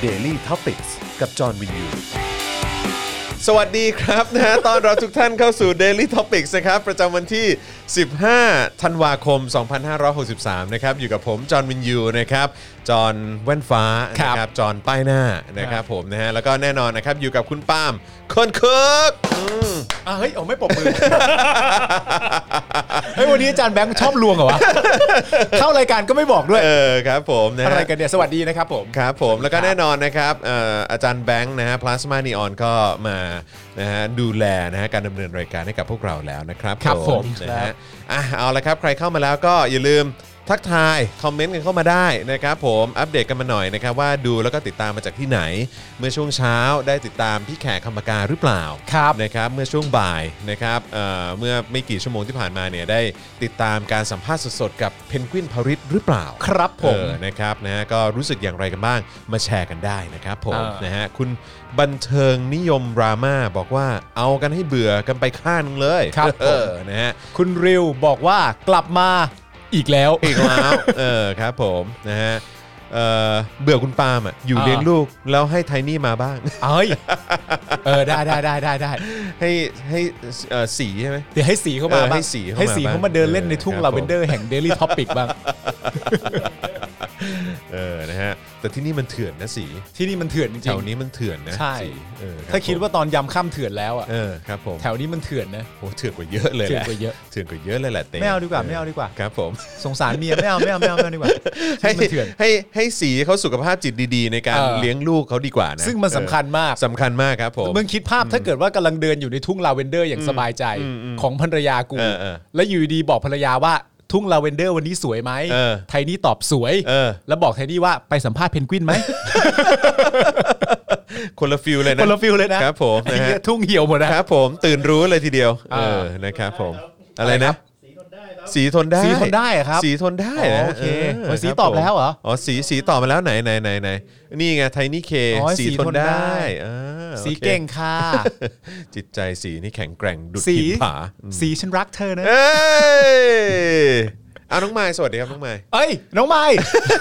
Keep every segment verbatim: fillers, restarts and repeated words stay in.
Daily Topics กับจอห์นวินยูสวัสดีครับนะฮะตอนรับทุกท่านเข้าสู่ Daily Topics นะครับประจำวันที่สิบห้าธันวาคมสองพันห้าร้อยหกสิบสามนะครับอยู่กับผมจอห์นวินยูนะครับจอห์นแว่นฟ้านะครับจอห์นป้ายหน้านะครับผมนะฮะแล้วก็แน่นอนนะครับอยู่กับคุณปาล์มคนคึกอ่ะเฮ้ยเอาไม่ปรบมือเฮ้ยวันนี้อาจารย์แบงค์ชอบลวงเหรอวะเข้ารายการก็ไม่บอกด้วยเออครับผมนะอะไรกันเนี่ยสวัสดีนะครับผมครับผมแล้วก็แน่นอนนะครับเอ่ออาจารย์แบงค์นะฮะพลาสมานีออนก็มานะฮะดูแลนะฮะการดำเนินรายการให้กับพวกเราแล้วนะครับครับผมนะฮะอ่ะเอาละครับใครเข้ามาแล้วก็อย่าลืมทักทายคอมเมนต์กันเข้ามาได้นะครับผมอัปเดตกันมาหน่อยนะครับว่าดูแล้วก็ติดตามมาจากที่ไหนเมื่อช่วงเช้าได้ติดตามพี่แขกคำปากาหรือเปล่านะครับเมื่อช่วงบ่ายนะครับเอ่อเมื่อไม่กี่ชั่วโมงที่ผ่านมาเนี่ยได้ติดตามการสัมภาษณ์สดๆกับเพนกวินพริตหรือเปล่าครับผมนะครับนะฮะก็รู้สึกอย่างไรกันบ้างมาแชร์กันได้นะครับผมนะฮะคุณบันเทิงนิยมราม่าบอกว่าเอากันให้เบื่อกันไปข้างนึงเลยครับเออนะฮะคุณริวบอกว่ากลับมาอีกแล้วอีกแล้วเออครับผมนะฮะเออเบื่อคุณปาล์มอ่ะอยู่เลี้ยงลูกแล้วให้ไทนี่มาบ้างเอ้ยเออได้ได้ได้ได้ได้ให้ให้เออสีใช่ไหมเดี๋ยวให้สีเข้ามาบ้างให้สีเข้ามาให้สีเข้ามาเดินเล่นในทุ่งลาเวนเดอร์แห่ง Daily Topic บ้างเออนะฮะแต่ที่นี่มันเถื่อนนะสีที่นี่มันเถื่อนจริงๆแถวนี้มันเถื่อนนะใช่ถ้าคิดว่าตอนยำค่ำเถื่อนแล้วอ่ะเออครับผมแถวนี้มันเถื่อนนะโอ้เถื่อนกว่าเยอะเลยเถื่อนกว่าเยอะเถื่อนกว่าเยอะเลยแหละเต้ไม่เอาดีกว่าไม่เอาดีกว่าครับผมสงสารเมียไม่เอาไม่เอาไม่เอาไม่เอาดีกว่าให้ให้ให้สีเขาสุขภาพจิตดีๆในการเลี้ยงลูกเขาดีกว่านะซึ่งมันสำคัญมากสำคัญมากครับผมมึงคิดภาพถ้าเกิดว่ากำลังเดินอยู่ในทุ่งลาเวนเดอร์อย่างสบายใจของภรรยากูแล้วอยู่ดีบอกภรรยาว่าทุ่งลาเวนเดอร์วันนี้สวยไหมไทนี่ตอบสวยแล้วบอกไทนี่ว่าไปสัมภาษณ์เพนกวินไหมคนละฟิลเลยนะคนละฟิลเลยนะครับผมนะฮะทุ่งเหี่ยวหมดนะครับผมตื่นรู้เลยทีเดียวเออนะครับผมอะไรนะสีทนได้สีทนได้ครับสีทนได้โอเคสีตอบแล้วเหรออ๋อสีสีตอบมาแล้วไหนไหนไหนไหนนี่ไงไทนี่เคสีทนได้สีเก่งค่ะจิตใจสีนี่แข็งแกร่งดุจหินผาสีฉันรักเธอนะเอ้ยเอาน้องไม้สวัสดีครับน้องไม้เอ้ยน้องไม้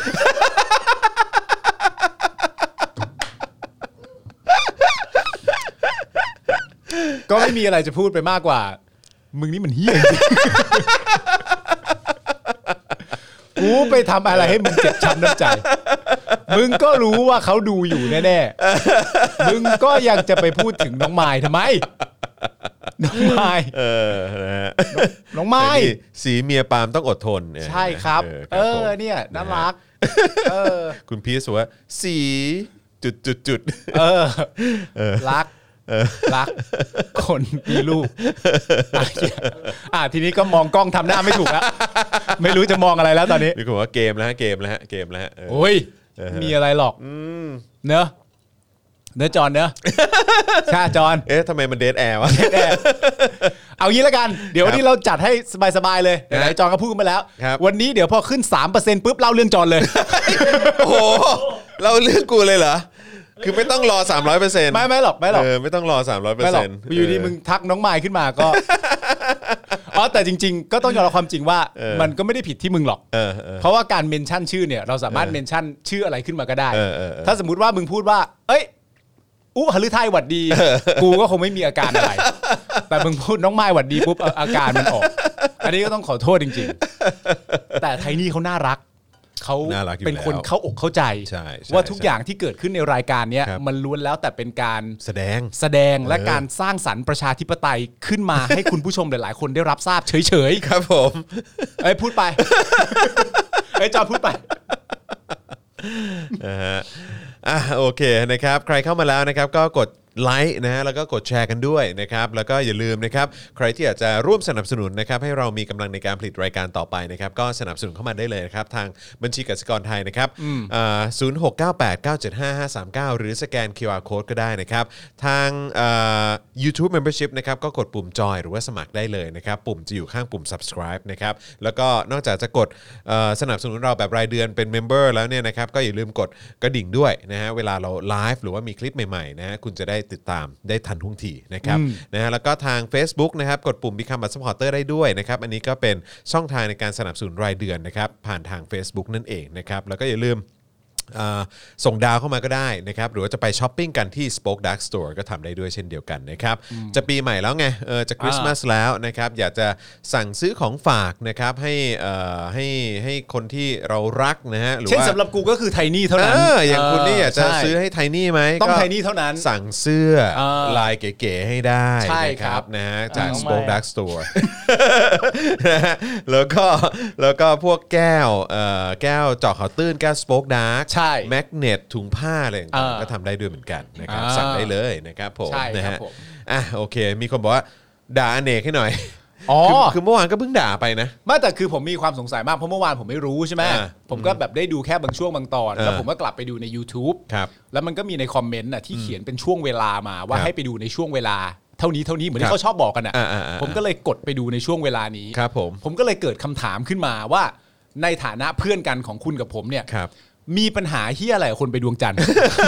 ก็ไม่มีอะไรจะพูดไปมากกว่ามึงนี่มันเหี้ยจริงกูไปทำอะไรให้มึงเจ็บช้ำน้ำใจมึงก็รู้ว่าเขาดูอยู่แน่ๆมึงก็ยังจะไปพูดถึงน้องไม้ทำไมน้องไม้เออนะฮะน้องไม้สีเมียปาล์มต้องอดทนใช่ครับเออเนี่ยน่ารักเออคุณพีชว่าสีจุดจุดจุดเออรักรักคนมีลูกอ่ะทีนี้ก็มองกล้องทำหน้าไม่ถูกแล้วไม่รู้จะมองอะไรแล้วตอนนี้นี่คือว่าเกมแล้วเกมแล้วเกมแล้วโอ้ยมีอะไรหรอกเนอะเนอะจอนเนอะใช่จอนเอ๊ะทำไมมันเดทแอร์วะเอางี้แล้วกันเดี๋ยววันนี้เราจัดให้สบายๆเลยไหนจอนก็พูดมาแล้ววันนี้เดี๋ยวพอขึ้น สามเปอร์เซ็นต์ ปุ๊บเล่าเรื่องจอนเลยโอ้โหเล่าเรื่องกูเลยเหรอคือไม่ต้องรอ สามร้อยเปอร์เซ็นต์ไม่ไม่หรอกไม่หรอกเออไม่ต้องรอ สามร้อยเปอร์เซ็นต์อยู่ดีมึงทักน้องไมค์ขึ้นมาก็อ๋อแต่จริงๆก็ต้องยอมรับความจริงว่ามันก็ไม่ได้ผิดที่มึงหรอกเพราะว่าการเมนชั่นชื่อเนี่ยเราสามารถเมนชั่นชื่ออะไรขึ้นมาก็ได้ถ้าสมมุติว่ามึงพูดว่าเอ้ยอุ๊หฤทัยหวัดดีกูก็คงไม่มีอาการอะไรแต่มึงพูดน้องไมค์หวัดดีปุ๊บอาการมันออกอันนี้ก็ต้องขอโทษจริงๆแต่ไทนี่เขาน่ารักเขาเป็นคนเข้าอกเข้าใจว่าทุกอย่างที่เกิดขึ้นในรายการนี้มันล้วนแล้วแต่เป็นการแสดงแสดงและการสร้างสรรค์ประชาธิปไตยขึ้นมาให้คุณผู้ชมหลายๆคนได้รับทราบเฉยๆครับผมเอ้ยพูดไปเอ้ยจอพูดไปนะฮะอ่ะโอเคนะครับใครเข้ามาแล้วนะครับก็กดไลค์นะฮะแล้วก็กดแชร์กันด้วยนะครับแล้วก็อย่าลืมนะครับใครที่อยากจะร่วมสนับสนุนนะครับให้เรามีกำลังในการผลิตรายการต่อไปนะครับก็สนับสนุนเข้ามาได้เลยนะครับทางบัญชีกสิกรไทยนะครับอ่าศูนย์ หก เก้า แปด เก้า เจ็ด ห้า ห้า สาม เก้าหรือสแกน คิว อาร์ Code ก็ได้นะครับทางอ่า YouTube Membership นะครับก็กดปุ่มจอยหรือว่าสมัครได้เลยนะครับปุ่มจะอยู่ข้างปุ่ม Subscribe นะครับแล้วก็นอกจากจะกดสนับสนุนเราแบบรายเดือนเป็น Member แล้วเนี่ยนะครับก็อย่าลืมกดกระดิ่งด้วยนะฮะเวลาเราไลฟ์หรือว่ามีคลิปใหม่ๆนะฮะคุณจะได้ติดตามได้ทันท่วงทีนะครับนะฮะแล้วก็ทาง Facebook นะครับกดปุ่ม Become a Supporter ได้ด้วยนะครับอันนี้ก็เป็นช่องทางในการสนับสนุนรายเดือนนะครับผ่านทาง Facebook นั่นเองนะครับแล้วก็อย่าลืมส่งดาวเข้ามาก็ได้นะครับหรือว่าจะไปช้อปปิ้งกันที่ Spoke Dark Store ก็ทำได้ด้วยเช่นเดียวกันนะครับจะปีใหม่แล้วไงเออจะคริสต์มาสแล้วนะครับอยากจะสั่งซื้อของฝากนะครับให้ให้ให้คนที่เรารักนะฮะหรือว่าเช่นสำหรับกูก็คือไทนี่เท่านั้นเอออย่างคุณนี่อยากจะซื้อให้ไทนี่ไหมต้องไทนี่เท่านั้นสั่งเสื้อลายเก๋ๆให้ได้นะครับนะฮะจาก Spoke Dark Store นะฮะแล้วก็แล้วก็พวกแก้วเอ่อแก้วเจาะข่าวตื้นแก้ว Spoke Dark แมกเนตถุงผ้าอะไรต่างๆก็ทำได้ด้วยเหมือนกันนะครับสั่งได้เลยนะครับผมนะฮะอ่ะโอเคมีคนบอกว่าด่าอเนกให้หน่อยอ๋อคือเมื่อวานก็เพิ่งด่าไปนะไม่แต่คือผมมีความสงสัยมากเพราะเมื่อวานผมไม่รู้ใช่ไหมผมก็แบบได้ดูแค่บางช่วงบางตอนแล้วผมก็กลับไปดูใน YouTube แล้วมันก็มีในคอมเมนต์น่ะที่เขียนเป็นช่วงเวลามาว่าให้ไปดูในช่วงเวลาเท่านี้เท่านี้เหมือนที่เขาชอบบอกกันอ่ะผมก็เลยกดไปดูในช่วงเวลานี้ครับผมผมก็เลยเกิดคำถามขึ้นมาว่าในฐานะเพื่อนกันของคุณกับผมเนี่ยมีปัญหาเหี้ยอะไรคนไปดวงจันทร์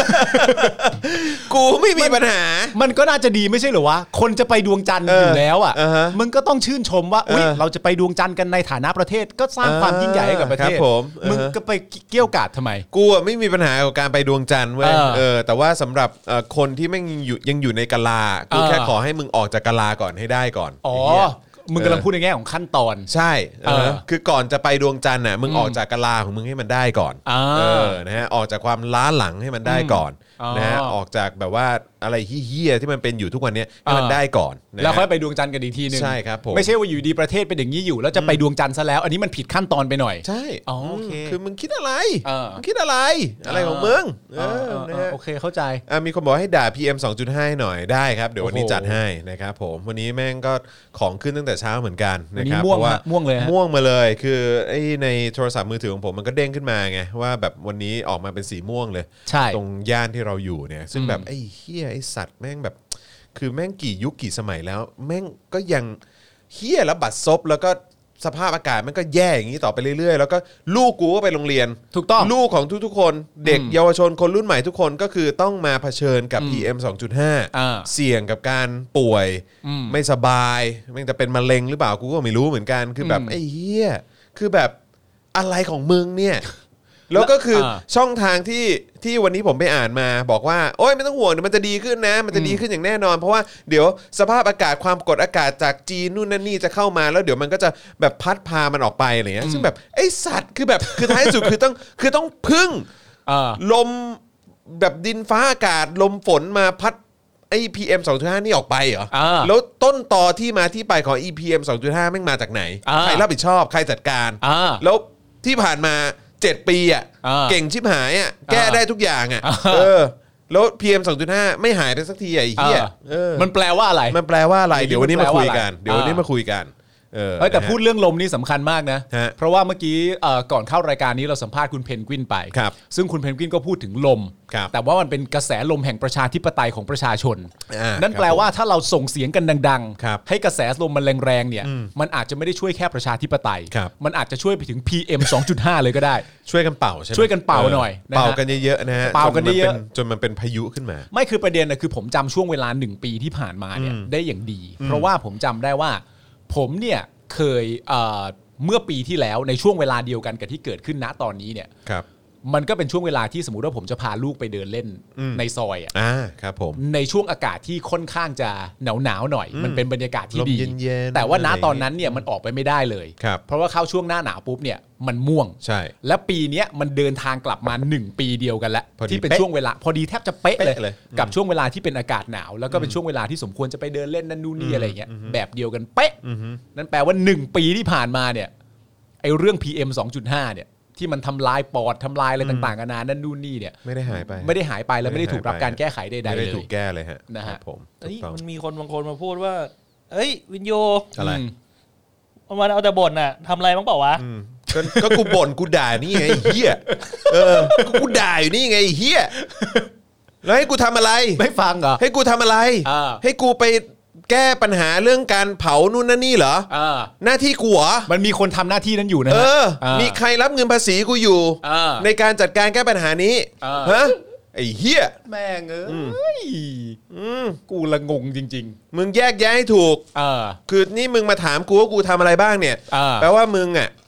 กูไม่มีปัญหามันก็น่าจะดีไม่ใช่เหรอวะคนจะไปดวงจันทร์อยู่แล้วอ่ะมึงก็ต้องชื่นชมว่าอุ๊ยเราจะไปดวงจันทร์กันในฐานะประเทศก็สร้างความยิ่งใหญ่ให้กับประเทศมึงก็ไปเกี้ยวกาดทำไมกูไม่มีปัญหากับการไปดวงจันทร์เว้ยเออแต่ว่าสำหรับคนที่แม่งอยู่ยังอยู่ในกะลากูแค่ขอให้มึงออกจากกะลาก่อนให้ได้ก่อนอ๋อมึงกำลังพูดในแง่ของขั้นตอนใช่เออคือก่อนจะไปดวงจันทร์น่ะมึงออกจากกะลาของมึงให้มันได้ก่อนเออนะฮะออกจากความล้าหลังให้มันได้ก่อนนะฮะออกจากแบบว่าอะไรเหี้ยๆที่มันเป็นอยู่ทุกวันนี้ให้มันได้ก่อนแล้วค่อยไปดวงจันทร์กันอีกทีนึงใช่ครับผมไม่ใช่ว่าอยู่ดีประเทศเป็นอย่างนี้อยู่แล้วจะไปดวงจันทร์ซะแล้วอันนี้มันผิดขั้นตอนไปหน่อยใช่อ๋อโอเคคือมึงคิดอะไรมึงคิดอะไรอะไรของมึงเออนะฮะโอเคเข้าใจมีคนบอกให้ด่า พี เอ็ม สองจุดห้า หน่อยได้ครับเดี๋ยววันนี้จัดให้นะครับผมวันนี้แม่งก็ของขึ้นตั้งแต่เช้าเหมือนกันนะครับเพราะว่าม่วงเลยม่วงมาเลยคือไอ้ในโทรศัพท์มือถือของผมมันก็เด้งขึ้นมาไงว่าแบบวันนี้ออกมาเป็นสีม่วงเลยตรงย่านที่เราอยู่เนี่ยซึ่งแบบไอ้เหี้ยไอ้สัตว์แม่งแบบคือแม่งกี่ยุคกี่สมัยแล้วแม่งก็ยังเหี้ยแล้วบัดซบแล้วก็สภาพอากาศมันก็แย่อย่างนี้ต่อไปเรื่อยๆแล้วก็ลูกกูก็ไปโรงเรียนถูกต้องลูกของทุกๆคนเด็กเยาวชนคนรุ่นใหม่ทุกคนก็คือต้องมาเผชิญกับ พี เอ็ม สองจุดห้า เสี่ยงกับการป่วยไม่สบายแม่งจะเป็นมะเร็งหรือเปล่ากูก็ไม่รู้เหมือนกันคือแบบไอ้เหี้ยคือแบบอะไรของมึงเนี่ยแล้วก็คือช่องทางที่ที่วันนี้ผมไปอ่านมาบอกว่าโอ๊ยไม่ต้องห่วงเดี๋ยวมันจะดีขึ้นนะมันจะดีขึ้นอย่างแน่นอนเพราะว่าเดี๋ยวสภาพอากาศความกดอากาศจากจีนนู่นนั่นนี่จะเข้ามาแล้วเดี๋ยวมันก็จะแบบพัดพามันออกไปอะไรเงี้ยซึ่งแบบไอ้สัตว์คือแบบคือท้ายสุดคือต้องคือต้องพึ่งลมแบบดินฟ้าอากาศลมฝนมาพัดไอ้ พี เอ็ม สองจุดห้า นี่ออกไปเหรอแล้วต้นตอที่มาที่ไปของ อี พี เอ็ม สองจุดห้า แม่งมาจากไหนใครรับผิดชอบใครจัดการแล้วที่ผ่านมาเจ็ดปีอ่ะเก่งชิบหายอ่ะแก้ได้ทุกอย่างอ่ะเออแล้ว พี เอ็ม สองจุดห้า ไม่หายไปสักทีไอ้เหี้ยมันแปลว่าอะไรมันแปลว่าอะไรเดี๋ยววันนี้มาคุยกันเดี๋ยววันนี้มาคุยกันเออแต่พูดเรื่องลมนี่สำคัญมากนะเพราะว่าเมื่อกี้ก่อนเข้ารายการนี้เราสัมภาษณ์คุณเพนกวินไปซึ่งคุณเพนกวินก็พูดถึงลมแต่ว่ามันเป็นกระแสลมแห่งประชาธิปไตยของประชาชนนั่นแปลว่าถ้าเราส่งเสียงกันดังๆให้กระแสลมมันแรงๆเนี่ยมันอาจจะไม่ได้ช่วยแค่ประชาธิปไตยมันอาจจะช่วยไปถึง พี เอ็ม สองจุดห้า เลยก็ได้ช่วยกันเป่าใช่ไหมช่วยกันเป่าหน่อยเป่ากันเยอะๆนะฮะเป่ากันเยอะจนมันเป็นพายุขึ้นมาไม่คือประเด็นนะคือผมจำช่วงเวลาหนึ่งปีที่ผ่านมาเนี่ยได้อย่างดีเพราะว่าผมจำได้ว่าผมเนี่ยเคย เ, เมื่อปีที่แล้วในช่วงเวลาเดียวกันกับที่เกิดขึ้นณตอนนี้เนี่ยมันก็เป็นช่วงเวลาที่สมมุติว่าผมจะพาลูกไปเดินเล่นในซอยอ่ะครับผมในช่วงอากาศที่ค่อนข้างจะหนาวหนาวหน่อยมันเป็นบรรยากาศที่ดีแต่ว่าณตอนนั้นเนี่ยมันออกไปไม่ได้เลยเพราะว่าเข้าช่วงหน้าหนาวปุ๊บเนี่ยมันม่วงใช่และปีนี้มันเดินทางกลับมาหนึ่งปีเดียวกันแล้วที่เป็นช่วงเวลาพอดีแทบจะเป๊ะเลยกับช่วงเวลาที่เป็นอากาศหนาวแล้วก็เป็นช่วงเวลาที่สมควรจะไปเดินเล่นนั่นนู่นนี่อะไรเงี้ยแบบเดียวกันเป๊ะนั่นแปลว่าหนึ่งปีที่ผ่านมาเนี่ยไอ้เรื่อง พี เอ็ม สองจุดห้า เนี่ยที่มันทำลายปอดทำลายอะไรต่างๆกันานานั่นนู่นนี่เนี่ยไม่ได้หายไปไม่ได้หายไปแล้วไม่ได้ถูกรับการแก้ไขใดๆเลยไม่ได้ถูกแก้เลยฮะนะฮะผมมันมีคนบางคนมาพูดว่าเอ้ยวินโยอะไรมันเอาแต่บ่นน่ะทำอะไรบ้างเปล่าวะก็กูบ่นกูด่านี่ไงเฮียเออกูด่าอยู่นี่ไงเฮียแล้วให้กูทำอะไรไม่ฟังเหรอให้กูทำอะไรให้กูไปแก้ปัญหาเรื่องการเผานู่นนั่นนี่เหรอหน้าที่กูเหรอมันมีคนทำหน้าที่นั้นอยู่นะเออมีใครรับเงินภาษีกูอยู่ในการจัดการแก้ปัญหานี้ฮะไอ้เหี้ยแม่งเอ้ยกูละงงจริงๆมึงแยกแยะให้ถูกคือนี่มึงมาถามกูว่ากูทำอะไรบ้างเนี่ยแปลว่ามึงอ่ะ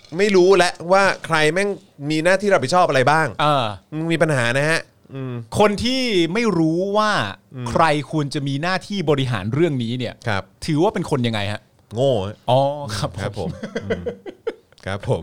ไม่รู้แล้วว่าใครแม่งมีหน้าที่รับผิดชอบอะไรบ้างเออมึงมีปัญหานะฮะคนที่ไม่รู้ว่าใครควรจะมีหน้าที่บริหารเรื่องนี้เนี่ยถือว่าเป็นคนยังไงฮะโง่อ๋อครับครับผมครับผม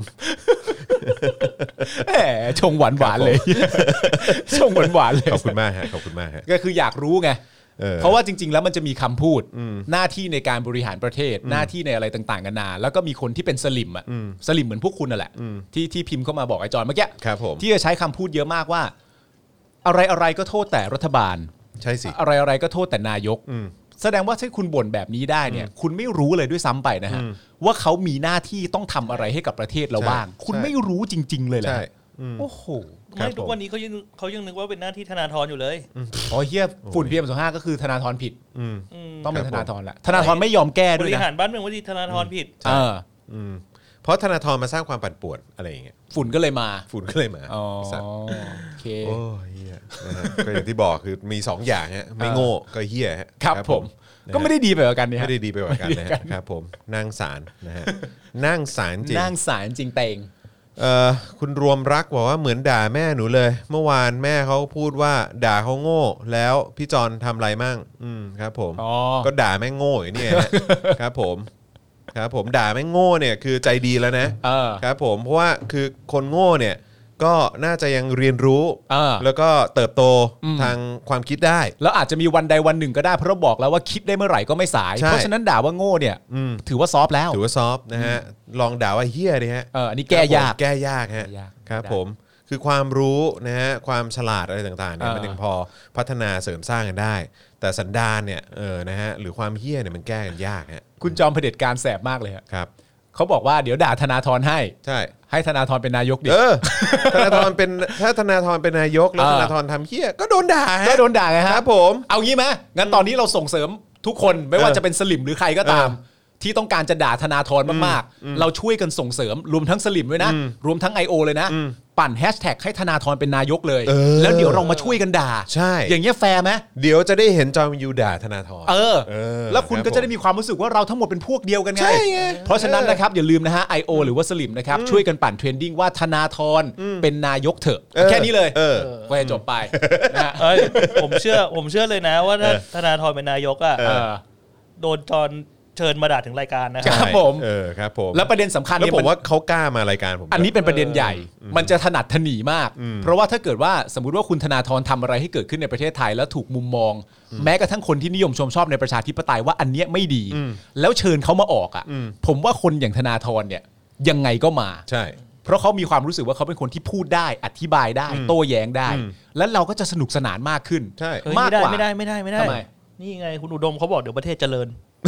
แหมชงหวานหวานเลยชงหวานหวานเลยขอบคุณมากฮะขอบคุณมากฮะก็คืออยากรู้ไงเพราะว่าจริงๆแล้วมันจะมีคำพูดหน้าที่ในการบริหารประเทศหน้าที่ในอะไรต่างๆกันานาแล้วก็มีคนที่เป็นสลิมอ่ะสลิมเหมือนพวกคุณน่ะแหละที่ที่พิมพ์เข้ามาบอกไอ้จอนเมื่อกี้ที่จะใช้คำพูดเยอะมากว่าอะไรอะไรก็โทษแต่รัฐบาลใช่สิอะไรอะไรก็โทษแต่นายกแสดงว่าถ้าคุณบ่นแบบนี้ได้เนี่ยคุณไม่รู้เลยด้วยซ้ำไปนะฮะว่าเขามีหน้าที่ต้องทำอะไรให้กับประเทศเราบ้างคุณไม่รู้จริงๆเลยแหละโอ้โหไม่ทุกวันนี้เขายังเขายังนึกว่าเป็นหน้าที่ธนาธรอยู่เลยอ๋อเฮียฝุ่น พี เอ็ม สองจุดห้า ก็คือธนาธรผิดต้องเป็นธนาธรแหละธนาธรไม่ยอมแก้ด้วยนะบริหารบ้านเมืองว่าที่ธนาธรผิดเออเพราะธนาธรมาสร้างความปั่นป่วนอะไรอย่างเงี้ยฝุ่นก็เลยมาฝุ่นก็เลยมาอ๋อโอเคโอ้เฮียก็อย่างที่บอกคือมีสองอย่างฮะไม่โง่ก็เฮียครับผมก็ไม่ได้ดีไปกว่ากันเนี่ยไม่ได้ดีไปกว่ากันนะครับผมนั่งศาลนะฮะนั่งศาลจริงนั่งศาลจริงเต็งเอ่อคุณรวมรักบอกว่าเหมือนด่าแม่หนูเลยเมื่อวานแม่เขาพูดว่าด่าเขาโง่แล้วพี่จอนทำอะไรมั่งอืมครับผมก็ด่าแม่โง่อย่างนี้ครับผมครับผมด่าแม่โง่เนี่ยคือใจดีแล้วนะครับผมเพราะว่าคือคนโง่เนี่ยก็น่าจะยังเรียนรู้แล้วก็เติบโตทางความคิดได้แล้วอาจจะมีวันใดวันหนึ่งก็ได้เพราะเราบอกแล้วว่าคิดได้เมื่อไหร่ก็ไม่สายเพราะฉะนั้นด่าว่าโง่เนี่ยถือว่าซอฟแล้วถือว่าซอฟนะฮะลองด่าว่าเฮี้ยดิฮะเอออันนี้แก้ยากแก้ยากฮะครับผมคือความรู้นะฮะความฉลาดอะไรต่างๆเนี่ยมันยังพอพัฒนาเสริมสร้างกันได้แต่สันดานเนี่ยเออนะฮะหรือความเฮี้ยเนี่ยมันแก้กันยากฮะคุณจอมเผด็จการแสบมากเลยครับเขาบอกว่าเดี๋ยวด่าธนาธรให้ใช่ให้ธนาธรเป็นนายกดิเออธนาธรเป็นถ้าธนาธรเป็นนายกแล้วธนาธรทำเหี้ยก็โดนด่าก็โดนด่าไงครับผมเอางี้ไหมงั้นตอนนี้เราส่งเสริมทุกคนไม่ว่าจะเป็นสลิมหรือใครก็ตามที่ต้องการจะด่าธนาธรมากๆเราช่วยกันส่งเสริมรวมทั้งสลิมด้วยนะรวมทั้ง ไอ โอ เลยนะปั่นแฮชแท็กให้ธนาธรเป็นนายกเลยแล้วเดี๋ยวเรามาช่วยกันด่าใช่อย่างเงี้ยแฟร์ไหมเดี๋ยวจะได้เห็นจอมยูด่าธนาธรเออแล้วคุณก็จะได้มีความรู้สึกว่าเราทั้งหมดเป็นพวกเดียวกันไงเพราะฉะนั้นนะครับอย่าลืมนะฮะ ไอ โอ หรือว่าสลิมนะครับช่วยกันปั่นเทรนดิ้งว่าธนาธรเป็นนายกเถอะแค่นี้เลยก็จะจบไปนะผมเชื่อผมเชื่อเลยนะว่าถ้าธนาธรเป็นนายกอ่ะโดนจอนเชิญมาด่าถึงรายการนะครับผมเออครับผมแล้วประเด็นสำคัญเนี่ยผมว่าเขากล้ามารายการผมอันนี้เป็นประเด็นใหญ่มันจะถนัดถนีมากเพราะว่าถ้าเกิดว่าสมมุติว่าคุณธนาธรทำอะไรให้เกิดขึ้นในประเทศไทยแล้วถูกมุมมองแม้กระทั่งคนที่นิยมชมชอบในประชาธิปไตยว่าอันเนี้ยไม่ดีแล้วเชิญเขามาออกอ่ะผมว่าคนอย่างธนาธรเนี่ยยังไงก็มาใช่เพราะเขามีความรู้สึกว่าเขาเป็นคนที่พูดได้อธิบายได้โต้แย้งได้แล้วเราก็จะสนุกสนานมากขึ้นใช่มากกว่าไม่ได้ไม่ได้ไม่ได้ไม่ได้นี่ไงคุณอุดมเขาบอกเดี๋ยวประเทศเจริญ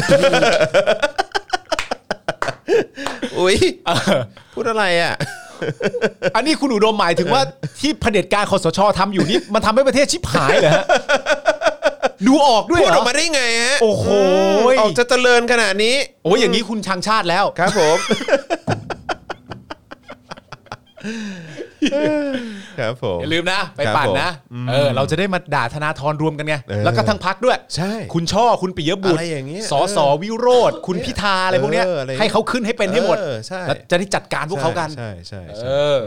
อุ้ยพูดอะไรอ่ะอันนี้คุณอุดมหมายถึงว่าที่เผด็จการคสช.ทำอยู่นี่มันทำให้ประเทศชิบหายเหรอฮะดูออกด้วยเหรอพูดออกมาได้ไงฮะโอ้โหออกจะเจริญขนาดนี้โอ้ยอย่างนี้คุณชังชาติแล้วครับผมครับผมอย่าลืมนะไปปั่นนะเออเราจะได้มาด่าธนาธรรวมกันไงแล้วก็ทั้งพรรคด้วยใช่คุณช่อคุณปิยบุตรสสวิโรจน์คุณพิธาอะไรพวกเนี้ยให้เขาขึ้นให้เป็นให้หมดแล้วจะได้จัดการพวกเขากันใช่ใช่เออ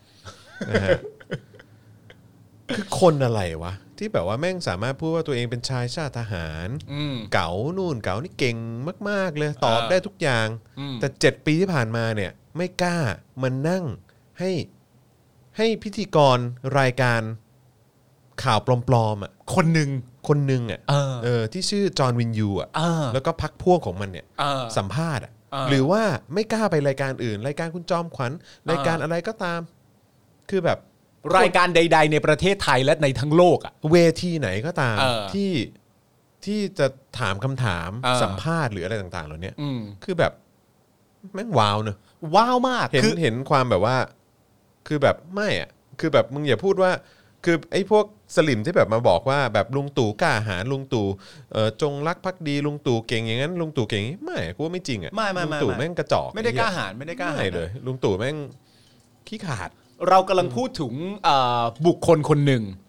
คือคนอะไรวะที่แบบว่าแม่งสามารถพูดว่าตัวเองเป็นชายชาติทหารเก๋านู่นเก๋านี่เก่งมากๆเลยตอบได้ทุกอย่างแต่เจ็ดปีที่ผ่านมาเนี่ยไม่กล้ามันนั่งให้ให้พิธีกรรายการข่าวปลอมๆอ่ะคนหนึ่งคนหนึ่งอ่ะเออเออที่ชื่อจอห์นวินยูอ่ะแล้วก็พรรคพวกของมันเนี่ยสัมภาษณ์อ่ะหรือว่าไม่กล้าไปรายการอื่นรายการคุณจอมขวัญรายการอะไรก็ตามคือแบบรายการใดๆในประเทศไทยและในทั้งโลกอ่ะเวทีไหนก็ตามที่ที่จะถามคำถามสัมภาษณ์หรืออะไรต่างๆเหล่านี้คือแบบแม่งว้าวเนอะว้าวมากเห็นเห็นความแบบว่าคือแบบไม่อ่ะคือแบบมึงอย่าพูดว่าคือไอ้พวกสลิมที่แบบมาบอกว่าแบบลุงตู่กล้าหาญลุงตู่เอ่อจงรักภักดีลุงตู่เก่งอย่างนั้นลุงตู่เก่งไม่กูว่าไม่จริงอ่ะลุงตู่แม่งกระจอกไม่ได้กล้าหาญไม่ได้กล้าหาญเลยลุงตู่แม่งขี้ขาดเรากำลังพูดถึงบุคคลคนหนึ่ง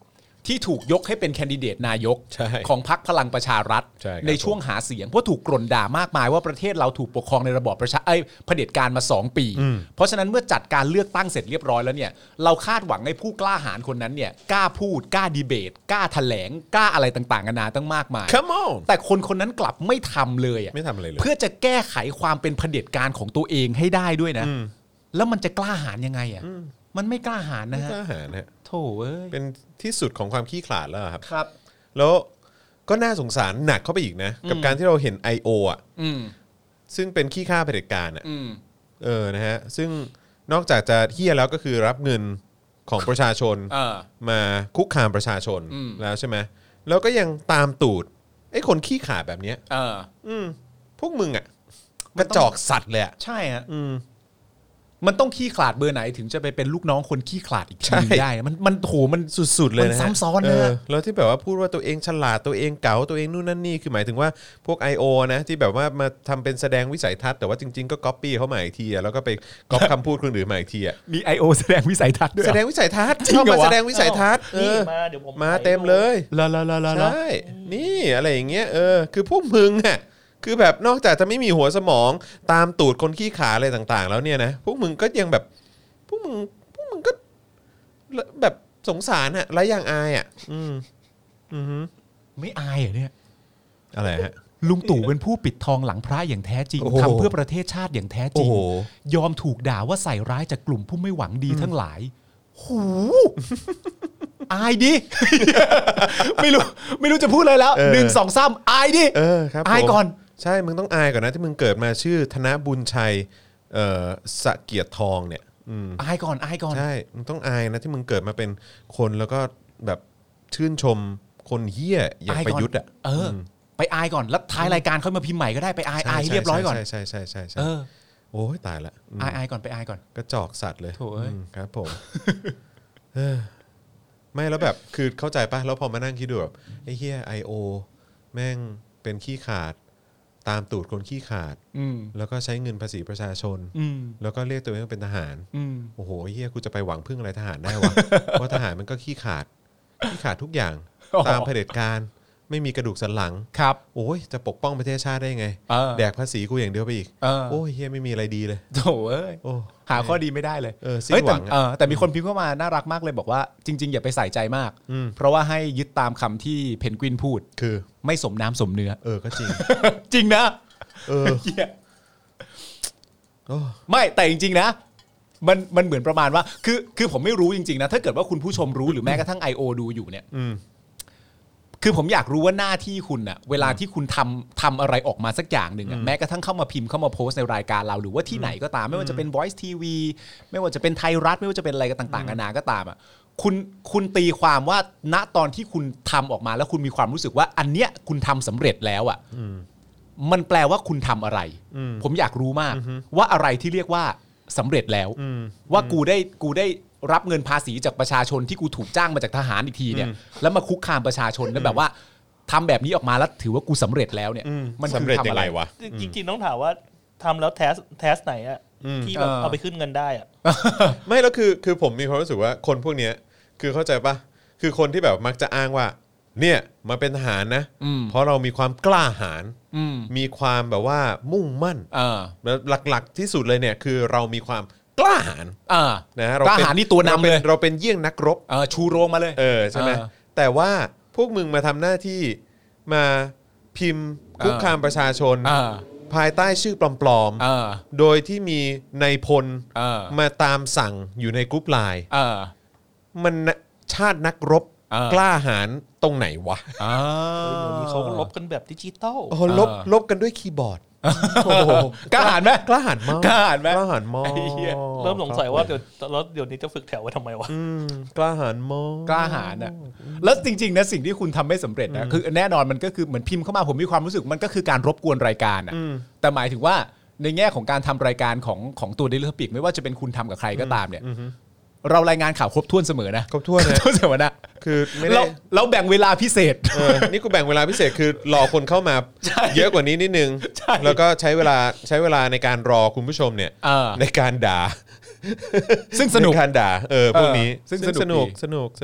ที่ถูกยกให้เป็นแคนดิเดตนายกใช่ของพรรคพลังประชารัฐใช่ครับในช่วงหาเสียงเพราะถูกกล่นด่ามากมายว่าประเทศเราถูกปกครองในระบอบประชาเอ้ยเผด็จการมาสองปี เพราะฉะนั้นเมื่อจัดการเลือกตั้งเสร็จเรียบร้อยแล้วเนี่ยเราคาดหวังให้ผู้กล้าหาญคนนั้นเนี่ยกล้าพูดกล้าดีเบตกล้าแถลงกล้าอะไรต่างๆนานาตั้งมากมาย Come on แต่คนคนนั้นกลับไม่ทำเลยอะไม่ทำอะไรเลยเพื่อจะแก้ไขความเป็นเผด็จการของตัวเองให้ได้ด้วยนะแล้วมันจะกล้าหาญยังไงอ่ะมันไม่กล้าหาญนะฮะกล้าหาญฮะโถ่เอ้ยเป็นที่สุดของความขี้ขลาดแล้วครับครับแล้วก็น่าสงสารหนักเข้าไปอีกนะ กับการที่เราเห็น ไอ โอ อ่ะอืมซึ่งเป็นขี้ข้าเผด็จการอ่ะอืมเออนะฮะซึ่งนอกจากจะเฮี้ยแล้วก็คือรับเงินของประชาชนเออมาคุกคามประชาชนอืมแล้วใช่ไหมแล้วก็ยังตามตูดไอ้คนขี้ขลาดแบบเนี้ยเอออืมพวกมึงอ่ะกระจอกสัตว์เลยอ่ะใช่ฮะอืมมันต้องขี้ขลาดเบอร์ไหนถึงจะไปเป็นลูกน้องคนขี้ขลาดอีกทีใช่ได้ มันมันโหมันสุดๆเลยนะมันฮะซ้ำซ้อนนะเแล้วที่แบบว่าพูดว่าตัวเองฉลาดตัวเองเก๋าตัวเองนู่นนั่นนี่คือหมายถึงว่าพวก ไอ โอ นะที่แบบว่ามาทำเป็นแสดงวิสัยทัศน์แต่ว่าจริงๆก็ก๊อปปี้เข้ามาอีกทีอะแล้วก็ไปก๊อปคำพูดคนอื่นมาอีกทีอะมี ไอ โอ แสดงวิสัยทัศน์ด้วยแสดงวิสัยทัศน์จริงเหรอวะชอบมาแสดงวิสัยทัศน์เอนี่อมาเดี๋ยวผมมาเต็มเลยลาลาลาลาใช่นี่อะไรอย่างเงี้ยเออคือพวกมึงอะคือแบบนอกจากจะไม่มีหัวสมองตามตูดคนขี้ขาอะไรต่างๆ แล้วเนี่ยนะพวกมึงก็ยังแบบพวกมึงพวกมึงก็แบบสงสารอะไร้อย่างอายอะอืมอือฮึไม่อายเหรอเนี่ยอะไรฮะลุงตู่เป็นผู้ปิดทองหลังพระอย่างแท้จริงโอ้โหทำเพื่อประเทศชาติอย่างแท้จริงโอ้โหยอมถูกด่าว่าใส่ร้ายจากกลุ่มผู้ไม่หวังดีทั้งหลายหูอายดิ ไม่รู้ไม่รู้จะพูดอะไรแล้วหนึ่งสองสามอายดิเออครับอายผมก่อนใช่มึงต้องอายก่อนนะที่มึงเกิดมาชื่อธนบุญชัยเอ่อสะเกียรติทองเนี่ยอืมอายก่อนอายก่อนใช่มึงต้องอายนะที่มึงเกิดมาเป็นคนแล้วก็แบบชื่นชมคนเฮี้ยอย่างประยุทธ์อ่ะเออ ไปอายก่อนแล้วท้ายรายการค่อยมาพิมพ์ใหม่ก็ได้ไปอายใช่อายให้เรียบร้อยก่อนใช่ใช่ใช่ใช่ใช่เออโอ้ยตายละอืมอายอายก่อนไปอายก่อนกระจอกสัตว์เลยโถ่เอ้ยอืมครับผมเออไม่แล้วแบบคือเข้าใจป่ะแล้วพอมานั่งคิดดูแบบไอ้เฮี้ยไอโอแม่งเป็นขี้ขาดตามตูดคนขี้ขาดอืมแล้วก็ใช้เงินภาษีประชาชนอืมแล้วก็เรียกตัวเองว่าเป็นทหารอืมโอ้โหเฮียกูจะไปหวังพึ่งอะไรทหารได้วะ เพราะทหารมันก็ขี้ขาดขี้ขาดทุกอย่างอ๋อตามเผด็จการไม่มีกระดูกสันหลังครับโอ้ยจะปกป้องประเทศชาติได้ไงเออแดกภาษีกูอย่างเดียวไปอีกเออโอ้ยเฮียไม่มีอะไรดีเลยโถเอ้ยโอ้หาข้อดีไม่ได้เลยเออสิ้นเฮ้ยหแต่วังอะเออแต่มีคนพิมพ์เข้ามาน่ารักมากเลยบอกว่าจริง ๆ อย่าไปใส่ใจมากอืมเพราะว่าให้ยึดตามคำที่เพนกวินพูดคือไม่สมน้ำสมเนื้อเออก็จริงจริงนะเออเหี้ยโอ้ไม่แต่จริงๆนะมันมันเหมือนประมาณว่าคือคือผมไม่รู้จริงๆนะถ้าเกิดว่าคุณผู้ชมรู้หรือแม้กระทั่ง ไอ โอ ดูอยู่เนี่ยอืมคือผมอยากรู้ว่าหน้าที่คุณอะเวลาที่คุณทำทำอะไรออกมาสักอย่างหนึ่งอะแม้กระทั่งเข้ามาพิมพ์เข้ามาโพสต์ในรายการเราหรือว่าที่ไหนก็ตาม ไม่ว่าจะเป็น Voice ที วี ไม่ว่าจะเป็นไทยรัฐไม่ว่าจะเป็นอะไรก็ต่างๆนานาก็ตามอะคุณคุณตีความว่าณตอนที่คุณทำออกมาแล้วคุณมีความรู้สึกว่าอันเนี้ยคุณทำสำเร็จแล้วอะมันแปลว่าคุณทำอะไร ผมอยากรู้มากว่าอะไรที่เรียกว่าสำเร็จแล้วว่ากูได้กูได้รับเงินภาษีจากประชาชนที่กูถูกจ้างมาจากทหารอีกทีเนี่ยแล้วมาคุกคามประชาชนแล้วแบบว่าทำแบบนี้ออกมาแล้วถือว่ากูสำเร็จแล้วเนี่ยมันคือสำเร็จทำยัอะงไรไงวะจริงๆต้องถามว่าทำแล้วแทสแทสไหนอะที่แบบเออเอาไปขึ้นเงินได้อะไม่แล้วคือคือผมมีความรู้สึกว่าคนพวกเนี้ยคือเข้าใจปะคือคนที่แบบมักจะอ้างว่า เนี่ยมาเป็นทหารนะอืมเพราะเรามีความกล้าหาญอืมมีความแบบว่ามุ่งมั่นเออแล้วหลักๆที่สุดเลยเนี่ยคือเรามีความกล้าหาญเออนะฮะกล้าหาญนี่ตัวนำเลยเราเป็นเยี่ยงนักรบเออชูโรงมาเลยเออใช่ไหมเออแต่ว่าพวกมึงมาทำหน้าที่มาพิมพ์คุกคามประชาชนเออภายใต้ชื่อปลอมเออๆโดยที่มีนายพลเออมาตามสั่งอยู่ในกรุ๊ปไลน์เออมันน่ะชาตินักรบเออกล้าหาญตรงไหนวะอ่าเดี๋ยวนี้เขาก็ลบกันแบบดิจิตอลโอ้โหลบเออลบกันด้วยคีย์บอร์ดโอ้โหกล้าหาญไหมกล้าหาญมากกล้าหาญไหมกล้าหาญมากไอ้เหี้ยเริ่มสงสัยว่าเดี๋ยวแล้วเดี๋ยวนี้จะฝึกแถวไว้ทำไมวะอืมกล้าหาญมากกล้าหาญอ่ะแล้วจริงๆนะสิ่งที่คุณทำไม่สำเร็จนะคือแน่นอนมันก็คือเหมือนพิมพ์เข้ามาผมมีความรู้สึกมันก็คือการรบกวนรายการอ่ะแต่หมายถึงว่าในแง่ของการทำรายการของของตัว Daily Topic ไม่ว่าจะเป็นคุณทำกับใครก็ตามเนี่ยเรารายงานข่าวครบถ้วนเสมอนะครบถ้วนนะครบถ้วนเสมอนะคือไม่ได้เราเราแบ่งเวลาพิเศษเออนี่กูแบ่งเวลาพิเศษคือรอคนเข้ามาใช่เยอะกว่านี้นิดนึงใช่แล้วก็ใช้เวลาใช้เวลาในการรอคุณผู้ชมเนี่ยเออในการด่าซึ่งสนุกในการด่าเออพวกนี้เออซึ่งซึ่งสสนุนุกกดีสนุกสนุกอื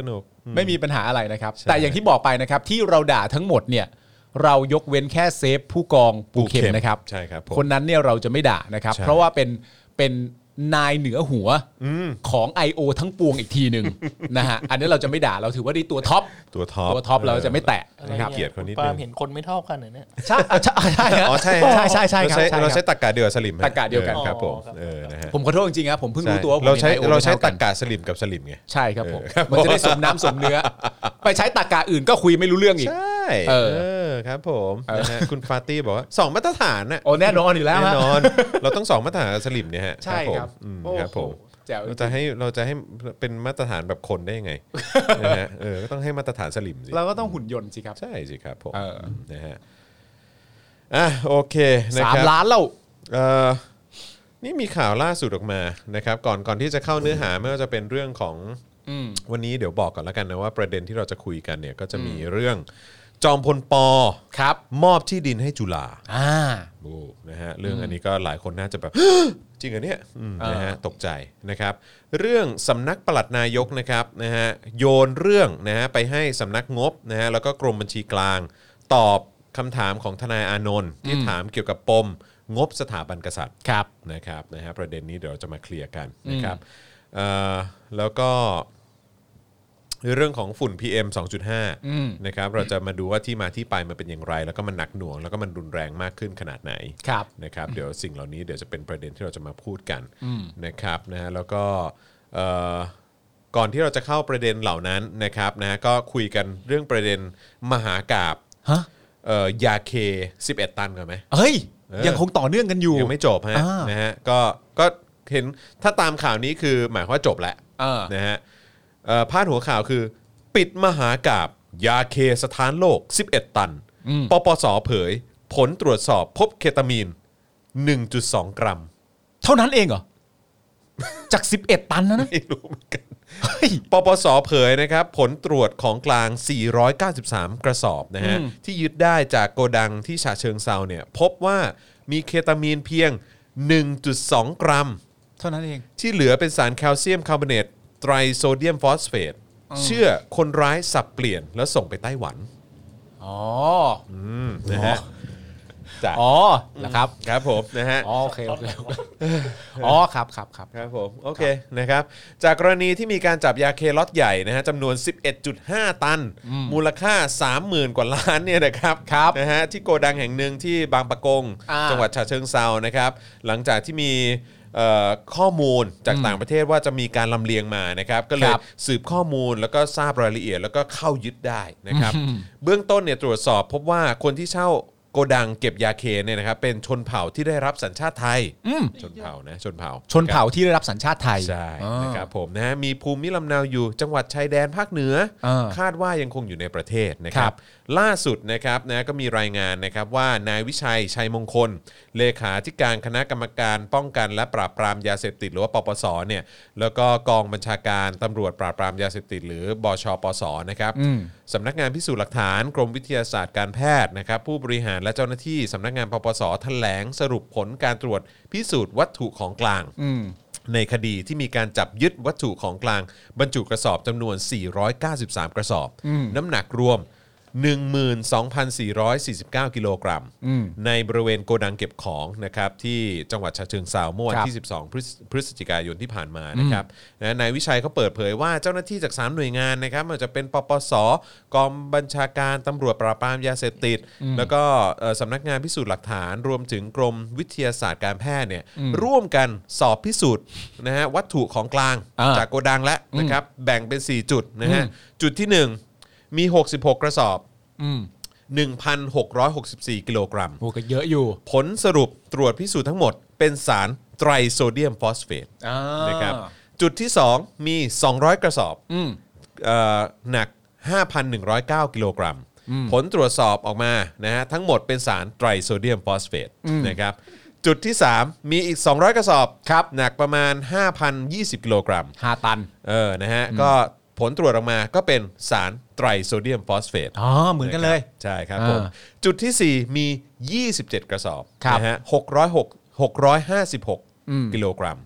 ไม่มีปัญหาอะไรนะครับแต่อย่างที่บอกไปนะครับที่เราด่าทั้งหมดเนี่ยเรายกเว้นแค่เซฟผู้กองปูเข็มนะครับใช่ครับคนนั้นเนี่ยเราจะไม่ด่านะครับเพราะว่าเป็นเป็นนายเหนือหัวของ ไอ โอ ทั้งปวงอีกทีหนึ่งนะฮะอันนี้เราจะไม่ด่าเราถือว่าได้ตัวท็อปตัวท็อปตัวท็อปเราจะไม่แตะนะครับเกียรติคนนี้ปาล์มเห็นคนไม่เท่ากันเนี่ยใช่ใช่ใช่อ๋อใช่ใช่ใช่ใช่ครับเราใช้ตรรกะเดียวกับสลิมตรรกะเดียวกันครับผมเออนะฮะผมขอโทษจริงๆครับผมเพิ่งรู้ตัวว่าเราใช้เราใช้ตรรกะสลิมกับสลิมไงใช่ครับผมมันจะได้สมน้ำสมเนื้อไปใช้ตรรกะอื่นก็คุยไม่รู้เรื่องอีกใช่เออครับผมนะฮะคุณฟาตี้บอกว่าสองมาตรฐานน่ะโอ้แน่นอนอยู่แล้วแน่นอนเราต้องสองมาตรฐานสลิมเนี่ยฮะใช่ครับครับผมเราจะให้เราจะให้เป็นมาตรฐานแบบคนได้ยังไงนะฮะเออก็ต้องให้มาตรฐานสลิมสิเราก็ต้องหุ่นยนต์สิครับใช่สิครับผมนะฮะอ่ะโอเคนะครับสามล้านแล้วเออนี่มีข่าวล่าสุดออกมานะครับก่อนก่อนที่จะเข้าเนื้อหาไม่ว่าจะเป็นเรื่องของวันนี้เดี๋ยวบอกก่อนแล้วกันนะว่าประเด็นที่เราจะคุยกันเนี่ยก็จะมีเรื่องจอมพลป. ครับมอบที่ดินให้จุฬาอ่าโอ้นะฮะเรื่องอันนี้ก็หลายคนน่าจะแบบจริงเหรอเนี่ยนะฮะตกใจนะครับเรื่องสำนักปลัดนายกนะครับนะฮะโยนเรื่องนะฮะไปให้สำนักงบนะฮะแล้วก็กรมบัญชีกลางตอบคำถามของทนายอานนท์ที่ถามเกี่ยวกับปมงบสถาบันกษัตริย์ครับนะครับนะฮะประเด็นนี้เดี๋ยวเราจะมาเคลียร์กันนะครับเอ่อแล้วก็เรื่องของฝุ่น พี เอ็ม สองจุดห้า นะครับเราจะมาดูว่าที่มาที่ไปมันเป็นอย่างไรแล้วก็มันหนักหน่วงแล้วก็มันรุนแรงมากขึ้นขนาดไหนนะครับเดี๋ยวสิ่งเหล่านี้เดี๋ยวจะเป็นประเด็นที่เราจะมาพูดกันนะครับนะฮะแล้วก็ก่อนที่เราจะเข้าประเด็นเหล่านั้นนะครับนะก็คุยกันเรื่องประเด็นมหากาพย์ยาเคสิบเอ็ดตันกันไหมเฮ้ยยังคงต่อเนื่องกันอยู่ยังไม่จบฮะนะฮะก็ก็เห็นถ้าตามข่าวนี้คือหมายความว่าจบแล้วนะฮะพาดหัวข่าวคือปิดมหากาพย์ยาเคสถานโลกสิบเอ็ดตันปปสเผยผลตรวจสอบพบเคตามีน หนึ่งจุดสอง กรัมเท่านั้นเองเหรอจากสิบเอ็ดตันนะนะไม่รู้เหมือนกันปปสเผยนะครับผลตรวจของกลางสี่ร้อยเก้าสิบสามกระสอบนะฮะที่ยึดได้จากโกดังที่ฉะเชิงเทราเนี่ยพบว่ามีเคตามีนเพียง หนึ่งจุดสอง กรัมเท่านั้นเองที่เหลือเป็นสารแคลเซียมคาร์บอเนตไตรโซเดียมฟอสเฟตเชื่อคนร้ายสับเปลี่ยนแล้วส่งไปไต้หวันอ๋ออืมนะฮะอ๋อนะครับครับผมนะฮะอ๋อโอเคโอเคอ๋อครับครับครับครับผมโอเคนะครับจากกรณีที่มีการจับยาเคล็อตใหญ่นะฮะจำนวน สิบเอ็ดจุดห้า ตันมูลค่า สามหมื่น กว่าล้านเนี่ยนะครับนะฮะที่โกดังแห่งหนึ่งที่บางปะกงจังหวัดฉะเชิงเทรานะครับหลังจากที่มีข้อมูลจากต่างประเทศว่าจะมีการลำเลียงมานะครับก็เลยสืบข้อมูลแล้วก็ทราบรายละเอียดแล้วก็เข้ายึดได้นะครับเบื้องต้นเนี่ยตรวจสอบพบว่าคนที่เช่าโกดังเก็บยาเคเนี่ยนะครับเป็นชนเผ่าที่ได้รับสัญชาติไทยชนเผ่านะชนเผ่าชนเผ่าที่ได้รับสัญชาติไทยใช่นะครับผมนะมีภูมิลำเนาอยู่จังหวัดชายแดนภาคเหนือคาดว่ายังคงอยู่ในประเทศนะครับล่าสุดนะครับนะก็มีรายงานนะครับว่านายวิชัยชัยมงคลเลขาธิการคณะกรรมการป้องกันและปราบปรามยาเสพติดหรือว่าปปสเนี่ยแล้วก็กองบัญชาการตำรวจปราบปรามยาเสพติดหรือบชปสนะครับสำนักงานพิสูจน์หลักฐานกรมวิทยาศาสตร์การแพทย์นะครับผู้บริหารและเจ้าหน้าที่สำนักงานปปสแถลงสรุปผลการตรวจพิสูจน์วัตถุของกลางในคดีที่มีการจับยึดวัตถุของกลางบรรจุกระสอบจำนวนสี่ร้อยเก้าสิบสามกระสอบน้ำหนักรวม หนึ่งหมื่นสองพันสี่ร้อยสี่สิบเก้า กิโลกรัมในบริเวณโกดังเก็บของนะครับที่จังหวัดฉะเชิงเทราเมื่อวันที่สิบสองพฤศจิกายนที่ผ่านมานะครับนะนายวิชัยเขาเปิดเผยว่าเจ้าหน้าที่จากสามหน่วยงานนะครับมันจะเป็นปปสกองบัญชาการตำรวจปราบปรามยาเสพติดแล้วก็สำนักงานพิสูจน์หลักฐานรวมถึงกรมวิทยาศาสตร์การแพทย์เนี่ยร่วมกันสอบพิสูจน์นะฮะวัตถุของกลางจากโกดังและนะครับแบ่งเป็นสี่จุดนะฮะจุดที่หนึ่งมีหกสิบหกกระสอบหนึ่งพันหกร้อยหกสิบสี่ กิโลกรัมโอ้ก็เยอะอยู่ผลสรุปตรวจพิสูจน์ทั้งหมดเป็นสารไตรโซเดียมฟอสเฟตนะครับจุดที่สองมีสองร้อยกระสอบหนัก ห้าพันหนึ่งร้อยเก้า กิโลกรัมผลตรวจสอบออกมานะฮะทั้งหมดเป็นสารไตรโซเดียมฟอสเฟตนะครับจุดที่สามมีอีกสองร้อยกระสอบหนักประมาณ ห้าพันยี่สิบ กิโลกรัมห้าตันเออนะฮะก็ผลตรวจออกมาก็เป็นสารไตรโซเดียมฟอสเฟตอ๋อเหมือนกันเลยใช่ครับผมจุดที่สี่มียี่สิบเจ็ดกระสอบนะฮะหกร้อยหก หกร้อยห้าสิบหกกิโลกรัม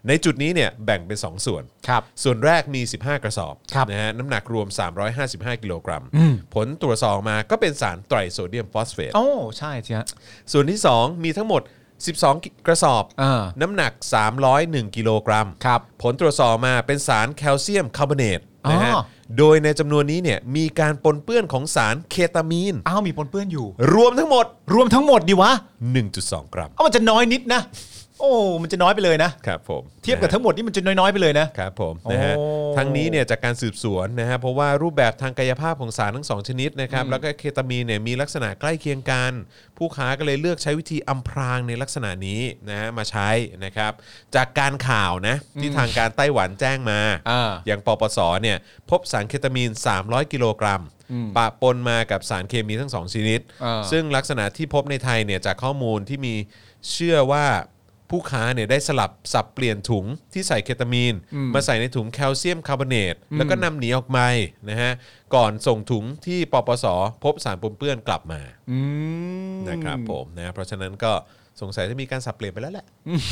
ในจุดนี้เนี่ยแบ่งเป็นสองส่วนครับส่วนแรกมีสิบห้ากระสอบนะฮะน้ำหนักรวมสามร้อยห้าสิบห้ากิโลกรัมผลตรวจสอบมาก็เป็นสารไตรโซเดียมฟอสเฟตโอ้ใช่ใช่ส่วนที่สองมีทั้งหมดสิบสองกระสอบน้ำหนักสามร้อยเอ็ดกิโลกรัมผลตรวจสอบมาเป็นสารแคลเซียมคาร์บอเนตนะฮะโดยในจำนวนนี้เนี่ยมีการปนเปื้อนของสารเคตามีนอ้าวมีปนเปื้อนอยู่รวมทั้งหมดรวมทั้งหมดดิวะหนึ่งจุดสอง กรัมอ้าวมันจะน้อยนิดนะโอ้มันจะน้อยไปเลยนะครับผมเทียบกับทั้งหมดนี่มันจะน้อยๆไปเลยนะครับผมนะฮะทั้งนี้เนี่ยจากการสืบสวนนะฮะเพราะว่ารูปแบบทางกายภาพของสารทั้งสองชนิดนะครับแล้วก็เคตามีนเนี่ยมีลักษณะใกล้เคียงกันผู้ค้าก็เลยเลือกใช้วิธีอำพรางในลักษณะนี้นะฮะมาใช้นะครับจากการข่าวนะที่ทางการไต้หวันแจ้งมาอย่างปปสเนี่ยพบสารเคตามีนสามร้อยกิโลกรัมปะปนมากับสารเคมีทั้งสองชนิดซึ่งลักษณะที่พบในไทยเนี่ยจากข้อมูลที่มีเชื่อว่าผู้ค้าเนี่ยได้สลับสับเปลี่ยนถุงที่ใส่เคตามีนมาใส่ในถุงแคลเซียมคาร์บอเนตแล้วก็นำหนีออกไปนะฮะก่อนส่งถุงที่ปปสพบสารปนเปื้อนกลับมานะครับผมนะเพราะฉะนั้นก็สงสัยจะมีการสับเปลี่ยนไปแล้วแหละ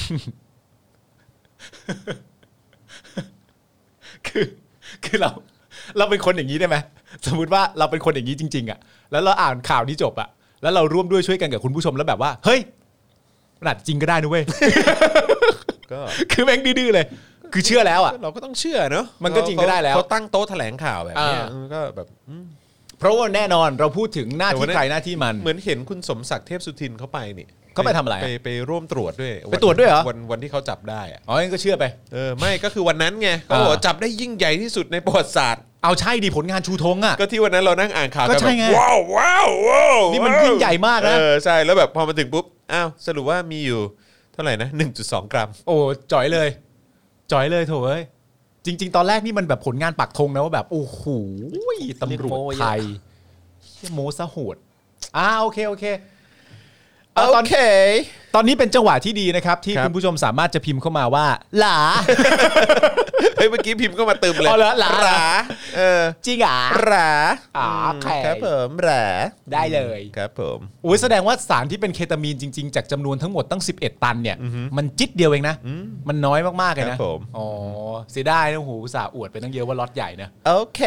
คือคือเราเราเป็นคนอย่างนี้ได้ไหมสมมุติว่าเราเป็นคนอย่างนี้จริงๆอ่ะแล้วเราอ่านข่าวนี้จบอ่ะแล้วเราร่วมด้วยช่วยกันกับคุณผู้ชมแล้วแบบว่าเฮ้ยมันอาจจริงก็ได้นะเว้ยก็คือแม่งดื้อๆเลยคือเชื่อแล้วอ่ะเราก็ต้องเชื่อเนอะมันก็จริงก็ได้แล้วเขาตั้งโต๊ะแถลงข่าวแบบนี้ก็แบบเพราะว่าแน่นอนเราพูดถึงหน้าที่ใครหน้าที่มันเหมือนเห็นคุณสมศักดิ์เทพสุทินเขาไปนี่เขาไปทำอะไรไปไปร่วมตรวจด้วยไปตรวจด้วยเหรอวันวันที่เขาจับได้อะอ๋องั้นก็เชื่อไปเออไม่ก็คือวันนั้นไงเขาบอกจับได้ยิ่งใหญ่ที่สุดในประวัติศาสตร์เอาใช่ดิผลงานชูธงอ่ะก็ที่วันนั้นเรานั่งอ่านข่าวกันแบบว้าวว้าวว้าวนี่มันยิ่งใหญ่มากนะเออใช่แล้วแบบพอมาถึงปุ๊บอ้าวสรุปว่ามีอยู่เท่าไหร่นะ หนึ่งจุดสอง กรัมโอ้จ่อยเลยจ่อยเลยโถเอ้ยจริงๆตอนแรกนี่มันแบบผลงานปักธงนะว่าแบบโอ้โหตำรวจไทยโมซะโหดอ่าโอเคโอเคโอเคตอนนี้เป็นจังหวะที่ดีนะครับที่คุณผู้ชมสามารถจะพิมพ์เข้ามาว่าหลาเฮ้ยเมื่อกี้พิมพ์เข้ามาตึมเลยอ๋อเหรอหลาหลาเออจริงอ่ะหลาอ๋อครับผมหลาได้เลยครับผมโอ้ยแสดงว่าสารที่เป็นเคตามีนจริงๆจากจำนวนทั้งหมดตั้งสิบเอ็ดตันเนี่ยมันจิ๊ดเดียวเองนะมันน้อยมากๆเลยนะอ๋อเสียดายนะโหอุตส่าห์อวดไปตั้งเยอะว่าล็อตใหญ่นะโอเค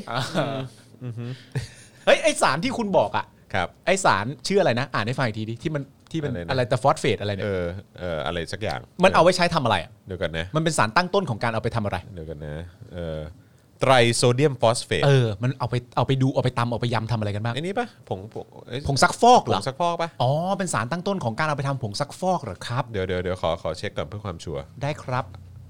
เฮ้ยไอสารที่คุณบอกอ่ะครับไอสารชื่ออะไรนะอ่านให้ฟังอีกทีดิที่มันที่มันอะไรแต่ฟอสเฟตอะไรเนี่ยเออเอออะไรสักอย่างมันเอาไว้ใช้ทำอะไรเดี๋ยวกันนะมันเป็นสารตั้งต้นของการเอาไปทำอะไรเดี๋ยวกันนะเออไตรโซเดียมฟอสเฟตเออมันเอาไปเอาไปดูเอาไปตำเอาไปยำทำอะไรกันบ้างไอ้นี่ปะผงผงซักฟอกเหรอผงซักฟอกปะอ๋อเป็นสารตั้งต้นของการเอาไปทำผงซักฟอกเหรอครับเดี๋ยวเดี๋ยวเดี๋ยวขอขอเช็คก่อนเพื่อความชัวร์ได้ครับ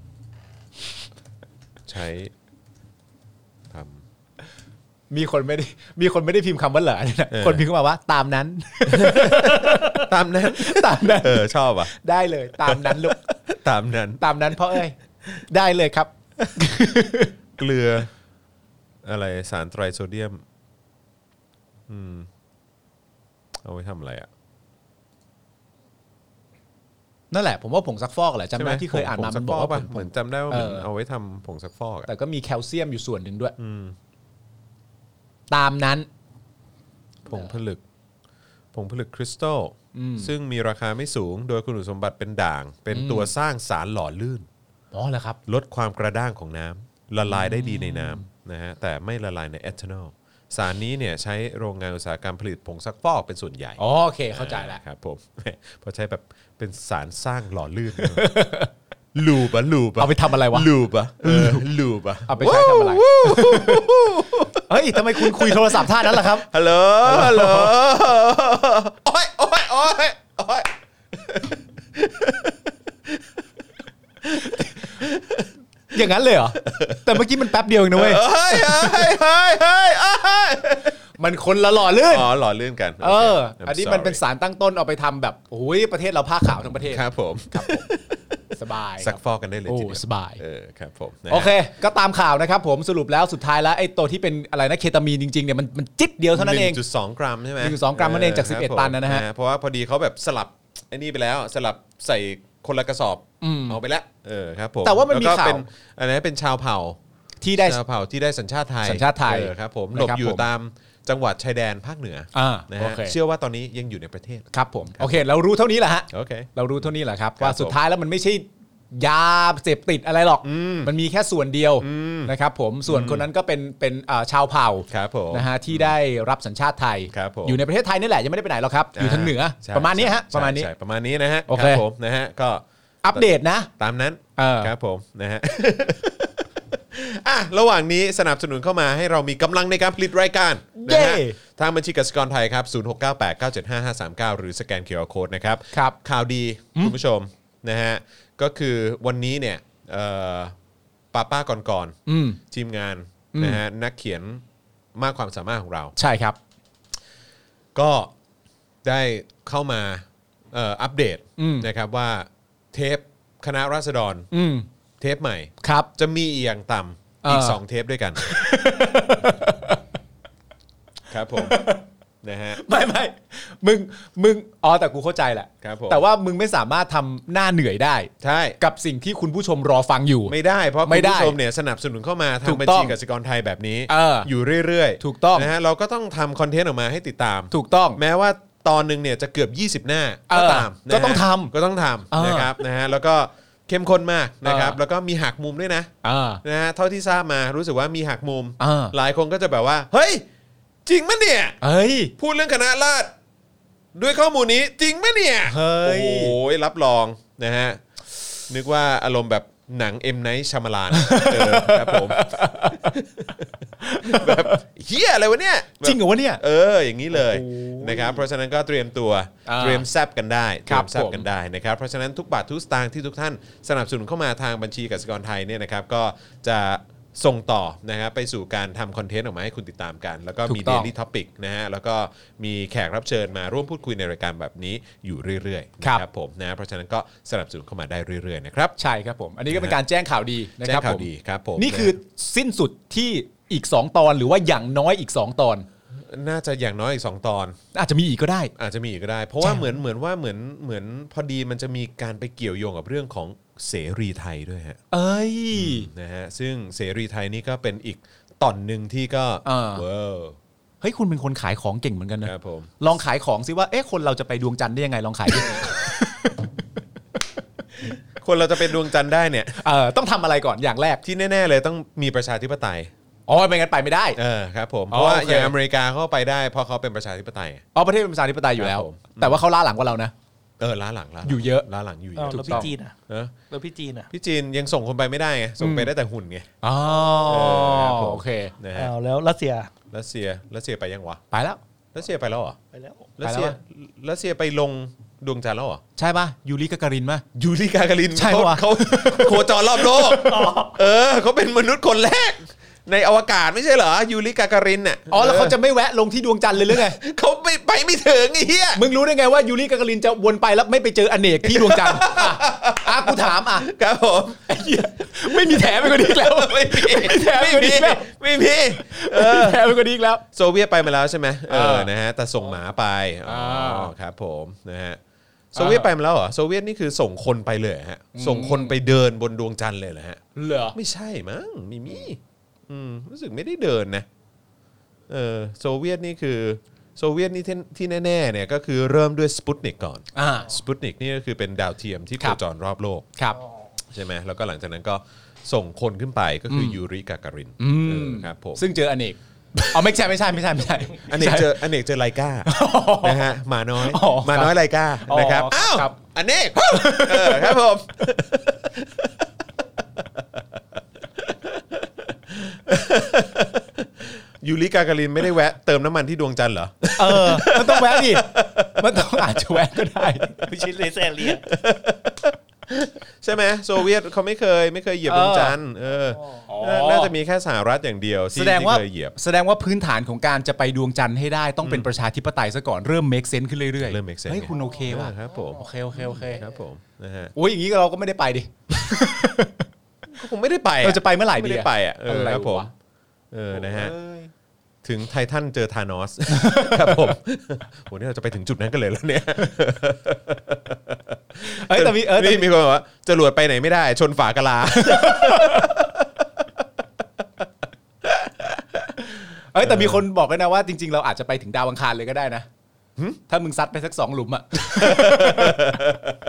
ใช้ทำมีคนไม่ได้มีคนไม่ได้พิมพ์คำว่าเหรอเนี่ยคนพิมพ์เข้ามาว่าตามนั้นตามนั้นตามนั้นเออชอบอ่ะได้เลยตามนั้นลูกตามนั้นตามนั้นเพราะเอ้ยได้เลยครับเกลืออะไรสารไตรโซเดียมอืมเอาไว้ทำอะไรอ่ะนั่นแหละผมว่าผงซักฟอกแหละจำได้ที่เคยอ่านมามันบอกว่าเหมือนจำได้ว่ามันเอาไว้ทำผงซักฟอกแต่ก็มีแคลเซียมอยู่ส่วนหนึ่งด้วยตามนั้นผงผลึกผงผลึกคริสตัลซึ่งมีราคาไม่สูงโดยคุณสมบัติเป็นด่างเป็นตัวสร้างสารหล่อลื่นอ๋อเหรอครับลดความกระด้างของน้ำละลายได้ดีในน้ำนะฮะแต่ไม่ละลายในเอทานอลสารนี้เนี่ยใช้โรงงานอุตสาหกรรมผลิตผงซักฟอกเป็นส่วนใหญ่โอเคเข้าใจแล้วครับผมเพราะใช้แบบเป็นสารสร้างหล่อลื่นลูปอะลูปอะเอาไปทำอะไรวะลูปอะลูปอะเอาไปใช้ทำอะไรเฮ้ยทำไมคุณคุยโทรศัพท์ท่านั้นล่ะครับฮัลโหลฮัลโหลโอ้ยโอ้ยโอ้ยโอ้ยอย่างนั้นเลยเหรอแต่เมื่อกี้มันแป๊บเดียวเองนะเว้ยเฮ้ยเฮ้ยเฮ้ยเฮ้ยมันคนละหล่อลื่นอ๋อหล่อลื่นกันเอออันนี้มันเป็นสารตั้งต้นเอาไปทำแบบโอ้ยประเทศเราผ้าขาวทั้งประเทศครับผมครับผมสบายซักฟอกกันได้เลยทีเดียวสบายเออครับผมโอเคก็ตามข่าวนะครับผมสรุปแล้วสุดท้ายแล้วไอ้ตัวที่เป็นอะไรนะเคตามีนจริงๆเนี่ยมันมันจิ๊ดเดียวเท่านั้นเองหนึ่งจุดสอง กรัมใช่ไหมหนึ่งจุดสอง กรัมนั่นเองจากสิบเอ็ดตันนะฮะเพราะว่าพอดีเขาแบบสลับไอ้นี่ไปแล้วสลับใส่คนละกระสอบเอาไปแล้วเออครับผมแต่ว่ามันมีข่าวอันนี้เป็นชาวเผ่าที่ได้ชาวเผ่าที่ได้สัญชาติไทยสัญชาติไทยครับผมหลบอยู่ตามจังหวัดชายแดนภาคเหนือนะฮะเชื่อว่าตอนนี้ยังอยู่ในประเทศครับผมโอเคเรารู้เท่านี้แหละฮะโอเคเรารู้เท่านี้แหละครับว่าสุดท้ายแล้วมันไม่ใช่ยาเสพติดอะไรหรอกมันมีแค่ส่วนเดียวนะครับผมส่วนคนนั้นก็เป็นเป็นชาวเผ่านะฮะที่ได้รับสัญชาติไทยอยู่ในประเทศไทยนี่แหละยังไม่ได้ไปไหนหรอกครับอยู่ทางเหนือประมาณนี้ฮะประมาณนี้ประมาณนี้นะฮะครับผมนะฮะก็อัปเดตนะตามนั้นครับผมนะฮะอ่ะระหว่างนี้สนับสนุนเข้ามาให้เรามีกำลังในการผลิตรายการนะฮะทางบัญชีกสิกรไทยครับศูนย์ หก เก้า แปด เก้า เจ็ด ห้า ห้า สาม เก้าหรือสแกน คิว อาร์ Code นะครับข่าวดีคุณผู้ชมนะฮะก็คือวันนี้เนี่ยป้าป้าก่อนๆทีมงานนะฮะนักเขียนมากความสามารถของเราใช่ครับก็ได้เข้ามาอัปเดตนะครับว่าเทปคณะราษฎรเทปใหม่ครับจะมีอย่างต่ำอีกสองเทปด้วยกันครับผมนะฮะไม่ไม่มึงมึงอ๋อแต่กูเข้าใจแหละแต่ว่ามึงไม่สามารถทำหน้าเหนื่อยได้ใช่กับสิ่งที่คุณผู้ชมรอฟังอยู่ไม่ได้เพราะคุณผู้ชมเนี่ยสนับสนุนเข้ามาทางบัญชีกสิกรไทยแบบนี้อยู่เรื่อยๆถูกต้องนะฮะเราก็ต้องทำคอนเทนต์ออกมาให้ติดตามถูกต้องแม้ว่าตอนนึงเนี่ยจะเกือบยี่สิบหน้าก็ตามก็ต้องทำก็ต้องทำนะครับนะฮะแล้วก็เข้มข้นมากนะครับแล้วก็มีหักมุมด้วยนะนะฮะเท่าที่ทราบมารู้สึกว่ามีหักมุมหลายคนก็จะแบบว่าเฮ้ยจริงมั้ยเนี่ยเฮ้ยพูดเรื่องคณะราษฎรด้วยข้อมูลนี้จริงมั้ยเนี่ยเฮ้ยโอ้โหรับรองนะฮะนึกว่าอารมณ์แบบหนัง M Night Shyamalan เออครับผมแบบเหี้ยอะไรวะเนี่ยจริงเหรอวะเนี่ยเอออย่างนี้เลยนะครับเพราะฉะนั้นก็เตรียมตัวเตรียมแซบกันได้เตรียมแซบกันได้นะครับเพราะฉะนั้นทุกบาททุกสตางค์ที่ทุกท่านสนับสนุนเข้ามาทางบัญชีกสิกรไทยเนี่ยนะครับก็จะส่งต่อนะครับไปสู่การทำคอนเทนต์ออกมาให้คุณติดตามกันแล้วก็มี Daily Topic นะฮะแล้วก็มีแขกรับเชิญมาร่วมพูดคุยในรายการแบบนี้อยู่เรื่อยๆนะครับผมนะเพราะฉะนั้นก็สนับสนุนเข้ามาได้เรื่อยๆนะครับใช่ครับผมอันนี้ก็เป็นการแจ้งข่าวดีนะครับแจ้งข่าวดีครับผมนี่คือสิ้นสุดที่อีกสองตอนหรือว่าอย่างน้อยอีกสองตอนน่าจะอย่างน้อยอีกสองตอนอาจจะมีอีกก็ได้อาจจะมีอีกก็ได้เพราะว่าเหมือนเหมือนว่าเหมือนเหมือนพอดีมันจะมีการไปเกี่ยวโยงกับเรื่องของเสรีไทยด้วยฮะเอ้ยนะฮะซึ่งเสรีไทยนี่ก็เป็นอีกตอนหนึ่งที่ก็ว้าวเฮ้ยคุณเป็นคนขายของเก่งเหมือนกันนะครับผมลองขายของซิว่าเอ๊ะคนเราจะไปดวงจันทร์ได้ยังไงลองขายดิคนเราจะเป็นดวงจันทร์ได้เนี่ยเออต้องทำอะไรก่อนอย่างแรกที่แน่ๆเลยต้องมีประชาธิปไตยอ๋อไม่งั้นไปไม่ได้เออครับผมเพราะว่าอย่างอเมริกาเขาไปได้เพราะเขาเป็นประชาธิปไตยอ๋อประเทศเป็นประชาธิปไตยอยู่แล้วแต่ว่าเขาล้าหลังกว่าเรานะเออล้าหลังล้าอยู่เยอะล้าหลังอยู่เยอะแล้วพี่จีนอ่ะเออแล้วพี่จีนอ่ะพี่จีนยังส่งคนไปไม่ได้ไงส่งไปได้แต่หุ่นไงอ๋อโอเคนะฮะแล้วรัสเซียรัสเซียรัสเซียไปยังวะไปแล้วรัสเซียไปแล้วเหรอไปแล้วรัสเซียรัสเซียไปลงดวงจันทร์แล้วเหรอใช่ป่ะยูริกาการินป่ะยูริกาการินใช่ป่ะเขาโคจรรอบโลกเออเขาเป็นมนุษย์คนแรกในอวกาศไม่ใช่เหรอยูริกาการินน่ะอ๋อแล้วเขาจะไม่แวะลงที่ดวงจันทร์เลยหรือไงเขาไม่ไปไม่ถึงไอ้เหี้ยมึงรู้ได้ไงว่ายูริกาการินจะวนไปแล้วไม่ไปเจออเนกที่ดวงจันทร์อ่ะกูถามอ่ะครับผมไอ้เหี้ยไม่มีแถมไปกว่านี้แล้วไม่มีแถมไปกว่านี้แล้วไม่มีเออแถมไปกว่านี้แล้วโซเวียตไปมาแล้วใช่ไหมเออนะฮะแต่ส่งหมาไปอ๋อครับผมนะฮะโซเวียตไปมาแล้วเหรอโซเวียตนี่คือส่งคนไปเลยฮะส่งคนไปเดินบนดวงจันทร์เลยเหรอฮะเหรอไม่ใช่มั้งมีมีอืมรู้สึกไม่ได้เดินนะเออโซเวียตนี่คือโซเวียตนี่ที่แน่ๆเนี่ยก็คือเริ่มด้วยสปุตนิกก่อนอ่าสปุตนิกนี่ก็คือเป็นดาวเทียมที่โคจรรอบโลกครับใช่ไหมแล้วก็หลังจากนั้นก็ส่งคนขึ้นไปก็คือยูริกาการินครับผมซึ่งเจออเนกอ๋อไม่ใช่ไม่ใช่ไม่ใช่ไม่ใช่อเนกเจออเนกเจอไลกานะฮะหมาน้อยหมาน้อยไลกานะครับอ้าวอเนกเออครับผมยูริกาการินไม่ได้แวะเติมน้ำมันที่ดวงจันทร์เหรอเออมันต้องแวะดิมันต้องอาจจะแวะก็ได้ไม่ใช่เลเซอร์เลียใช่ไหมโซเวียตเขาไม่เคยไม่เคยเหยียบดวงจันทร์เออน่าจะมีแค่สหรัฐอย่างเดียวที่เคยเหยียบแสดงว่าพื้นฐานของการจะไปดวงจันทร์ให้ได้ต้องเป็นประชาธิปไตยซะก่อนเริ่ม make sense ขึ้นเรื่อยๆเริ่ม make sense เฮ้ยคุณโอเคป่ะครับผมโอเคโอเคโอเคครับผมนะฮะโอ้ยอย่างนี้เราก็ไม่ได้ไปดิก็คงไม่ได้ไปเราจะไปเมื่อไหร่ดีไม่ได้ไปอ่ะเออครับผมเออนะฮะถึงไททันเจอธานอสครับผมโหนี่เราจะไปถึงจุดนั้นกันเลยแล้วเนี่ยเอ้ยแต่มีเออมีคนบอกว่าจรวดไปไหนไม่ได้ชนฝากะลาเอ้ยแต่มีคนบอกด้วยนะว่าจริงๆเราอาจจะไปถึงดาวอังคารเลยก็ได้นะถ้ามึงซัดไปสักสองหลุมอ่ะ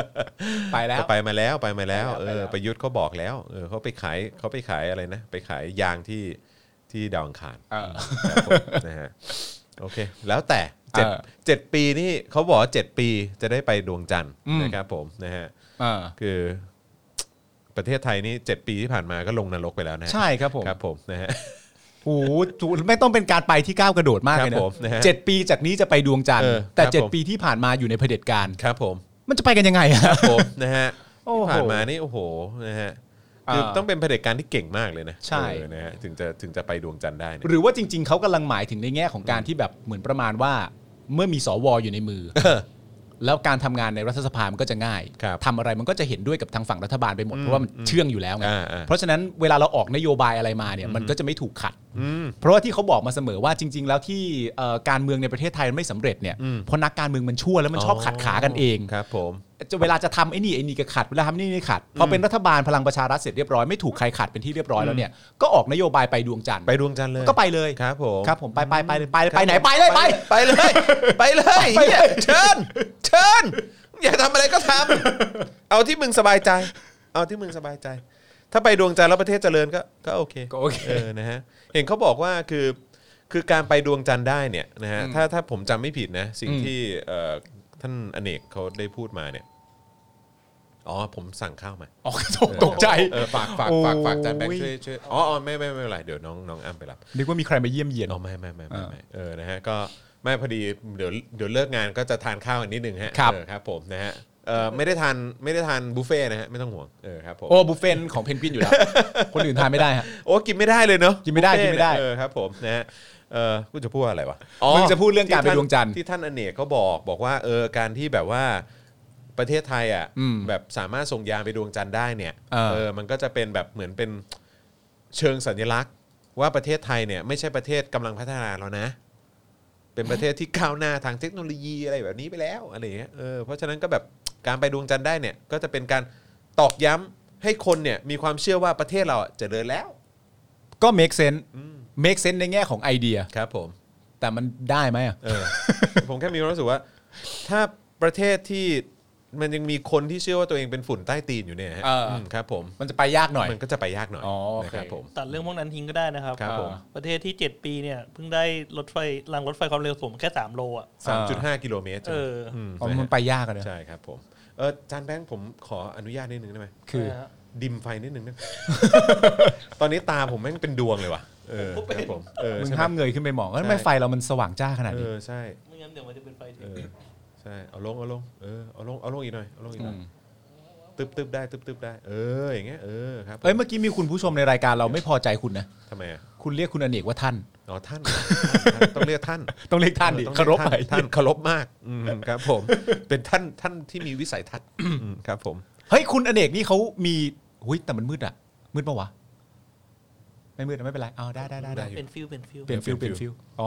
ไปแล้วไปมาแล้วไปมาแล้วเออประยุทธ์เขาบอกแล้วเออเขาไปขายเขาไปขายอะไรนะไปขายยางที่ที่ดาวอังคารนะฮะโอเคแล้วแต่เจ็ดเจ็ดปีนี่เขาบอกว่าเจ็ดปีจะได้ไปดวงจันทร์นะครับผมนะฮะคือประเทศไทยนี่เจ็ดปีที่ผ่านมาก็ลงนรกไปแล้วนะใช่ครับผมครับผมนะฮะโอ้โหไม่ต้องเป็นการไปที่ก้าวกระโดดมากเลยนะเจ็ดปีจากนี้จะไปดวงจันทร์แต่เจ็ดปีที่ผ่านมาอยู่ในเผด็จการครับผมมันจะไปกันยังไงครับผมนะฮะที่ผ่านมานี่โอ้โหนะฮะคือต้องเป็นเผด็จการที่เก่งมากเลยนะใช่นะฮะถึงจะถึงจะไปดวงจันทร์ได้หรือว่าจริงๆเขากำลังหมายถึงในแง่ของการที่แบบเหมือนประมาณว่าเมื่อมีสวอยู่ในมือแล้วการทำงานในรัฐสภามันก็จะง่ายทำอะไรมันก็จะเห็นด้วยกับทางฝั่งรัฐบาลไปหมดเพราะว่ามันเชื่องอยู่แล้วไงเพราะฉะนั้นเวลาเราออกนโยบายอะไรมาเนี่ยมันก็จะไม่ถูกขัดเพราะว่าที่เขาบอกมาเสมอว่าจริงๆแล้วที่การเมืองในประเทศไทยไม่สำเร็จเนี่ยเพราะนักการเมืองมันชั่วแล้วมันชอบขัดขากันเองครับผมเวลาจะทำไอ้นี่ไอ้นี่ก็ขัดเวลาทำนี่นี่ขัดพอเป็นรัฐบาลพลังประชารัฐเสร็จเรียบร้อยไม่ถูกใครขัดเป็นที่เรียบร้อยแล้วเนี่ยก็ออกนโยบายไปดวงจันทร์ไปดวงจันทร์เลยก็ไปเลยครับผมครับผมไปไปไปไปไปไหนไปเลยไปไปเลยไปเลยเชิญเชิญอยากทำอะไรก็ทำเอาที่มึงสบายใจเอาที่มึงสบายใจถ้าไปดวงจันทร์แล้วประเทศเจริญก็ก็โอเคก็โอเคเออนะฮะเห็นเขาบอกว่าคือคือการไปดวงจันทร์ได้เนี่ยนะฮะถ้าถ้าผมจำไม่ผิดนะสิ่งที่ท่านอเนกเขาได้พูดมาเนี่ยอ๋อผมสั่งข้าวมาอ๋อตกใจเออฝากฝากฝากฝากจานแบงค์ช่วยช่วยอ๋อไม่ไม่ไม่เป็นไรเดี๋ยวน้องน้องอ้ำไปรับนึกว่ามีใครมาเยี่ยมเยียนอ๋อไม่ไม่ไม่ไม่เออนะฮะก็ไม่พอดีเดี๋ยวเดี๋ยวเลิกงานก็จะทานข้าวอีกนิดนึงฮะครับครับผมนะฮะเออไม่ได้ทานไม่ได้ทานบุฟเฟ่นะฮะไม่ต้องห่วงเออครับผมโอ้บุฟเฟ่ของเพนกวินอยู่แล้วคนอื่นทานไม่ได้ฮะโอ้กินไม่ได้เลยเนาะกินไม่ได้กินไม่ได้เออครับผมนะฮะเออกูจะพูดอะไรวะมึงจะพูดเรื่องการไปดวงจันทร์ที่ท่านอเนกเขาบอกบอกว่าเออการที่แบบว่าประเทศไทยอ่ะแบบสามารถส่งยานไปดวงจันทร์ได้เนี่ยเออมันก็จะเป็นแบบเหมือนเป็นเชิงสัญลักษณ์ว่าประเทศไทยเนี่ยไม่ใช่ประเทศกำลังพัฒนาแล้วนะเป็นประเทศที่ก้าวหน้าทางเทคโนโลยีอะไรแบบนี้ไปแล้วอะไรอย่างเงี้ยเออเพราะฉะนั้นก็แบบการไปดวงจันทร์ได้เนี่ยก็จะเป็นการตอกย้ำให้คนเนี่ยมีความเชื่อว่าประเทศเราเจริญแล้วก็ make sense make sense ในแง่ของไอเดียครับผมแต่มันได้ไหมอ่ะเออ ผมแค่มีความรู้สึกว่าถ้าประเทศที่มันยังมีคนที่เชื่อว่าตัวเองเป็นฝุ่นใต้ตีนอยู่เนี่ยฮะครับผมมันจะไปยากหน่อยมันก็จะไปยากหน่อยนะครับผมตัดเรื่องพวกนั้นทิ้งก็ได้นะครับครับผมประเทศที่เจ็ดปีเนี่ยเพิ่งได้รถไฟรางรถไฟความเร็วสูงแค่สามโลอ่ะสามจุดห้า กิโลเมตรเออมันไปยากอ่ะใช่ครับผมเออจานแบงค์ผมขออนุญาตนิดนึงได้ไหมคือดิมไฟนิดนึงนะตอนนี้ตาผมแม่งเป็นดวงเลยว่ะเออครับผมเออมึงห้ามเงยขึ้นไปมองว่าไม่ไฟเรามันสว่างจ้าขนาดนี้เออใช่ไม่งั้นเดี๋ยวมันจะเป็นไฟเออใช่เอาลงเอาลงเออเอาลงเอาลงอีกหน่อยเอาลงอีกหน่อยตึ๊บตึ๊บได้ตึ๊บตึ๊บได้เอออย่างเงี้ยเออครับเอ้ยเมื่อกี้มีคุณผู้ชมในรายการเราไม่พอใจคุณนะทำไมอ่ะคุณเรียกคุณอเนกว่าท่านอ๋อท่านต้องเรียกท่านต้องเรียกท่านดิเคารพไปท่านเคารพมากครับผมเป็นท่านท่านที่มีวิสัยทัศน์ครับผมเฮ้ยคุณอเนกนี่เขามีหุ้ยแต่มันมืดอ่ะมืดปะวะไม่มืดไม่เป็นไรเอาได้ได้ได้เป็นฟิลเป็นฟิลเป็นฟิลเป็นฟิลอ๋อ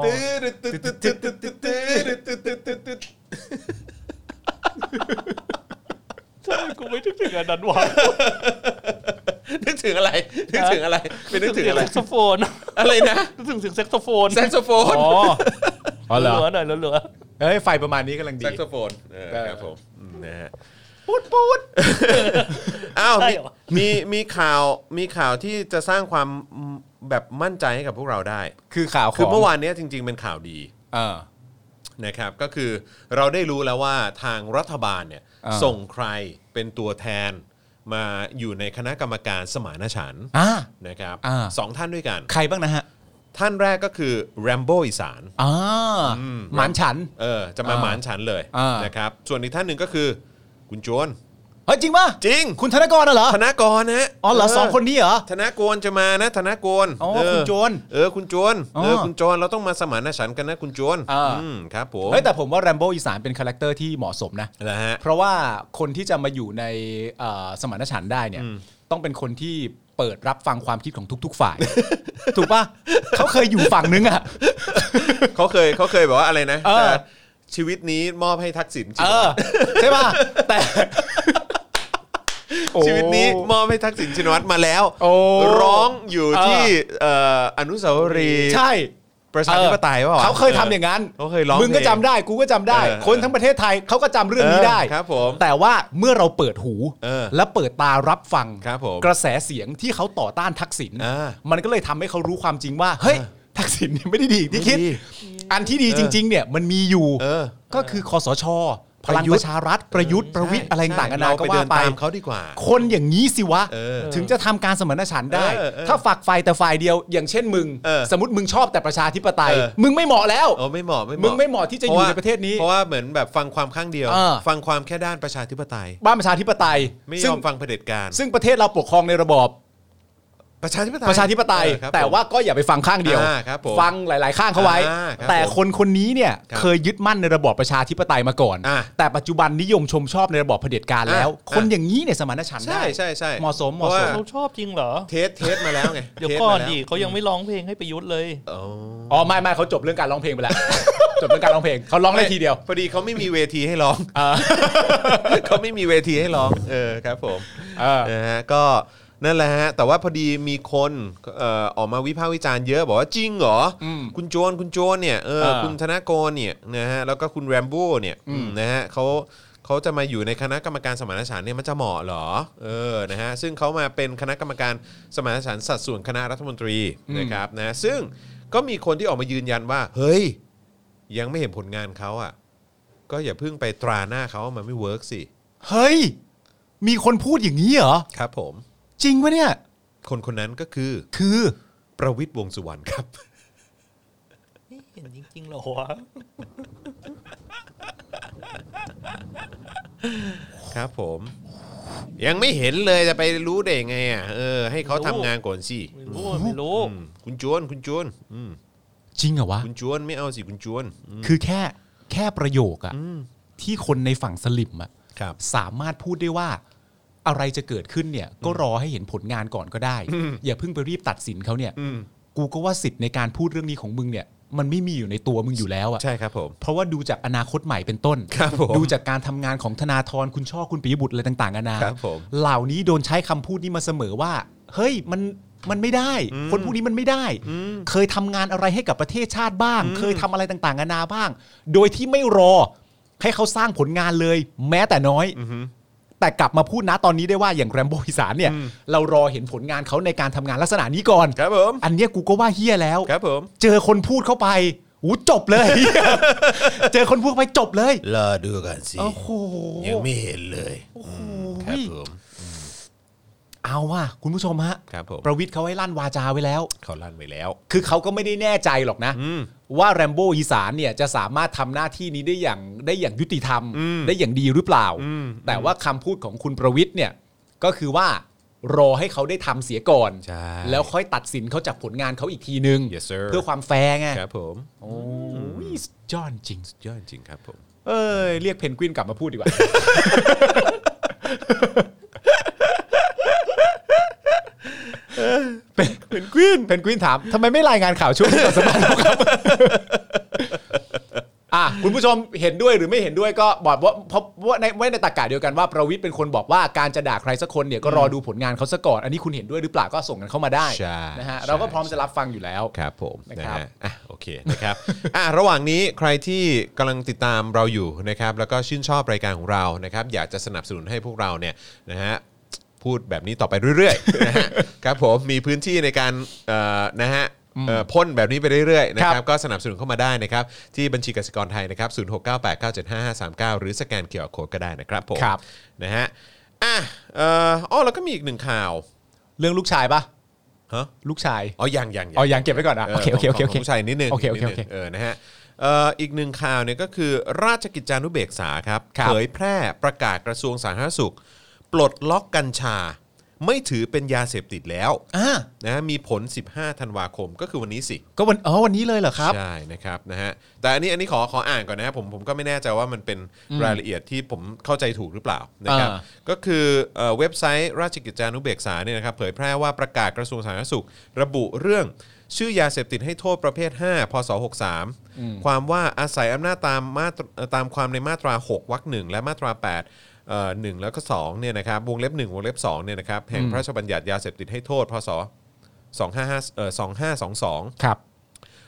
ใช่กูไม่นึกถึงอันนั้นวะนึกถึงอะไรนึกถึงอะไรเป็นนึกถึงอะไรแซกโซโฟนอะไรนะนึกถึงเสียงแซกโซโฟนแซกโซโฟนอ๋ออ๋อเหรอเหลือหน่อยเหลือเฮ้ยไฟประมาณนี้กำลังดีแซกโซโฟนครับผมนะฮะปูดปูดอ้าวมีมีข่าวมีข่าวที่จะสร้างความแบบมั่นใจให้กับพวกเราได้คือข่าวคือเมื่อวานนี้จริงๆเป็นข่าวดีนะครับก็คือเราได้รู้แล้วว่าทางรัฐบาลเนี่ยส่งใครเป็นตัวแทนมาอยู่ในคณะกรรมการสมานฉันท์นะครับสองท่านด้วยกันใครบ้างนะฮะท่านแรกก็คือแรมโบ้อีสานหมานฉันเออจะมาหมานฉันเลยนะครับส่วนอีกท่านหนึ่งก็คือคุณโจนเฮ้ยจริงป่ะจริงคุณธนกรน่ะเหรอธนกรนะอ๋อเหรอสองคนนี้เหรอธนกรจะมานะธนกรอ๋อคุณโจนเออคุณโจนเออคุณโจนเราต้องมาสมานฉันท์กันนะคุณโจนอืมครับผมเฮ้ยแต่ผมว่าแรมโบ้อีสานเป็นคาแรคเตอร์ที่เหมาะสมนะนะฮะเพราะว่าคนที่จะมาอยู่ในสมานฉันท์ได้เนี่ยต้องเป็นคนที่เปิดรับฟังความคิดของทุกๆฝ่ายถูกป่ะเขาเคยอยู่ฝั่งนึงอ่ะเขาเคยเขาเคยบอกว่าอะไรนะชีวิตนี้มอบให้ทักษิณใช่ป่ะแต่ชีวิตนี้มอบให้ทักษิณชินวัตรมาแล้วร้องอยู่ที่อนุสาวรีย์ใช่ประชาธิปไตยป่ะเขาเคยทำอย่างนั้นเขาเคยร้องมึงก็จำได้กูก็จำได้คนทั้งประเทศไทยเขาก็จำเรื่องนี้ได้ครับผมแต่ว่าเมื่อเราเปิดหู และเปิดตารับฟังกระแสเสียงที่เขาต่อต้านทักษิณมันก็เลยทำให้เขารู้ความจริงว่าเฮ้ยทักษิณไม่ได้ดีที่คิดอันที่ดีจริงๆเนี่ยมันมีอยู่ก็คือคสช.พลังประชารัฐประยุทธ์ประวิตรอะไรต่างๆกันานาก็ว่าไปเขาดีกว่าคนอย่างนี้สิวะถึงจะทำการสมานฉันท์ได้ถ้าฝักไฟแต่ฝ่ายเดียวอย่างเช่นมึงสมมติมึงชอบแต่ประชาธิปไตยมึงไม่เหมาะแล้วโอ้ไม่เหมาะไม่เหมาะมึงไม่เหมาะที่จะอยู่ในประเทศนี้เพราะว่าเหมือนแบบฟังความข้างเดียวฟังความแค่ด้านประชาธิปไตยบ้านประชาธิปไตยไม่ยอมฟังเผด็จการซึ่งประเทศเราปกครองในระบอบประชาธิปไตยประชาธิปไตยแต่ว่าก็อย่าไปฟังข้างเดียวฟังหลายๆข้างเขาไว้แต่คนคนนี้เนี่ยเคยยึดมั่นในระบอบประชาธิปไตยมาก่อนแต่ปัจจุบันนิยมชมชอบในระบอบเผด็จการแล้วคนอย่างนี้เนี่ยสมานฉันท์ได้ใช่ใช่ใช่เหมาะสมเหมาะสมเขาชอบจริงเหรอเทสเทสมาแล้วไงเดี๋ยวก่อนดิเขายังไม่ร้องเพลงให้ประยุทธ์เลยอ๋อไม่ไม่เขาจบเรื่องการร้องเพลงไปแล้วจบเรื่องการร้องเพลงเขาร้องได้ทีเดียวพอดีเขาไม่มีเวทีให้ร้องเขาไม่มีเวทีให้ร้องเออครับผมนะฮะก็นั่นแหละฮะแต่ว่าพอดีมีคนเอ่อออกมาวิพากษ์วิจารณ์เยอะบอกว่าจริงเหรอคุณโจนคุณโจนเนี่ยเออคุณธนกรเนี่ยนะฮะแล้วก็คุณแรมโบ้เนี่ยนะฮะเขาเขาจะมาอยู่ในคณะกรรมการสมานฉันท์เนี่ยมันจะเหมาะเหรอเออนะฮะซึ่งเขามาเป็นคณะกรรมการสมานฉันท์สัดส่วนคณะรัฐมนตรีนะครับนะซึ่งก็มีคนที่ออกมายืนยันว่าเฮ้ยยังไม่เห็นผลงานเขาอ่ะก็อย่าเพิ่งไปตราหน้าเขาว่ามันไม่เวิร์กสิเฮ้ยมีคนพูดอย่างนี้เหรอครับผมจริงปะเนี่ยคนคนนั้นก็คือคือประวิตรวงษ์สุวรรณครับเห็นจริงๆเหรอวะครับผมยังไม่เห็นเลยจะไปรู้ได้ไงอ่ะเออให้เขาทำงานก่อนสิไม่รู้ไม่รู้คุณจวนคุณจวนจริงเหรอวะคุณจวนไม่เอาสิคุณจวนคือแค่แค่ประโยคอะที่คนในฝั่งสลิมอะสามารถพูดได้ว่าอะไรจะเกิดขึ้นเนี่ยก็รอให้เห็นผลงานก่อนก็ได้อย่าเพิ่งไปรีบตัดสินเขาเนี่ยกูก็ว่าสิทธิ์ในการพูดเรื่องนี้ของมึงเนี่ยมันไม่มีอยู่ในตัวมึงอยู่แล้วอ่ะใช่ครับผมเพราะว่าดูจากอนาคตใหม่เป็นต้นดูจากการทำงานของธนาธรคุณช่อคุณปิยบุตรอะไรต่างๆนานาเหล่านี้โดนใช้คำพูดนี้มาเสมอว่าเฮ้ยมันมันไม่ได้คนพวกนี้มันไม่ได้เคยทำงานอะไรให้กับประเทศชาติบ้างเคยทำอะไรต่างๆนานาบ้างโดยที่ไม่รอให้เขาสร้างผลงานเลยแม้แต่น้อยแต่กลับมาพูดนะตอนนี้ได้ว่าอย่างแรมโบ้อีสานเนี่ยเรารอเห็นผลงานเขาในการทำงานลักษณะนี้ก่อนครับผมอันเนี้ยกูก็ว่าเฮี้ยแล้วครับผมเจอคนพูดเข้าไปอู้จบเลยเจอคนพูดไปจบเลยรอดูกันสิโอ้โหยังไม่เห็นเลยครับผมเอาว่ะคุณผู้ชมฮะประวิตรเขาให้ลั่นวาจาไว้แล้วเขาลั่นไว้แล้วคือเขาก็ไม่ได้แน่ใจหรอกนะว่าแรมโบ้อีสานเนี่ยจะสามารถทำหน้าที่นี้ได้อย่างได้อย่างยุติธรรมได้อย่างดีหรือเปล่าแต่ว่าคำพูดของคุณประวิตรเนี่ยก็คือว่ารอให้เขาได้ทำเสียก่อนแล้วค่อยตัดสินเขาจากผลงานเขาอีกทีนึง yes, เพื่อความแฟร์ไงครับผมโอ้ยยอดจริงยอดจริงครับผมเอ้ยเรียกเพนกวินกลับมาพูดดีกว่าเพนกวินเพนกวินถามทำไมไม่รายงานข่าวช่วงนี้ก่อนสบายครับอ่ะคุณผู้ชมเห็นด้วยหรือไม่เห็นด้วยก็บอกว่าเพราะว่าในไว้ในตรรกะเดียวกันว่าประวิตรเป็นคนบอกว่าการจะด่าใครสักคนเนี่ยก็รอดูผลงานเขาซะก่อนอันนี้คุณเห็นด้วยหรือเปล่าก็ส่งกันเข้ามาได้นะฮะเราก็พร้อมจะรับฟังอยู่แล้วครับผมนะครับอ่ะโอเคนะครับอ่ะระหว่างนี้ใครที่กำลังติดตามเราอยู่นะครับแล้วก็ชื่นชอบรายการของเรานะครับอยากจะสนับสนุนให้พวกเราเนี่ยนะฮะพูดแบบนี้ต่อไปเรื่อยๆนะฮะครับผมมีพื้นที่ในการเอ่อนะฮะพ่นแบบนี้ไปเรื่อยๆนะครับก็สนับสนุนเข้ามาได้นะครับที่บัญชีกสิกรไทยนะครับศูนย์ หก เก้า แปด เก้า เจ็ด ห้า ห้า สาม เก้าหรือสแกน คิว อาร์ Code ก็ได้นะครับผมนะฮะอ่ะเอ่ออ๋อแล้วก็มีอีกหนึ่งข่าวเรื่องลูกชายป่ะฮะลูกชายอ๋อยังยังอ๋อยังเก็บไว้ก่อนอ่ะโอเคโอเคโอเคโอเคลูกชายนิดนึงโอเคโอเคโอเคเออนะฮะเอ่ออีกหนึ่งข่าวเนี่ยก็คือราชกิจจานุเบกษาครับเผยแพร่ประกาศกระทรวงสาธารณสุขปลดล็อกกัญชาไม่ถือเป็นยาเสพติดแล้วนะมีผลสิบห้าธันวาคมก็คือวันนี้สิก็วันอ๋อวันนี้เลยเหรอครับใช่นะครับนะฮะแต่อันนี้อันนี้ขอขออ่านก่อนนะครับผมผมก็ไม่แน่ใจว่ามันเป็นรายละเอียดที่ผมเข้าใจถูกหรือเปล่านะครับก็คือเว็บไซต์ราชกิจจานุเบกษาเนี่ยนะครับเผยแพร่ว่าประกาศกระทรวงสาธารณสุขระบุเรื่องชื่อยาเสพติดให้โทษประเภทห้าพศหกสิบสามความว่าอาศัยอำนาจตามมาตราตามความในมาตราหกวรรคหนึ่งและมาตราแปดเอ่อหนึ่งแล้วก็สองเนี่ยนะครับวงเล็บหนึ่งวงเล็บสองเนี่ยนะครับแห่งพระราชบัญญัติยาเสพติดให้โทษพศสองห้าห้าเอ่อสองห้าสองสองครับ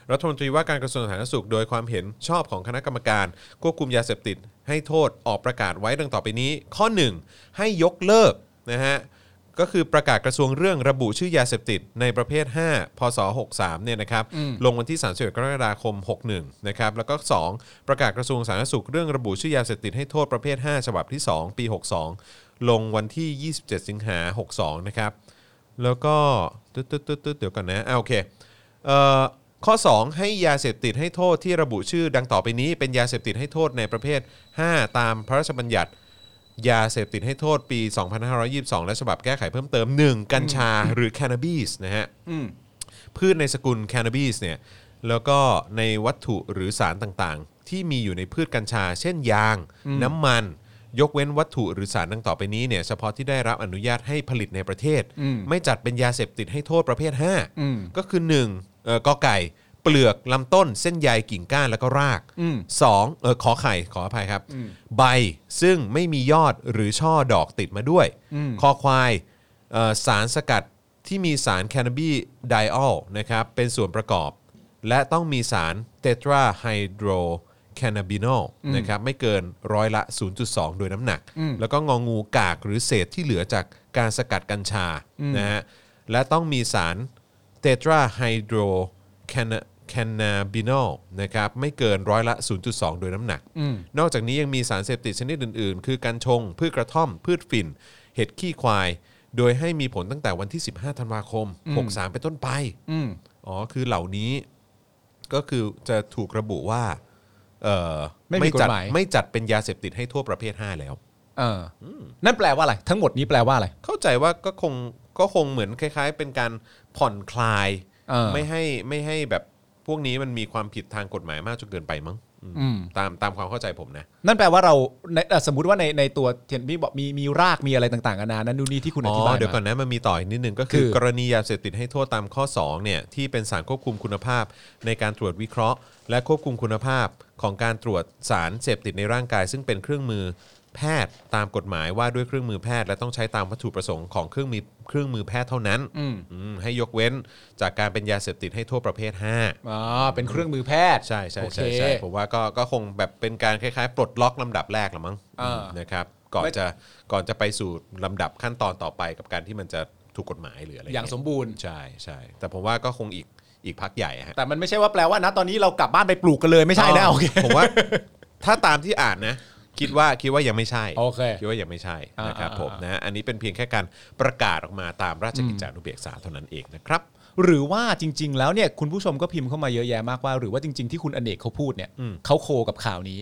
รัฐมนตรีว่าการกระทรวงสาธารณสุขโดยความเห็นชอบของคณะกรรมการควบคุมยาเสพติดให้โทษออกประกาศไว้ดังต่อไปนี้ข้อหนึ่งให้ยกเลิกนะฮะก็คือประกาศกระทรวงเรื่องระบุชื่อยาเสพติดในประเภทห้าพศหกสิบสามเนี่ยนะครับลงวันที่สามสิบเอ็ดกรกฎาคมหกสิบเอ็ดนะครับแล้วก็สองประกาศกระทรวงสาธารณสุขเรื่องระบุชื่อยาเสพติดให้โทษประเภทห้าฉบับที่สองปีหกสิบสองลงวันที่ยี่สิบเจ็ดสิงหาคมหกสิบสองนะครับแล้วก็ตึ๊ดๆๆเดี๋ยวก่อนนะอ่าโอเคเอ่อข้อสองให้ยาเสพติดให้โทษที่ระบุชื่อดังต่อไปนี้เป็นยาเสพติดให้โทษในประเภทห้าตามพระราชบัญญัติยาเสพติดให้โทษปีสองพันห้าร้อยยี่สิบสองและฉบับแก้ไขเพิ่มเติมหนึ่งกัญชาหรือแคนาบิสนะฮะพืชในสกุลแคนาบิสเนี่ยแล้วก็ในวัตถุหรือสารต่างๆที่มีอยู่ในพืชกัญชาเช่นยางน้ำมันยกเว้นวัตถุหรือสารดังต่อไปนี้เนี่ยเฉพาะที่ได้รับอนุญาตให้ผลิตในประเทศไม่จัดเป็นยาเสพติดให้โทษประเภทห้าก็คือหนึ่งเอ่อกอไก่เปลือกลำต้นเส้นใยกิ่งก้านแล้วก็รากสองเออขอไข่ขออภัยครับใบซึ่งไม่มียอดหรือช่อดอกติดมาด้วยคอควายสารสกัดที่มีสารแคนาบิไดออลนะครับเป็นส่วนประกอบและต้องมีสารเตตราไฮโดรแคนาบินอลนะครับไม่เกินร้อยละ ศูนย์จุดสอง โดยน้ำหนักแล้วก็งองูกากหรือเศษที่เหลือจากการสกัดกัญชานะฮะและต้องมีสารเตตราไฮโดรแคนาแคนาบินอลนะครับไม่เกินร้อยละ ศูนย์จุดสอง โดยน้ำหนักนอกจากนี้ยังมีสารเสพติดชนิดอื่นๆคือกัญชงพืชกระท่อมพืชฝิ่นเห็ดขี้ควายโดยให้มีผลตั้งแต่วันที่สิบห้าธันวาคมหกสิบสามเป็นต้นไปอ๋อคือเหล่านี้ก็คือจะถูกระบุว่าเอ่อไม่ไม่จัดไม่จัดเป็นยาเสพติดให้โทษประเภทห้าแล้วเออนั่นแปลว่าอะไรทั้งหมดนี้แปลว่าอะไรเข้าใจว่าก็คงก็คงเหมือนคล้ายๆเป็นการผ่อนคลายไม่ให้ไม่ให้แบบพวกนี้มันมีความผิดทางกฎหมายมากจนเกินไปมั้งตามตามความเข้าใจผมนะนั่นแปลว่าเราสมมุติว่าในในตัวเทียนพี่บอกมีมีรากมีอะไรต่างๆกันานานั้นดูนี่ที่คุณอธิบายเดี๋ยวก่อนนะมันมีต่ออีกนิดนึงก็คือกรณียาเสพติดให้โทษตามข้อสองเนี่ยที่เป็นสารควบคุมคุณภาพในการตรวจวิเคราะห์และควบคุมคุณภาพของการตรวจสารเสพติดในร่างกายซึ่งเป็นเครื่องมือแพทย์ตามกฎหมายว่าด้วยเครื่องมือแพทย์และต้องใช้ตามวัตถุประสงค์ของเครื่องมือเครื่องมือแพทย์เท่านั้นให้ยกเว้นจากการเป็นยาเสพติดให้โทษประเภทห้าอ๋อเป็นเครื่องมือแพทย์ใช่ใช่ใช่ใช่ผมว่าก็ก็คงแบบเป็นการคล้ายๆปลดล็อกลำดับแรกละมั้งนะครับก่อนจะก่อนจะไปสู่ลำดับขั้นตอนต่อไปกับการที่มันจะถูกกฎหมายหรืออะไรอย่างสมบูรณ์ใช่ใช่แต่ผมว่าก็คงอีกอีกพักใหญ่ฮะแต่มันไม่ใช่ว่าแปลว่านะตอนนี้เรากลับบ้านไปปลูกกันเลยไม่ใช่นะโอเคผมว่าถ้าตามที่อ่านนะคิดว่าคิดว่ายังไม่ใช่โอเคคิดว่ายังไม่ใช่นะครับผมนะอันนี้เป็นเพียงแค่การประกาศออกมาตามราชกิจจานุเบกษาเท่านั้นเองนะครับหรือว่าจริงๆแล้วเนี่ยคุณผู้ชมก็พิมพ์เข้ามาเยอะแยะมากว่าหรือว่าจริงๆที่คุณอเนกเขาพูดเนี่ยเขาโคกับข่าวนี้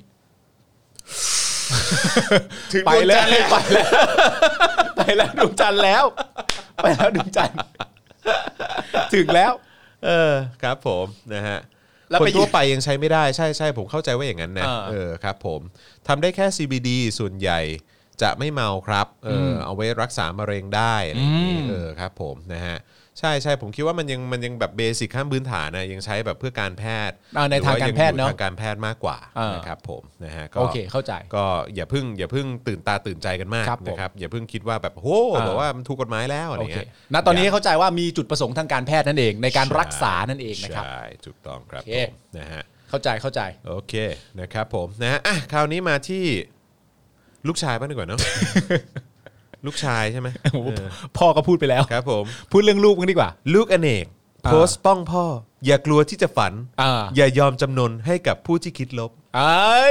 ไปแล้วไปแล้วไปแล้วดวงจันทร์แล้วไปแล้วดวงจันทร์ถึงแล้วเออครับผมนะฮะคนทั่วไปยังใช้ไม่ได้ใช่ใช่ผมเข้าใจว่าอย่างนั้นนะเออครับผมทำได้แค่ ซี บี ดี ส่วนใหญ่จะไม่เมาครับเออเอาไว้รักษามะเร็งได้อะไรอย่างนี้เออครับผมนะฮะใช่ใช่ผมคิดว่ามันยังมันยังแบบเบสิกขั้นพื้นฐานนะยังใช้แบบเพื่อการแพทย์ในทางการแพทย์เนาะทางการแพทย์มากกว่านะครับผมนะฮะก็โอเคเข้าใจก็อย่าเพิ่งอย่าเพิ่งตื่นตาตื่นใจกันมากนะครับอย่าเพิ่งคิดว่าแบบโอ้แบบว่ามันถูกกฎหมายแล้วอะไรเงี้ยณตอนนี้เข้าใจว่ามีจุดประสงค์ทางการแพทย์นั่นเองในการรักษานั่นเองนะครับใช่ถูกต้องครับผมนะฮะเข้าใจเข้าใจโอเคนะครับผมนะฮะอ่ะคราวนี้มาที่ลูกชายบ้างดีกว่าเนาะลูกชายใช่ไหมพ่อก็พูดไปแล้วครับผมพูดเรื่องลูกกันดีกว่าลูกอเนกโพสต์ป้องพ่ออย่ากลัวที่จะฝันอย่ายอมจำนนให้กับผู้ที่คิดลบไอ้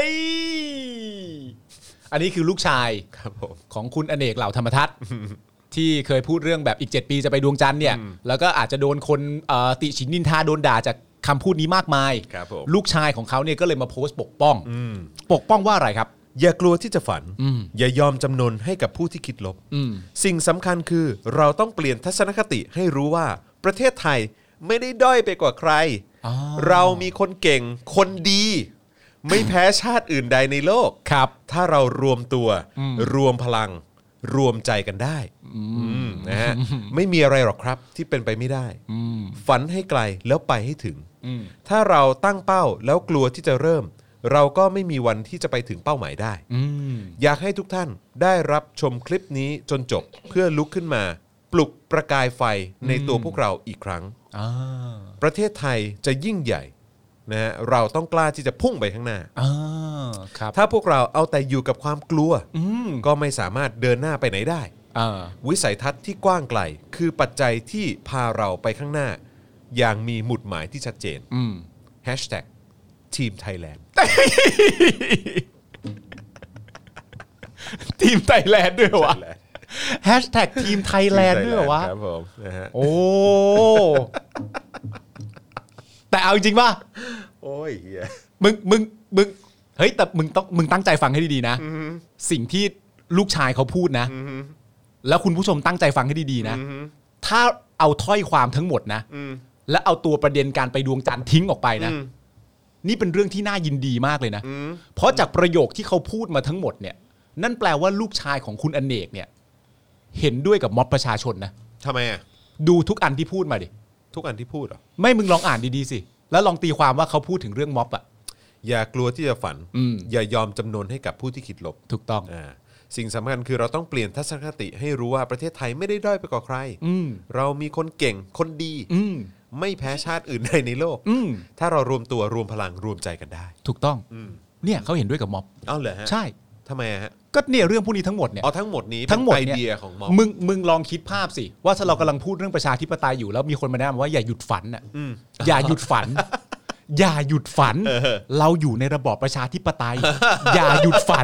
อันนี้คือลูกชายของคุณอเนกเหล่าธรรมทัศน์ที่เคยพูดเรื่องแบบอีกเจ็ดปีจะไปดวงจันทร์เนี่ยแล้วก็อาจจะโดนคนติฉินนินทาโดนด่าจากคำพูดนี้มากมายลูกชายของเขาเนี่ยก็เลยมาโพสต์ปกป้องปกป้องว่าอะไรครับอย่ากลัวที่จะฝันอย่ายอมจำนนให้กับผู้ที่คิดลบสิ่งสำคัญคือเราต้องเปลี่ยนทัศนคติให้รู้ว่าประเทศไทยไม่ได้ด้อยไปกว่าใครเรามีคนเก่งคนดีไม่แพ้ชาติอื่นใดในโลกครับถ้าเรารวมตัวรวมพลังรวมใจกันได้นะฮะไม่มีอะไรหรอกครับที่เป็นไปไม่ได้ฝันให้ไกลแล้วไปให้ถึงถ้าเราตั้งเป้าแล้วกลัวที่จะเริ่มเราก็ไม่มีวันที่จะไปถึงเป้าหมายได้อยากให้ทุกท่านได้รับชมคลิปนี้จนจบเพื่อลุกขึ้นมาปลุกประกายไฟในตัวพวกเราอีกครั้งประเทศไทยจะยิ่งใหญ่นะฮะเราต้องกล้าที่จะพุ่งไปข้างหน้าอ่าครับถ้าพวกเราเอาแต่อยู่กับความกลัวอืมก็ไม่สามารถเดินหน้าไปไหนได้อ่าวิสัยทัศน์ที่กว้างไกลคือปัจจัยที่พาเราไปข้างหน้า อย่างมีหมุดหมายที่ชัดเจนอืมแฮชแท็กทีมไทยแลนด์ทีมไทยแลนด์ด้วยวะแฮชแท็กทีมไทยแลนด์ด้วยวะครับผมนะฮะโอ้แต่เอาจริงป่ะโอ้ยเฮียมึงมึงมึงเฮ้ยแต่มึงต้องมึงตั้งใจฟังให้ดีๆนะสิ่งที่ลูกชายเขาพูดนะแล้วคุณผู้ชมตั้งใจฟังให้ดีๆนะถ้าเอาถ้อยความทั้งหมดนะและเอาตัวประเด็นการไปดวงจันทร์ทิ้งออกไปนะนี่เป็นเรื่องที่น่ายินดีมากเลยนะเพราะจากประโยคที่เขาพูดมาทั้งหมดเนี่ยนั่นแปลว่าลูกชายของคุณอเนกเนี่ยเห็นด้วยกับม็อบประชาชนนะทำไมอ่ะดูทุกอันที่พูดมาดิทุกอันที่พูดเหรอไม่มึงลองอ่านดีๆสิแล้วลองตีความว่าเขาพูดถึงเรื่องม็อบอ่ะอย่ากลัวที่จะฝันอย่ายอมจำนนให้กับผู้ที่คิดลบถูกต้องอ่าสิ่งสำคัญคือเราต้องเปลี่ยนทัศนคติให้รู้ว่าประเทศไทยไม่ได้ด้อยไปกว่าใครเรามีคนเก่งคนดีไม่แพ้ชาติอื่นใดในโลกถ้าเรารวมตัวรวมพลังรวมใจกันได้ถูกต้องเนี่ยเขาเห็นด้วยกับม็อบอ้าวเหรอฮะใช่ทำไมฮะก็เนี่ยเรื่องพวกนี้ทั้งหมดเนี่ยอ๋อทั้งหมดนี้ทั้งหมดไอเดียของม็อบมึงมึงลองคิดภาพสิว่าถ้าเรากำลังพูดเรื่องประชาธิปไตยอยู่แล้วมีคนมาแนะนำว่าอย่าหยุดฝันอ่ะอย่าหยุดฝันอย่าหยุดฝันเราอยู่ในระบอบประชาธิปไตยอย่าหยุดฝัน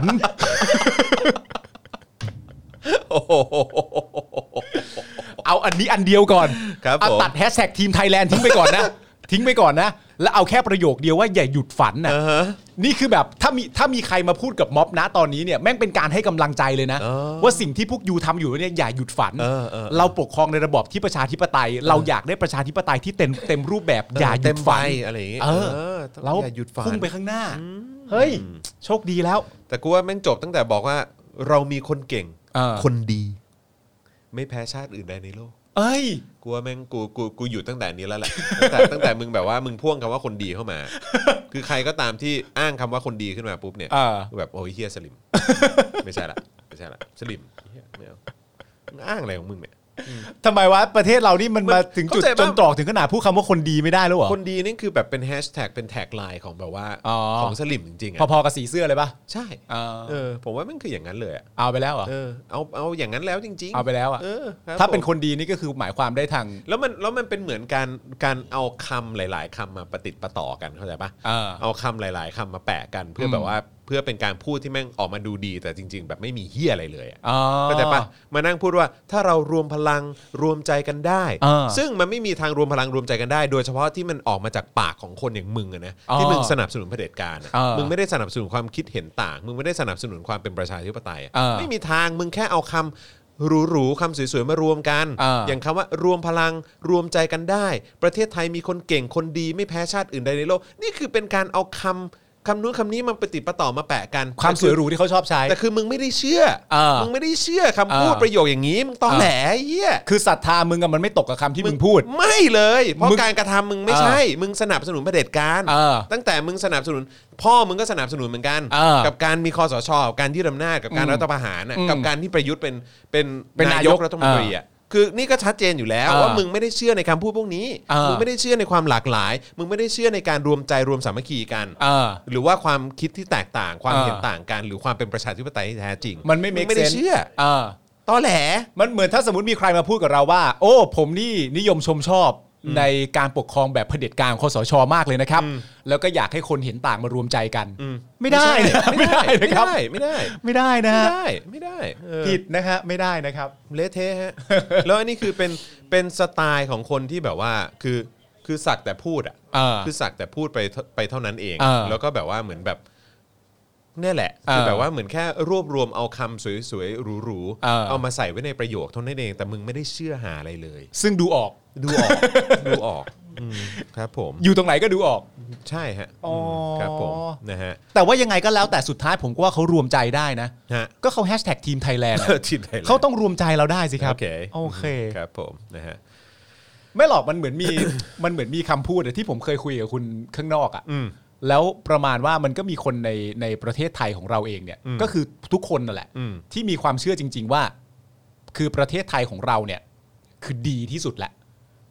เอาอันนี้อันเดียวก่อนเอาตัดแฮชแท็กทีมไทยแลนด์ทิ้งไปก่อนนะทิ้งไปก่อนนะแล้วเอาแค่ประโยคเดียวว่าอย่าหยุดฝันน่ะ uh-huh. นี่คือแบบถ้ามีถ้ามีใครมาพูดกับม็อบนะตอนนี้เนี่ยแม่งเป็นการให้กำลังใจเลยนะ uh-huh. ว่าสิ่งที่พวกยูทำอยู่เนี่ยอย่าหยุดฝัน uh-huh. เราปกครองในระบอบที่ประชาธิปไตย uh-huh. เราอยากได้ประชาธิปไตยที่เต็มเต็มรูปแบบ uh-huh. อย่าหยุดฝันอะไรอย่างเงี้ยเราอย่าหยุดฝันพุ่งไปข้างหน้า uh-huh. เฮ้ยโชคดีแล้วแต่กูว่าแม่งจบตั้งแต่บอกว่าเรามีคนเก่ง uh-huh. คนดีไม่แพ้ชาติอื่นใดในโลกเอ้ยกูว่าแม่งกูกูกูอยู่ตั้งแต่นี้แล้วแหละตั้งแต่ตั้งแต่มึงแบบว่ามึงพ่วงคำว่าคนดีเข้ามาคือใครก็ตามที่อ้างคำว่าคนดีขึ้นมาปุ๊บเนี่ยแบบโอ้ยเฮียสลิมไม่ใช่ละไม่ใช่ละสลิมเฮียไม่เอาอ้างอะไรของมึงเนี่ยทำไมวะประเทศเรานี่มันมาถึงจุดจนตรอกถึงขนาดพูดคำว่าคนดีไม่ได้แล้วเหรอคนดีนี่คือแบบเป็นแฮชแท็กเป็นแท็กไลน์ของแบบว่าของสลิมจริงๆอ่ะพอๆกับสีเสื้อเลยป่ะใช่เออผมว่ามันคืออย่างนั้นเลยอ่ะเอาไปแล้วเหรอเออเอาเอาอย่างนั้นแล้วจริงๆเอาไปแล้วอ่ะถ้าเป็นคนดีนี่ก็คือหมายความได้ทางแล้วมันแล้วมันเป็นเหมือนการการเอาคำหลายๆคำมาประติดประต่อกันเข้าใจป่ะเอาคำหลายๆคำมาแปะกันเพื่อแบบว่าเพื่อเป็นการพูดที่แม่งออกมาดูดีแต่จริงๆแบบไม่มีเหี้ยอะไรเลยเข้าใจป่ะมานั่งพูดว่าถ้าเรารวมพลังรวมใจกันได้ซึ่งมันไม่มีทางรวมพลังรวมใจกันได้โดยเฉพาะที่มันออกมาจากปากของคนอย่างมึงอะนะที่มึงสนับสนุนเผด็จการมึงไม่ได้สนับสนุนความคิดเห็นต่างมึงไม่ได้สนับสนุนความเป็นประชาธิปไตยไม่มีทางมึงแค่เอาคำหรูๆคำสวยๆมารวมกันอย่างคำว่ารวมพลังรวมใจกันได้ประเทศไทยมีคนเก่งคนดีไม่แพ้ชาติอื่นใดในโลกนี่คือเป็นการเอาคำคำนู้นคำนี้มันไปติดประต่อมาแปะกันความสวยหรูที่เขาชอบใช้แต่คือมึงไม่ได้เชื่อมึงไม่ได้เชื่อคำพูดประโยคอย่างนี้มึงตอแหลเหี้ยคือศรัทธามึงอะมันไม่ตกกับคำที่มึงพูดไม่เลยเพราะการกระทำมึงไม่ใช่มึงสนับสนุนเผด็จการตั้งแต่มึงสนับสนุนพ่อมึงก็สนับสนุนเหมือนกันกับการมีคสช.การยึดอำนาจกับการรัฐประหารกับการที่ประยุทธ์เป็นเป็นนายกรัฐมนตรีอ่ะคือนี่ก็ชัดเจนอยู่แล้วว่ามึงไม่ได้เชื่อในคำพูดพวกนี้มึงไม่ได้เชื่อในความหลากหลายมึงไม่ได้เชื่อในการรวมใจรวมสามัคคีกันหรือว่าความคิดที่แตกต่างความเห็นต่างกันหรือความเป็นประชาธิปไตยที่แท้จริงมันไม่ไม่ได้เชื่อตอแหลมันเหมือนถ้าสมมติมีใครมาพูดกับเราว่าโอ้ผมนี่นิยมชมชอบในการปกครองแบบเผด็จการคสช.มากเลยนะครับแล้วก็อยากให้คนเห็นต่างมารวมใจกันไม่ได้ไม่ได้นะครับไม่ได้ไม่ได้นะไม่ได้ไม่ได้ผิดนะฮะไม่ได้นะครับเละเทะฮะแล้วอันนี้คือเป็นเป็นสไตล์ของคนที่แบบว่าคือคือสักแต่พูดอ่ะคือสักแต่พูดไปไปเท่านั้นเองแล้วก็แบบว่าเหมือนแบบนี่แหละคือแบบว่าเหมือนแค่รวบรวมเอาคำสวยๆหรูๆเอามาใส่ไว้ในประโยคเท่านั้นเองแต่มึงไม่ได้เชื่อหาอะไรเลยซึ่งดูออกดูออกดูออกครับผมอยู่ตรงไหนก็ดูออกใช่ฮะครับผมนะฮะแต่ว่ายังไงก็แล้วแต่สุดท้ายผมก็ว่าเขารวมใจได้นะก็เขาแฮชแท็กทีมไทยแลนด์เขาต้องรวมใจเราได้สิครับโอเคโอเคครับผมนะฮะไม่หรอกมันเหมือนมีมันเหมือนมีคำพูดที่ผมเคยคุยกับคุณข้างนอกอ่ะแล้วประมาณว่ามันก็มีคนในในประเทศไทยของเราเองเนี่ยก็คือทุกคนนั่นแหละที่มีความเชื่อจริงๆว่าคือประเทศไทยของเราเนี่ยคือดีที่สุดแหละ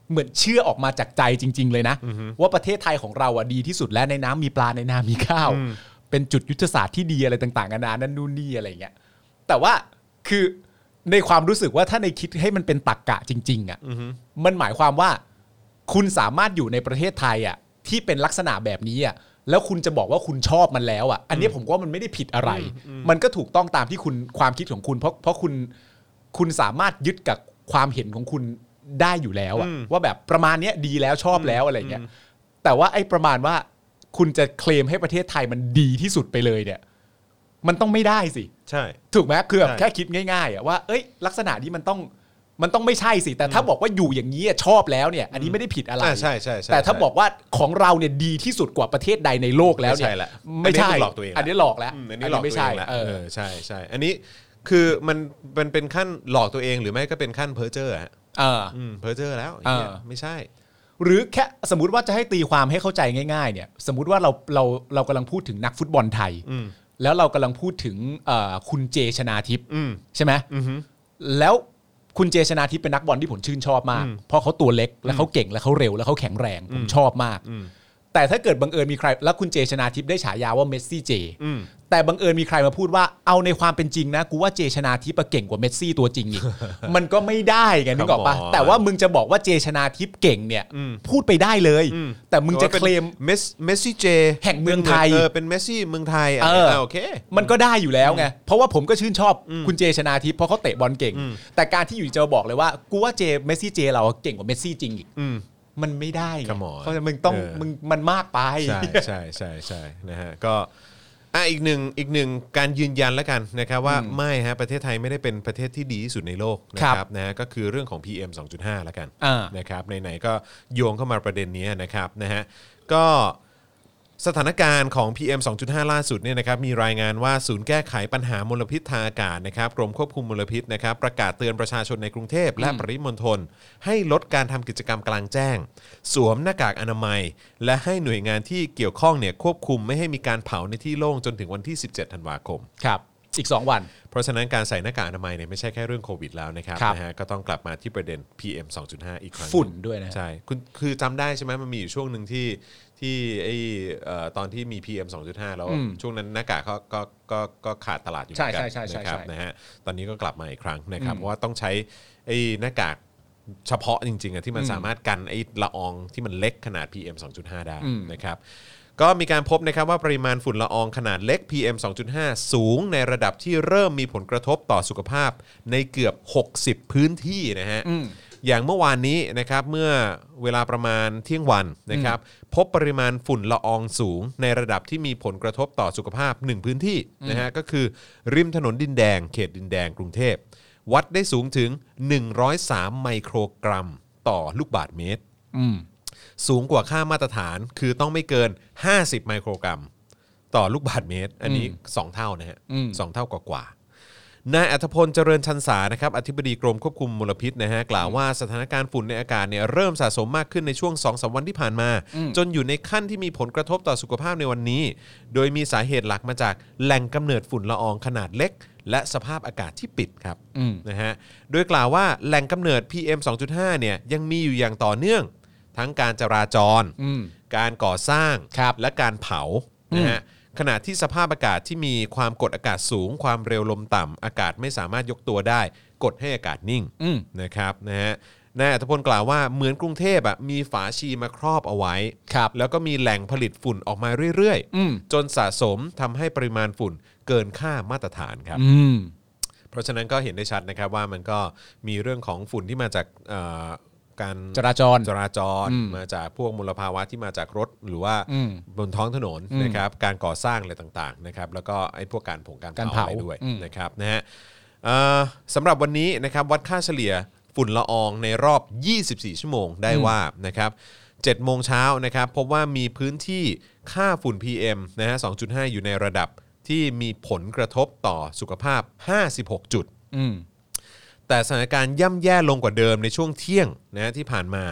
เหมือนเชื่อออกมาจากใจจริงๆเลยนะว่าประเทศไทยของเราอ่ะดีที่สุดและในน้ำมีปลาในนามีข้าวเป็นจุดยุทธศาสตร์ที่ดีอะไรต่างๆกันานานั่นนู่นนี่อะไรเงี้ยแต่ว่าคือในความรู้สึกว่าถ้าในคิดให้มันเป็นตรรกะจริงๆอ่ะมันหมายความว่าคุณสามารถอยู่ในประเทศไทยอ่ะที่เป็นลักษณะแบบนี้อ่ะแล้วคุณจะบอกว่าคุณชอบมันแล้วอ่ะอันนี้ผมว่ามันไม่ได้ผิดอะไรมันก็ถูกต้องตามที่คุณความคิดของคุณเพราะเพราะคุณคุณสามารถยึดกับความเห็นของคุณได้อยู่แล้วอ่ะว่าแบบประมาณนี้ดีแล้วชอบแล้วอะไรเงี้ยแต่ว่าไอ้ประมาณว่าคุณจะเคลมให้ประเทศไทยมันดีที่สุดไปเลยเนี่ยมันต้องไม่ได้สิใช่ถูกไหมคือแบบแค่คิดง่ายๆอ่ะว่าเอ้ยลักษณะนี้มันต้องมันต้องไม่ใช่สิแต่ถ้าบอกว่าอยู่อย่างนี้ชอบแล้วเนี่ยอันนี้ไม่ได้ผิดอะไรใช่ใช่แต่ถ้าบอกว่าของเราเนี่ยดีที่สุดกว่าประเทศใดในโลกแล้วเนี่ยไม่ใช่หลอกตัวเองอันนี้หลอกแล้วอันนี้หลอกไม่ใช่เออใช่ใช่อันนี้คือมันเป็นเป็นขั้นหลอกตัวเองหรือไม่ก็เป็นขั้นเพ้อเจ้อฮะเออเพ้อเจ้อแล้วไม่ใช่หรือแค่สมมุติว่าจะให้ตีความให้เข้าใจง่ายๆเนี่ยสมมุติว่าเราเราเรากำลังพูดถึงนักฟุตบอลไทยแล้วเรากำลังพูดถึงคุณเจชนาทิพย์ใช่ไหมแล้วคุณเจชนาทิพย์เป็นนักบอลที่ผมชื่นชอบมากเพราะเขาตัวเล็กแล้วเขาเก่งแล้วเขาเร็วแล้วเขาแข็งแรงผมชอบมากแต่ถ้าเกิดบังเอิญมีใครแล้วคุณเจชนาทิพย์ได้ฉายาว่าเมสซี่เจแต่บังเอิญมีใครมาพูดว่าเอาในความเป็นจริงนะกูว่าเจชนาทิพย์เก่งกว่าเมสซี่ตัวจริงอีกมันก็ไม่ได้ไงนึกออกปะแต่ว่ามึงจะบอกว่าเจชนาทิพย์เก่งเนี่ยพูดไปได้เลยแต่มึงจะเคลมเมสเมสซี่เจแห่งเมืองไทยเออเป็นเมสซี่เมืองไทยเออโอเคมันก็ได้อยู่แล้วไงเพราะว่าผมก็ชื่นชอบคุณเจชนาทิพย์เพราะเขาเตะบอลเก่งแต่การที่อยู่จะบอกเลยว่ากูว่าเจเมสซี่เจเราเก่งกว่าเมสซี่จริงอีกมันไม่ได้ไงเพราะมึงต้องมึงมันมากไปใช่ใช่ใช่ใช่นะฮะก็อ่ะอีกหนึ่งอีกหนึ่งการยืนยันแล้วกันนะครับว่าไม่ฮะประเทศไทยไม่ได้เป็นประเทศที่ดีที่สุดในโลกนะครับนะฮะก็คือเรื่องของ พี เอ็ม สองจุดห้า แล้วกันนะครับไหนๆก็โยงเข้ามาประเด็นนี้นะครับนะฮะก็สถานการณ์ของ พี เอ็ม สองจุดห้า ล่าสุดเนี่ยนะครับมีรายงานว่าศูนย์แก้ไขปัญหามลพิษทางอากาศนะครับกรมควบคุมมลพิษนะครับประกาศเตือนประชาชนในกรุงเทพและปริมณฑลให้ลดการทำกิจกรรมกลางแจ้งสวมหน้ากากอนามัยและให้หน่วยงานที่เกี่ยวข้องเนี่ยควบคุมไม่ให้มีการเผาในที่โล่งจนถึงวันที่สิบเจ็ดธันวาคมครับอีกสองวันเพราะฉะนั้นการใส่หน้ากากอนามัยเนี่ยไม่ใช่แค่เรื่องโควิดแล้วนะครับนะฮะก็ต้องกลับมาที่ประเด็น พี เอ็ม สองจุดห้า อีกครั้งฝุ่นด้วยนะใช่คุณคือจำได้ใช่ไหมมันมีอยู่ช่วงหนึ่งที่ที่ไอตอนที่มี พี เอ็ม สองจุดห้า แล้วช่วงนั้นหน้ากากเขาก็ก็ก็ขาดตลาดอยู่เหมือนกันนะครับนะฮะตอนนี้ก็กลับมาอีกครั้งนะครับเพราะว่าต้องใช้ไอ้หน้ากากเฉพาะจริงๆอ่ะที่มันสามารถกันไอ้ละอองที่มันเล็กขนาด พี เอ็ม สองจุดห้า ได้นะครับก็มีการพบนะครับว่าปริมาณฝุ่นละอองขนาดเล็ก พี เอ็ม สองจุดห้า สูงในระดับที่เริ่มมีผลกระทบต่อสุขภาพในเกือบหกสิบพื้นที่นะฮะอย่างเมื่อวานนี้นะครับเมื่อเวลาประมาณเที่ยงวันนะครับพบปริมาณฝุ่นละอองสูงในระดับที่มีผลกระทบต่อสุขภาพหนึ่งพื้นที่นะฮะก็คือริมถนนดินแดงเขตดินแดงกรุงเทพวัดได้สูงถึงหนึ่งร้อยสามไมโครกรัมต่อลูกบาศก์เมตรสูงกว่าค่ามาตรฐานคือต้องไม่เกินห้าสิบไมโครกรัมต่อลูกบาศก์เมตรอันนี้สองเท่านะฮะสองเท่ากว่านายอัธพลเจริญชันสานะครับอธิบดีกรมควบคุมมลพิษนะฮะกล่าวว่าสถานการณ์ฝุ่นในอากาศเนี่ยเริ่มสะสมมากขึ้นในช่วง สองถึงสาม วันที่ผ่านมาจนอยู่ในขั้นที่มีผลกระทบต่อสุขภาพในวันนี้โดยมีสาเหตุหลักมาจากแหล่งกำเนิดฝุ่นละอองขนาดเล็กและสภาพอากาศที่ปิดครับนะฮะโดยกล่าวว่าแหล่งกำเนิด พี เอ็ม สองจุดห้า เนี่ยยังมีอยู่อย่างต่อเนื่องทั้งการจราจรการก่อสร้างและการเผานะฮะขณะที่สภาพอากาศที่มีความกดอากาศสูงความเร็วลมต่ำอากาศไม่สามารถยกตัวได้กดให้อากาศนิ่งนะครับนะฮะนายอัธพลกล่าวว่าเหมือนกรุงเทพอ่ะมีฝาชีมาครอบเอาไว้แล้วก็มีแหล่งผลิตฝุ่นออกมาเรื่อยๆจนสะสมทำให้ปริมาณฝุ่นเกินค่ามาตรฐานครับเพราะฉะนั้นก็เห็นได้ชัดนะครับว่ามันก็มีเรื่องของฝุ่นที่มาจากการจราจรจราจรมาจากพวกมลภาวะที่มาจากรถหรือว่าบนท้องถนนนะครับการก่อสร้างอะไรต่างๆนะครับแล้วก็ไอ้พวกการผงการเผาอะไรด้วยนะครับนะฮะสำหรับวันนี้นะครับวัดค่าเฉลี่ยฝุ่นละอองในรอบยี่สิบสี่ชั่วโมงได้ว่านะครับเจ็ดโมงเช้านะครับพบว่ามีพื้นที่ค่าฝุ่น พี เอ็ม นะฮะ สองจุดห้า อยู่ในระดับที่มีผลกระทบต่อสุขภาพห้าสิบหกจุดแต่สถานการณ์ย่ำแย่ลงกว่าเดิมในช่วงเที่ยงนะที่ผ่านมา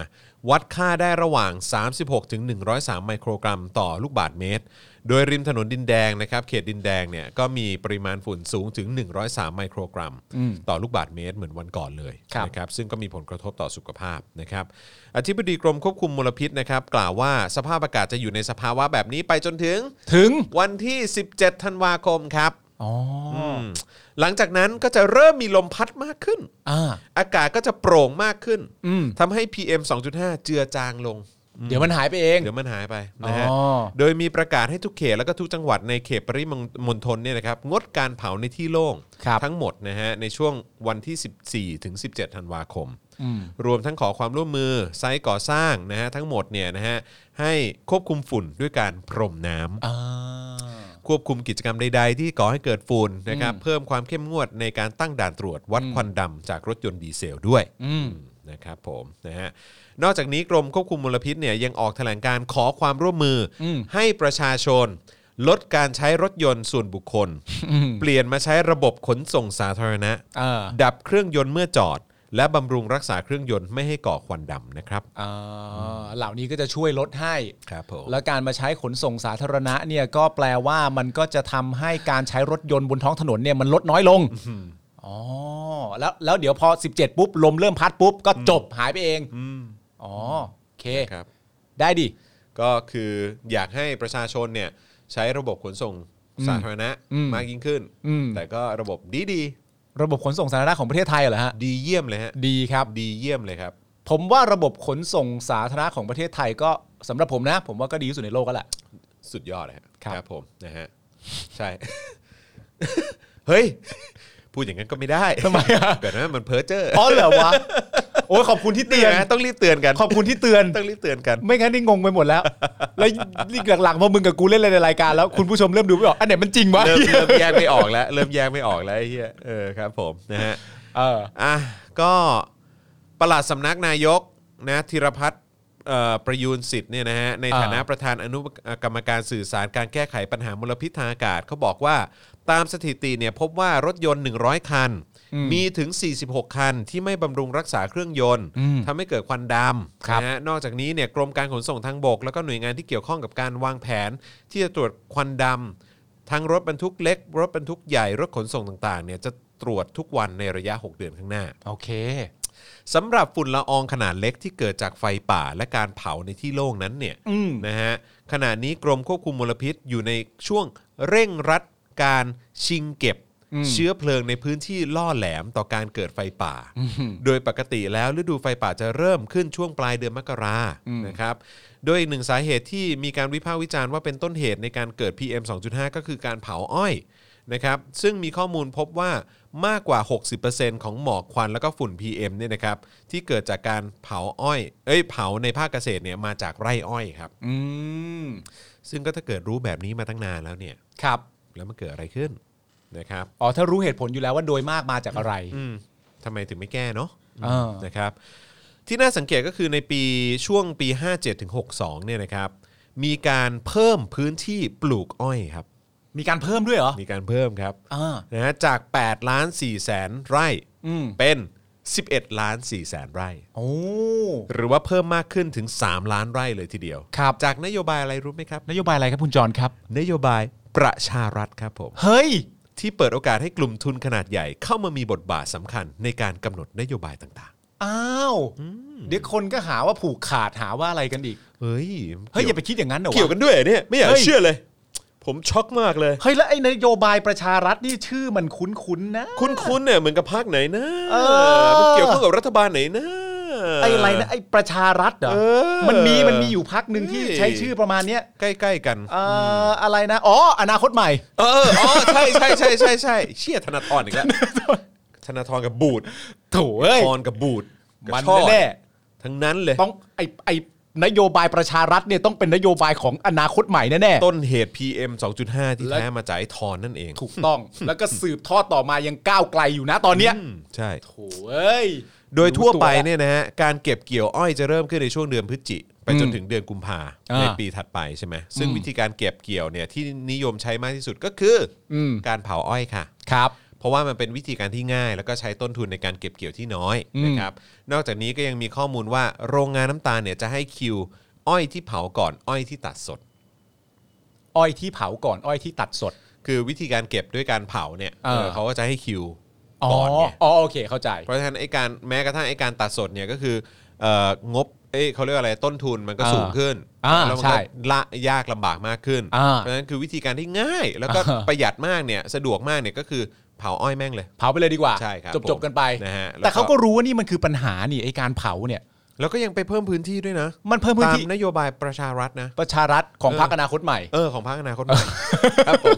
วัดค่าได้ระหว่าง สามสิบหกถึงหนึ่งร้อยสาม ไมโครกรัมต่อลูกบาศก์เมตรโดยริมถนนดินแดงนะครับเขตดินแดงเนี่ยก็มีปริมาณฝุ่นสูงถึงหนึ่งร้อยสามไมโครกรัมต่อลูกบาศก์เมตรเหมือนวันก่อนเลยนะครับซึ่งก็มีผลกระทบต่อสุขภาพนะครับอธิบดีกรมควบคุมมลพิษนะครับกล่าวว่าสภาพอากาศจะอยู่ในสภาวะแบบนี้ไปจนถึงถึงวันที่สิบเจ็ดธันวาคมครับอ๋อหลังจากนั้นก็จะเริ่มมีลมพัดมากขึ้นอ่าอากาศก็จะโปร่งมากขึ้นทำให้ พี เอ็ม สองจุดห้า เจือจางลงเดี๋ยวมันหายไปเองเดี๋ยวมันหายไปนะฮะโดยมีประกาศให้ทุกเขตแล้วก็ทุกจังหวัดในเขตปริมณฑลเนี่ยนะครับงดการเผาในที่โล่งทั้งหมดนะฮะในช่วงวันที่สิบสี่ถึงสิบเจ็ดธันวาคมรวมทั้งขอความร่วมมือไซต์ก่อสร้างนะฮะทั้งหมดเนี่ยนะฮะให้ควบคุมฝุ่นด้วยการพรมน้ำควบคุมกิจกรรมใดๆที่ก่อให้เกิดฝุ่นนะครับเพิ่มความเข้มงวดในการตั้งด่านตรวจวัดควันดำจากรถยนต์ดีเซลด้วยนะครับผมนะฮะนอกจากนี้กรมควบคุมมลพิษเนี่ยยังออกแถลงการขอความร่วมมือให้ประชาชนลดการใช้รถยนต์ส่วนบุคคลเปลี่ยนมาใช้ระบบขนส่งสาธารณะดับเครื่องยนต์เมื่อจอดและบำรุงรักษาเครื่องยนต์ไม่ให้ก่อควันดำนะครับเหล่านี้ก็จะช่วยลดให้ครับผมและการมาใช้ขนส่งสาธารณะเนี่ยก็แปลว่ามันก็จะทำให้การใช้รถยนต์บนท้องถนนเนี่ยมันลดน้อยลงอ๋อแล้วแล้วเดี๋ยวพอสิบเจ็ดปุ๊บลมเริ่มพัดปุ๊บก็จบหายไปเองอ๋อโอเคครับได้ดิก็คืออยากให้ประชาชนเนี่ยใช้ระบบขนส่งสาธารณะมากยิ่งขึ้นแต่ก็ระบบดีๆระบบขนส่งสาธารณะของประเทศไทยเหรอฮะดีเยี่ยมเลยฮะดีครับดีเยี่ยมเลยครับผมว่าระบบขนส่งสาธารณะของประเทศไทยก็สำหรับผมนะผมว่าก็ดีที่สุดในโลกแล้วแหละสุดยอดเลยครับผมนะฮะใช่เฮ้ยพูดอย่างนั้นก็ไม่ได้ทำไมอ่ะแบบนั้นมันเพ้อเจ้ออ๋อเหรอวะโอ้ยขอบคุณที่เตือนนะต้องรีบเตือนกันขอบคุณที่เตือนต้องรีบเตือนกันไม่งั้นนี่งงไปหมดแล้วแล้วนี่หลังๆพอมึงกับกูเล่นในรายการแล้วคุณผู้ชมเริ่มดูไม่ออกอันไหนมันจริงวะเริ่มเริ่มแยกไม่ออกแล้วเริ่มแยกไม่ออกแล้วไอ้เหี้ยเออครับผมนะฮะเอออ่ะก็ปลัดสำนักนายกนะธีรพัฒน์ประยูนสิทธิ์เนี่ยนะฮะในฐานะประธานอนุกรรมการสื่อสารการแก้ไขปัญหามลพิษทางอากาศเขาบอกว่าตามสถิติเนี่ยพบว่ารถยนต์หนึ่งร้อยคันมีถึงสี่สิบหกคันที่ไม่บำรุงรักษาเครื่องยนต์ทำให้เกิดควันดำนะฮะนอกจากนี้เนี่ยกรมการขนส่งทางบกแล้วก็หน่วยงานที่เกี่ยวข้องกับการวางแผนที่จะตรวจควันดำทั้งรถบรรทุกเล็กรถบรรทุกใหญ่รถขนส่งต่างๆเนี่ยจะตรวจทุกวันในระยะหกเดือนข้างหน้าโอเคสำหรับฝุ่นละอองขนาดเล็กที่เกิดจากไฟป่าและการเผาในที่โล่งนั้นเนี่ยนะฮะขณะนี้กรมควบคุมมลพิษอยู่ในช่วงเร่งรัดการชิงเก็บเชื้อเพลิงในพื้นที่ล่อแหลมต่อการเกิดไฟป่าโดยปกติแล้วฤดูไฟป่าจะเริ่มขึ้นช่วงปลายเดือนมกรานะครับโดยอีกหนึ่งสาเหตุที่มีการวิพากษ์วิจารณ์ว่าเป็นต้นเหตุในการเกิด พี เอ็ม สองจุดห้า ก็คือการเผาอ้อยนะครับซึ่งมีข้อมูลพบว่ามากกว่า หกสิบเปอร์เซ็นต์ ของหมอกควันแล้วก็ฝุ่น พี เอ็ม เนี่ยนะครับที่เกิดจากการเผาอ้อยเอ้ยเผาในภาคเกษตรเนี่ยมาจากไร่อ้อยครับอืมซึ่งก็ถ้าเกิดรู้แบบนี้มาตั้งนานแล้วเนี่ยครับแล้วมันเกิดอะไรขึ้นนะครับอ๋อถ้ารู้เหตุผลอยู่แล้วว่าโดยมากมาจากอะไรอืมทำไมถึงไม่แก้เนาะนะครับที่น่าสังเกตก็คือในปีช่วงปีห้าเจ็ดถึงหกสิบสองเนี่ยนะครับมีการเพิ่มพื้นที่ปลูกอ้อยครับมีการเพิ่มด้วยเหรอมีการเพิ่มครับนะฮะจากแปดล้านสี่แสนไร่เป็นสิบเอ็ดล้านสี่แสนไร่โอ้หรือว่าเพิ่มมากขึ้นถึงสามล้านไร่เลยทีเดียวครับจากนโยบายอะไรรู้ไหมครับนโยบายอะไรครับคุณจรครับนโยบายประชารัฐครับผมเฮ้ยที่เปิดโอกาสให้กลุ่มทุนขนาดใหญ่เข้ามามีบทบาทสำคัญในการกำหนดนโยบายต่างๆอ้าวเดี๋ยวคนก็หาว่าผูกขาดหาว่าอะไรกันอีกเฮ้ยเฮ้ยอย่าไปคิดอย่างนั้นเหรอเกี่ยวกันด้วยเนี่ยไม่อยากเชื่อเลยผมช็อกมากเลยเฮ้ยแล้วไอ้นโยบายประชารัฐนี่ชื่อมันคุ้นๆนะคุ้นๆเนี่ยเหมือนกับพรรคไหนนะมันเกี่ยวข้องกับรัฐบาลไหนนะไอ้อะไรนะไอ้ประชารัฐเหรอมันมีมันมีอยู่พรรคนึงที่ใช้ชื่อประมาณเนี้ยใกล้ๆกันเอ่ออะไรนะอ๋ออนาคตใหม่เอออ๋อใช่ใช่ใช่ใช่ใช่เชี่ยธนาธรอีกแล้วธนาธรกับบูดโถ่เอ้ยธรกับบูดมันแน่ทั้งนั้นเลยต้องไอ้ไอ้นโยบายประชารัฐเนี่ยต้องเป็นนโยบายของอนาคตใหม่แน่ๆต้นเหตุ พี เอ็ม สองจุดห้า ที่แท้มาจากไอ้ธรนั่นเองถูกต้องแล้วก็สืบทอดต่อมายังก้าวไกลอยู่นะตอนเนี้ยใช่โถ่เอ้ยโดยทั่วไปเนี่ยนะฮะการเก็บเกี่ยวอ้อยจะเริ่มขึ้นในช่วงเดือนพฤศจิกายนไปจนถึงเดือนกุมภาพันธ์ในปีถัดไปใช่ไหมซึ่งวิธีการเก็บเกี่ยวเนี่ยที่นิยมใช้มากที่สุดก็คือการเผาอ้อยค่ะครับพราะว่ามันเป็นวิธีการที่ง่ายแล้วก็ใช้ต้นทุนในการเก็บเกี่ยวที่น้อยนะครับนอกจากนี้ก็ยังมีข้อมูลว่าโรงงานน้ำตาลเนี่ยจะให้คิวอ้อยที่เผาก่อนอ้อยที่ตัดสดอ้อยที่เผาก่อนอ้อยที่ตัดสดคือวิธีการเก็บด้วยการเผาเนี่ยเออเขาก็จะให้คิวก่ก่อนไงอ๋อโอเคเข้าใจเพราะฉะนั้นไอ้การแม้กระทั่งไอ้การตัดสดเนี่ยก็คือเอ่องบเอ้ยเขาเรียกอะไรต้นทุนมันก็สูงขึ้นอ่าแล้วมัใช่ก็ละยากลำบากมากขึ้นอ่าเพราะฉะนั้นคือวิธีการที่ง่าย แล้วก็อ่าประหยัดมากเนี่ยสะดวกมากเนี่ยก็คือเผาอ้อยแม่งเลยเผาไปเลยดีกว่าใช่ครับจบจบกันไปนะฮะแต่เขาก็รู้ว่านี่มันคือปัญหานี่ไอ้การเผาเนี่ยแล้วก็ยังไปเพิ่มพื้นที่ด้วยนะมันเพิ่มพื้นที่ตามนโยบายประชารัฐนะประชารัฐของเออพรรคอนาคตใหม่เออของพรรคอนาคตใหม่ครับผม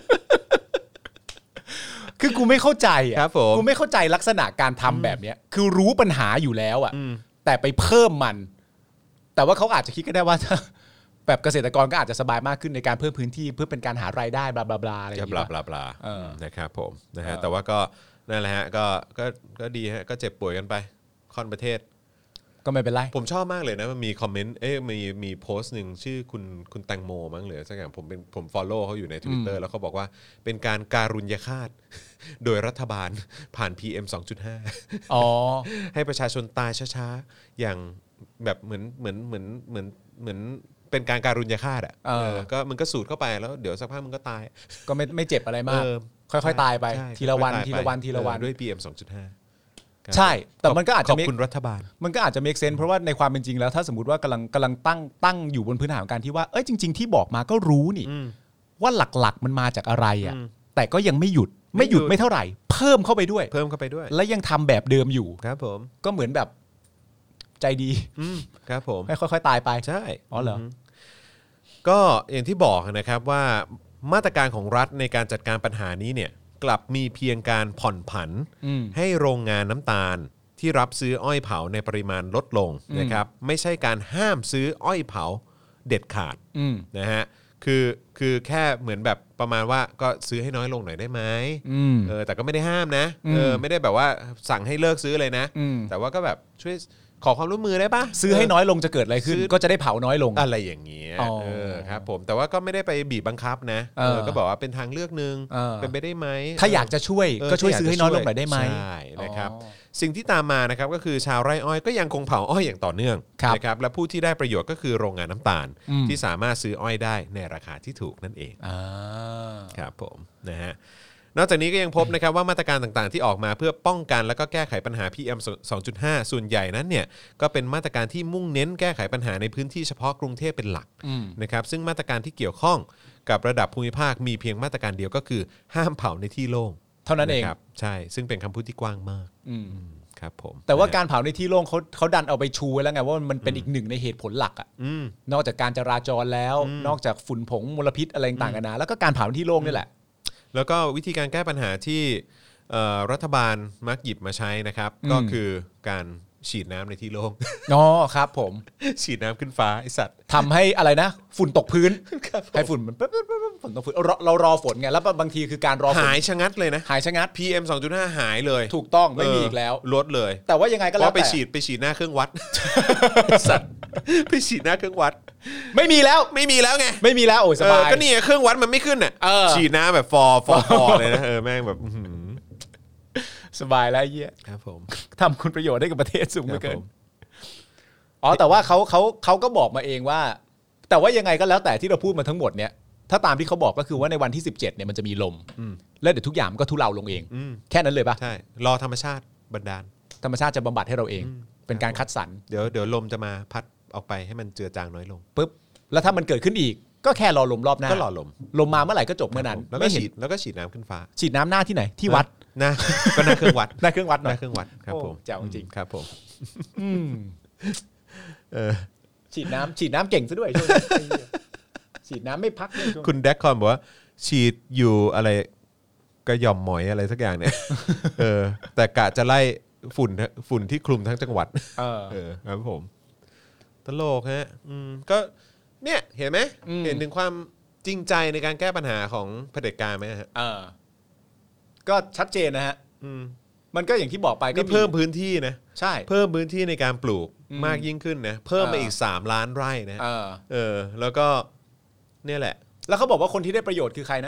คือกูไม่เข้าใจอ่ะครับผมกูไม่เข้าใจลักษณะการทำแบบเนี้ยคือรู้ปัญหาอยู่แล้วอ่ะแต่ไปเพิ่มมัน แต่ว่าเขาอาจจะคิดก็ได้ว่า แบบเกษตรกรก็อาจจะสบายมากขึ้นในการเพิ่มพื้นที่เพื่อเป็นการหารายได้บลาบลาบลาอะไรอย่างบเงี้ลาย บลาบลาเออนะครับผมนะฮะเออแต่ว่าก็นั่นแหละฮะก็ก็ก็ดีฮะก็เจ็บป่วยกันไปค่อนประเทศก็ไม่เป็นไรผมชอบมากเลยนะมันมีคอมเมนต์เอ๊ะมีมีโพสต์หนึ่งชื่อคุณคุณแตงโมมั้งหรือสักอย่างผมเป็นผม follow เขาอยู่ใน Twitter แล้วเขาบอกว่าเป็นการการุญยฆาต โดยรัฐบาลผ่าน พี เอ็ม สองจุดห้าอ๋อให้ประชาชนตายช้าๆอย่างแบบเหมือนเหมือนเหมือนเหมือนเหมือนเป็นการการุญยฆาตอ่ะเออเออก็มันก็สูดเข้าไปแล้วเดี๋ยวสักพักมันก็ตายก็ไม่ไม่เจ็บอะไรมากเออค่อยๆตายไปใช่ทีละวันค่อยๆตายทีละวันไปทีละวันเออด้วย พี เอ็ม สองจุดห้าใช่ แต่มันก็อาจขจะอบ make คุณรัฐบาลมันก็อาจจะ make sense เพราะว่าในความเป็นจริงแล้วถ้าสมมติว่ากำลังกำลังตั้งตั้งอยู่บนพื้นฐานของการที่ว่าเอ้ยจริง ๆที่บอกมาก็รู้นี่ว่าหลักๆมันมาจากอะไรอ่ะแต่ก็ยังไม่หยุดไม่หยุดไม่หยุดไม่เท่าไหร่ เพิ่มเข้าไปด้วยเพิ่มเข้าไปด้วยและยังทำแบบเดิมอยู่ครับผมก็เหมือนแบบใจดีอืมครับผมให้ค่อยๆตายไปใช่อ๋อเหรอมก็อย่างที่บอกนะครับว่ามาตรการของรัฐในการจัดการปัญหานี้เนี่ยกลับมีเพียงการผ่อนผันอืมให้โรงงานน้ำตาลที่รับซื้ออ้อยเผาในปริมาณลดลงนะครับไม่ใช่การห้ามซื้ออ้อยเผาเด็ดขาดอืมนะฮะคือคือแค่เหมือนแบบประมาณว่าก็ซื้อให้น้อยลงหน่อยได้ไหมอืมเออแต่ก็ไม่ได้ห้ามนะอืมเออไม่ได้แบบว่าสั่งให้เลิกซื้อเลยนะอืมแต่ว่าก็แบบช่วยขอความร่วมมือได้ปะซื้อให้น้อยลงจะเกิดอะไรขึ้นซื้อก็จะได้เผาน้อยลงอะไรอย่างเงี้ยอ๋อเออครับผมแต่ว่าก็ไม่ได้ไปบีบบังคับนะเออเออก็บอกว่าเป็นทางเลือกหนึ่งเออเป็นไปได้ไหมถ้าอยากจะช่วยเออก็ช่วยถ้าากซื้อให้น้อยลงหน่อยได้ไหมใช่นะครับอ๋อสิ่งที่ตามมานะครับก็คือชาวไร่อ้อยก็ยังคงเผาอ้อยอย่างต่อเนื่องครับนะครับและผู้ที่ได้ประโยชน์ก็คือโรงงานน้ำตาลอืมที่สามารถซื้ออ้อยได้ในราคาที่ถูกนั่นเองอ่าครับผมนะฮะนอกจากนี้ก็ยังพบนะครับว่ามาตรการต่างๆที่ออกมาเพื่อป้องกันแล้วก็แก้ไขปัญหา พี เอ็ม สองจุดห้า ส่วนใหญ่นั้นเนี่ยก็เป็นมาตรการที่มุ่งเน้นแก้ไขปัญหาในพื้นที่เฉพาะกรุงเทพเป็นหลักอืมนะครับซึ่งมาตรการที่เกี่ยวข้องกับระดับภูมิภาคมีเพียงมาตรการเดียวก็คือห้ามเผาในที่โล่งเท่านั้นเองะครับใช่ซึ่งเป็นคำพูดที่กว้างมากอืมครับผมแต่ว่าการเผาในที่โล่งเขาเขาดันเอาไปชูไว้แล้วไงว่ามันเป็นอีกหนึ่งในเหตุผลหลักอ่ะอืมนอกจากการจราจรแล้ว นอกจากฝุ่นผงมลพิษอะไรต่างๆกันานะแล้วก็การเผาในที่โล่งนี่แหละแล้วก็วิธีการแก้ปัญหาที่เอ่อรัฐบาลมักหยิบมาใช้นะครับอืมก็คือการฉีดน้ำในที่โล่งอ๋อครับผมฉีดน้ำขึ้นฟ้าไอสัตว์ทำให้อะไรนะ ฝุ่นตกพื้นให้ฝุ่นมันปุ๊บปุ๊บปุ๊บปุ๊บฝนตกพื้นเราเรารอฝนไงแล้วบางทีคือการรอฝนหายชะงัดเลยนะหายชะงัดพี เอ็ม สองจุดห้า หายเลยถูกต้องไม่มีอีกแล้วเลดเลยแต่ว่ายังไงก็เพแล้วราะไปแต่ฉีดไปฉีดหน้าเครื่องวัด สัตว์ไปฉีดหน้าเครื่องวัดไม่มีแล้วไม่มีแล้วไงไม่มีแล้วโอ้ยสเอบาอย ก็นี่ไงเครื่องวัดมันไม่ขึ้นอ่ะเออฉีดน้ำแบบฟอร์ฟอร์ฟอร์เลยนะเออแม่งแบบอื้อหือสบายแล้วไอ้เหี้ยครับผมทำคุณประโยชน์ให้กับประเทศสูงเหลือเกิครับนผมอ๋อแต่ว่าเขาเขาเขาก็บอกมาเองว่า แต่ว่ายังไงก็แล้วแต่ที่เราพูดมาทั้งหมดเนี่ยถ้าตามที่เขาบอกก็คือว่าในวันที่สิบเจ็ดเนี่ยมันจะมีลมแล้วเดี๋ยวทุกอย่างมันก็ทุเลาลงเองอืมแค่นั้นเลยปะใช่รอธรรมชาติบันดาลธรรมชาติจะบำบัดให้เราเอง เป็นการคัดสรรเดี๋ยวเดี๋ยวลมจะมาพัดออกไปให้มันเจือจางน้อยลงปุ๊บแล้วถ้ามันเกิดขึ้นอีก ก็แค่รอลมรอบหน้าก็รอลมลมมาเมื่อไหร่ก็จบเมื่อนั้นแล้วก็ไม่เห็นฉีดแล้วก็ฉีดน้ำขึ้นฟ้าฉีดน้ำหน้าที่ไหนที่วัดนะก็หน้าเครื่องวัดหน้าเครื่องวัดหหน่อน้าย เครื่องวัดครับโอ้ผมแจ๋วจริงครับผมอืมเออฉีดน้ำฉีดน้ำเก่งซะด้วยช่วงนี้ไอ้เหี้ยฉีดน้ำไม่พักเลยช่วงคุณแดกคอนบอกว่าฉีดอยู่อะไรกระหย่อมหมอยอะไรสักอย่างเนี่ย เออแต่กะจะไล่ฝุ่นฝุ่นที่คลุมทั้งจังหวัดเออเออครับผมตลกฮะอืมก็เนี่ยเห็นไหมอืมเห็นถึงความจริงใจในการแก้ปัญหาของเผด็จการไหมฮะเออก็ชัดเจนนะฮะอืมมันก็อย่างที่บอกไปก็นี่เพิ่มพื้นที่นะใช่เพิ่มพื้นที่ในการปลูกอืมมากยิ่งขึ้นนะเพิ่มมาเอออีอีกสามล้านไร่นะเออเออแล้วก็เนี่ยแหละแล้วเขาบอกว่าคนที่ได้ประโยชน์คือใครนะ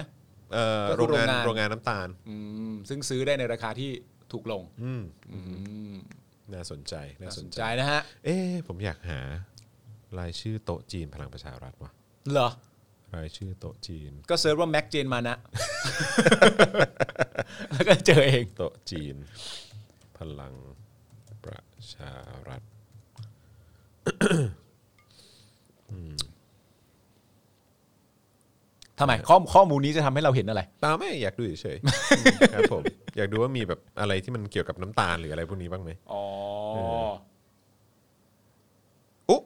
เอ่อโรงงานโรงงานน้ำตาลซึ่งซื้อได้ในราคาที่ถูกลงน่าสนใจน่าสนใจนะฮะเอ๊ะผมอยากหารายชื่อโต๊ะจีนพลังประชารัฐว่ะเหรอรายชื่อโต๊ะจีนก็เซิร์ชว่าแม็กเจนมานะแล้วก็เจอเองโต๊ะจีนพลังประชารัฐทำไมข้อข้อมูลนี้จะทำให้เราเห็นอะไรเปล่าไม่อยากดูเฉยๆครับผมอยากดูว่ามีแบบอะไรที่มันเกี่ยวกับน้ำตาลหรืออะไรพวกนี้บ้างไหมอ๋ออุ๊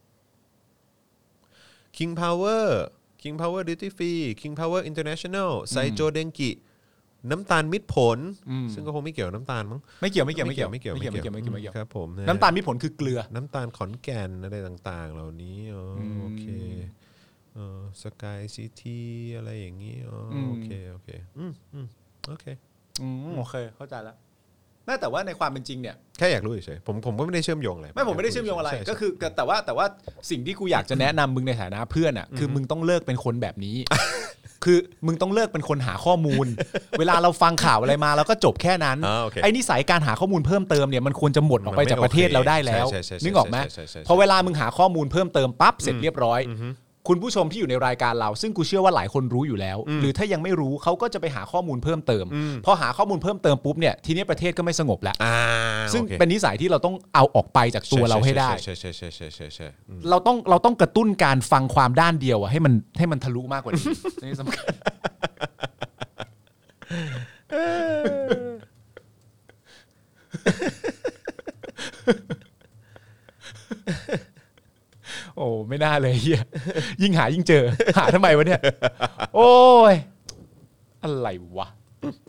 King Power King Power Duty Free King Power International ไซโจเดงกิน้ำตาลมิตรผลซึ่งก็คงไม่เกี่ยวน้ำตาลมั้งไม่เกี่ยวไม่เกี่ยวไม่เกี่ยวไม่เกี่ยวไม่เกี่ยวไม่เกี่ยวไม่เกี่ยวไม่เกี่ยวครับผมน้ำตาลมิตรผลคือเกลือน้ำตาลขอนแก่นอะไรต่างๆเหล่านี้อ๋อโอเคเออสกายซิตี้อะไรอย่างนี้อ๋อโอเคโอเคอืมอืมโอเคอืมโอเคเข้าใจแล้วแม้แต่ว่าในความเป็นจริงเนี่ยแค่อยากรู้เฉยๆผมผมก็ไม่ได้เชื่อมโยงอะไรไม่ผมไม่ได้เชื่อมโยงอะไรก็คือแต่ว่าแต่ว่าสิ่งที่กูอยากจะแนะนำมึงในฐานะเพื่อนอ่ะคือมึงต้องเลิกเป็นคนแบบนี้คือมึงต้องเลิกเป็นคนหาข้อมูลเวลาเราฟังข่าวอะไรมาเราก็จบแค่นั้นไอ้นิสัยการหาข้อมูลเพิ่มเติมเนี่ยมันควรจะหมดออกไปจากประเทศเราได้แล้วนึกออกไหมพอเวลามึงหาข้อมูลเพิ่มเติมปั๊บเสร็จเรียบร้อยคุณผู้ชมที่อยู่ในรายการเราซึ่งกูเชื่อว่าหลายคนรู้อยู่แล้วหรือถ้ายังไม่รู้เขาก็จะไปหาข้อมูลเพิ่มเติมพอหาข้อมูลเพิ่มเติมปุ๊บเนี่ยทีนี้ประเทศก็ไม่สงบแล้วซึ่งเป็นนิสัยที่เราต้องเอาออกไปจากตัวเราให้ได้ใช่ใช่ใช่ใช่ใช่ใช่เราต้องเราต้องกระตุ้นการฟังความด้านเดียวให้มันให้มันทะลุมากกว่านี้นี่สำคัญโอ้ไม่น่าเลยเฮียยิ่งหายิ่งเจอหาทำไมวะเนี่ยโอ้ยอะไรวะ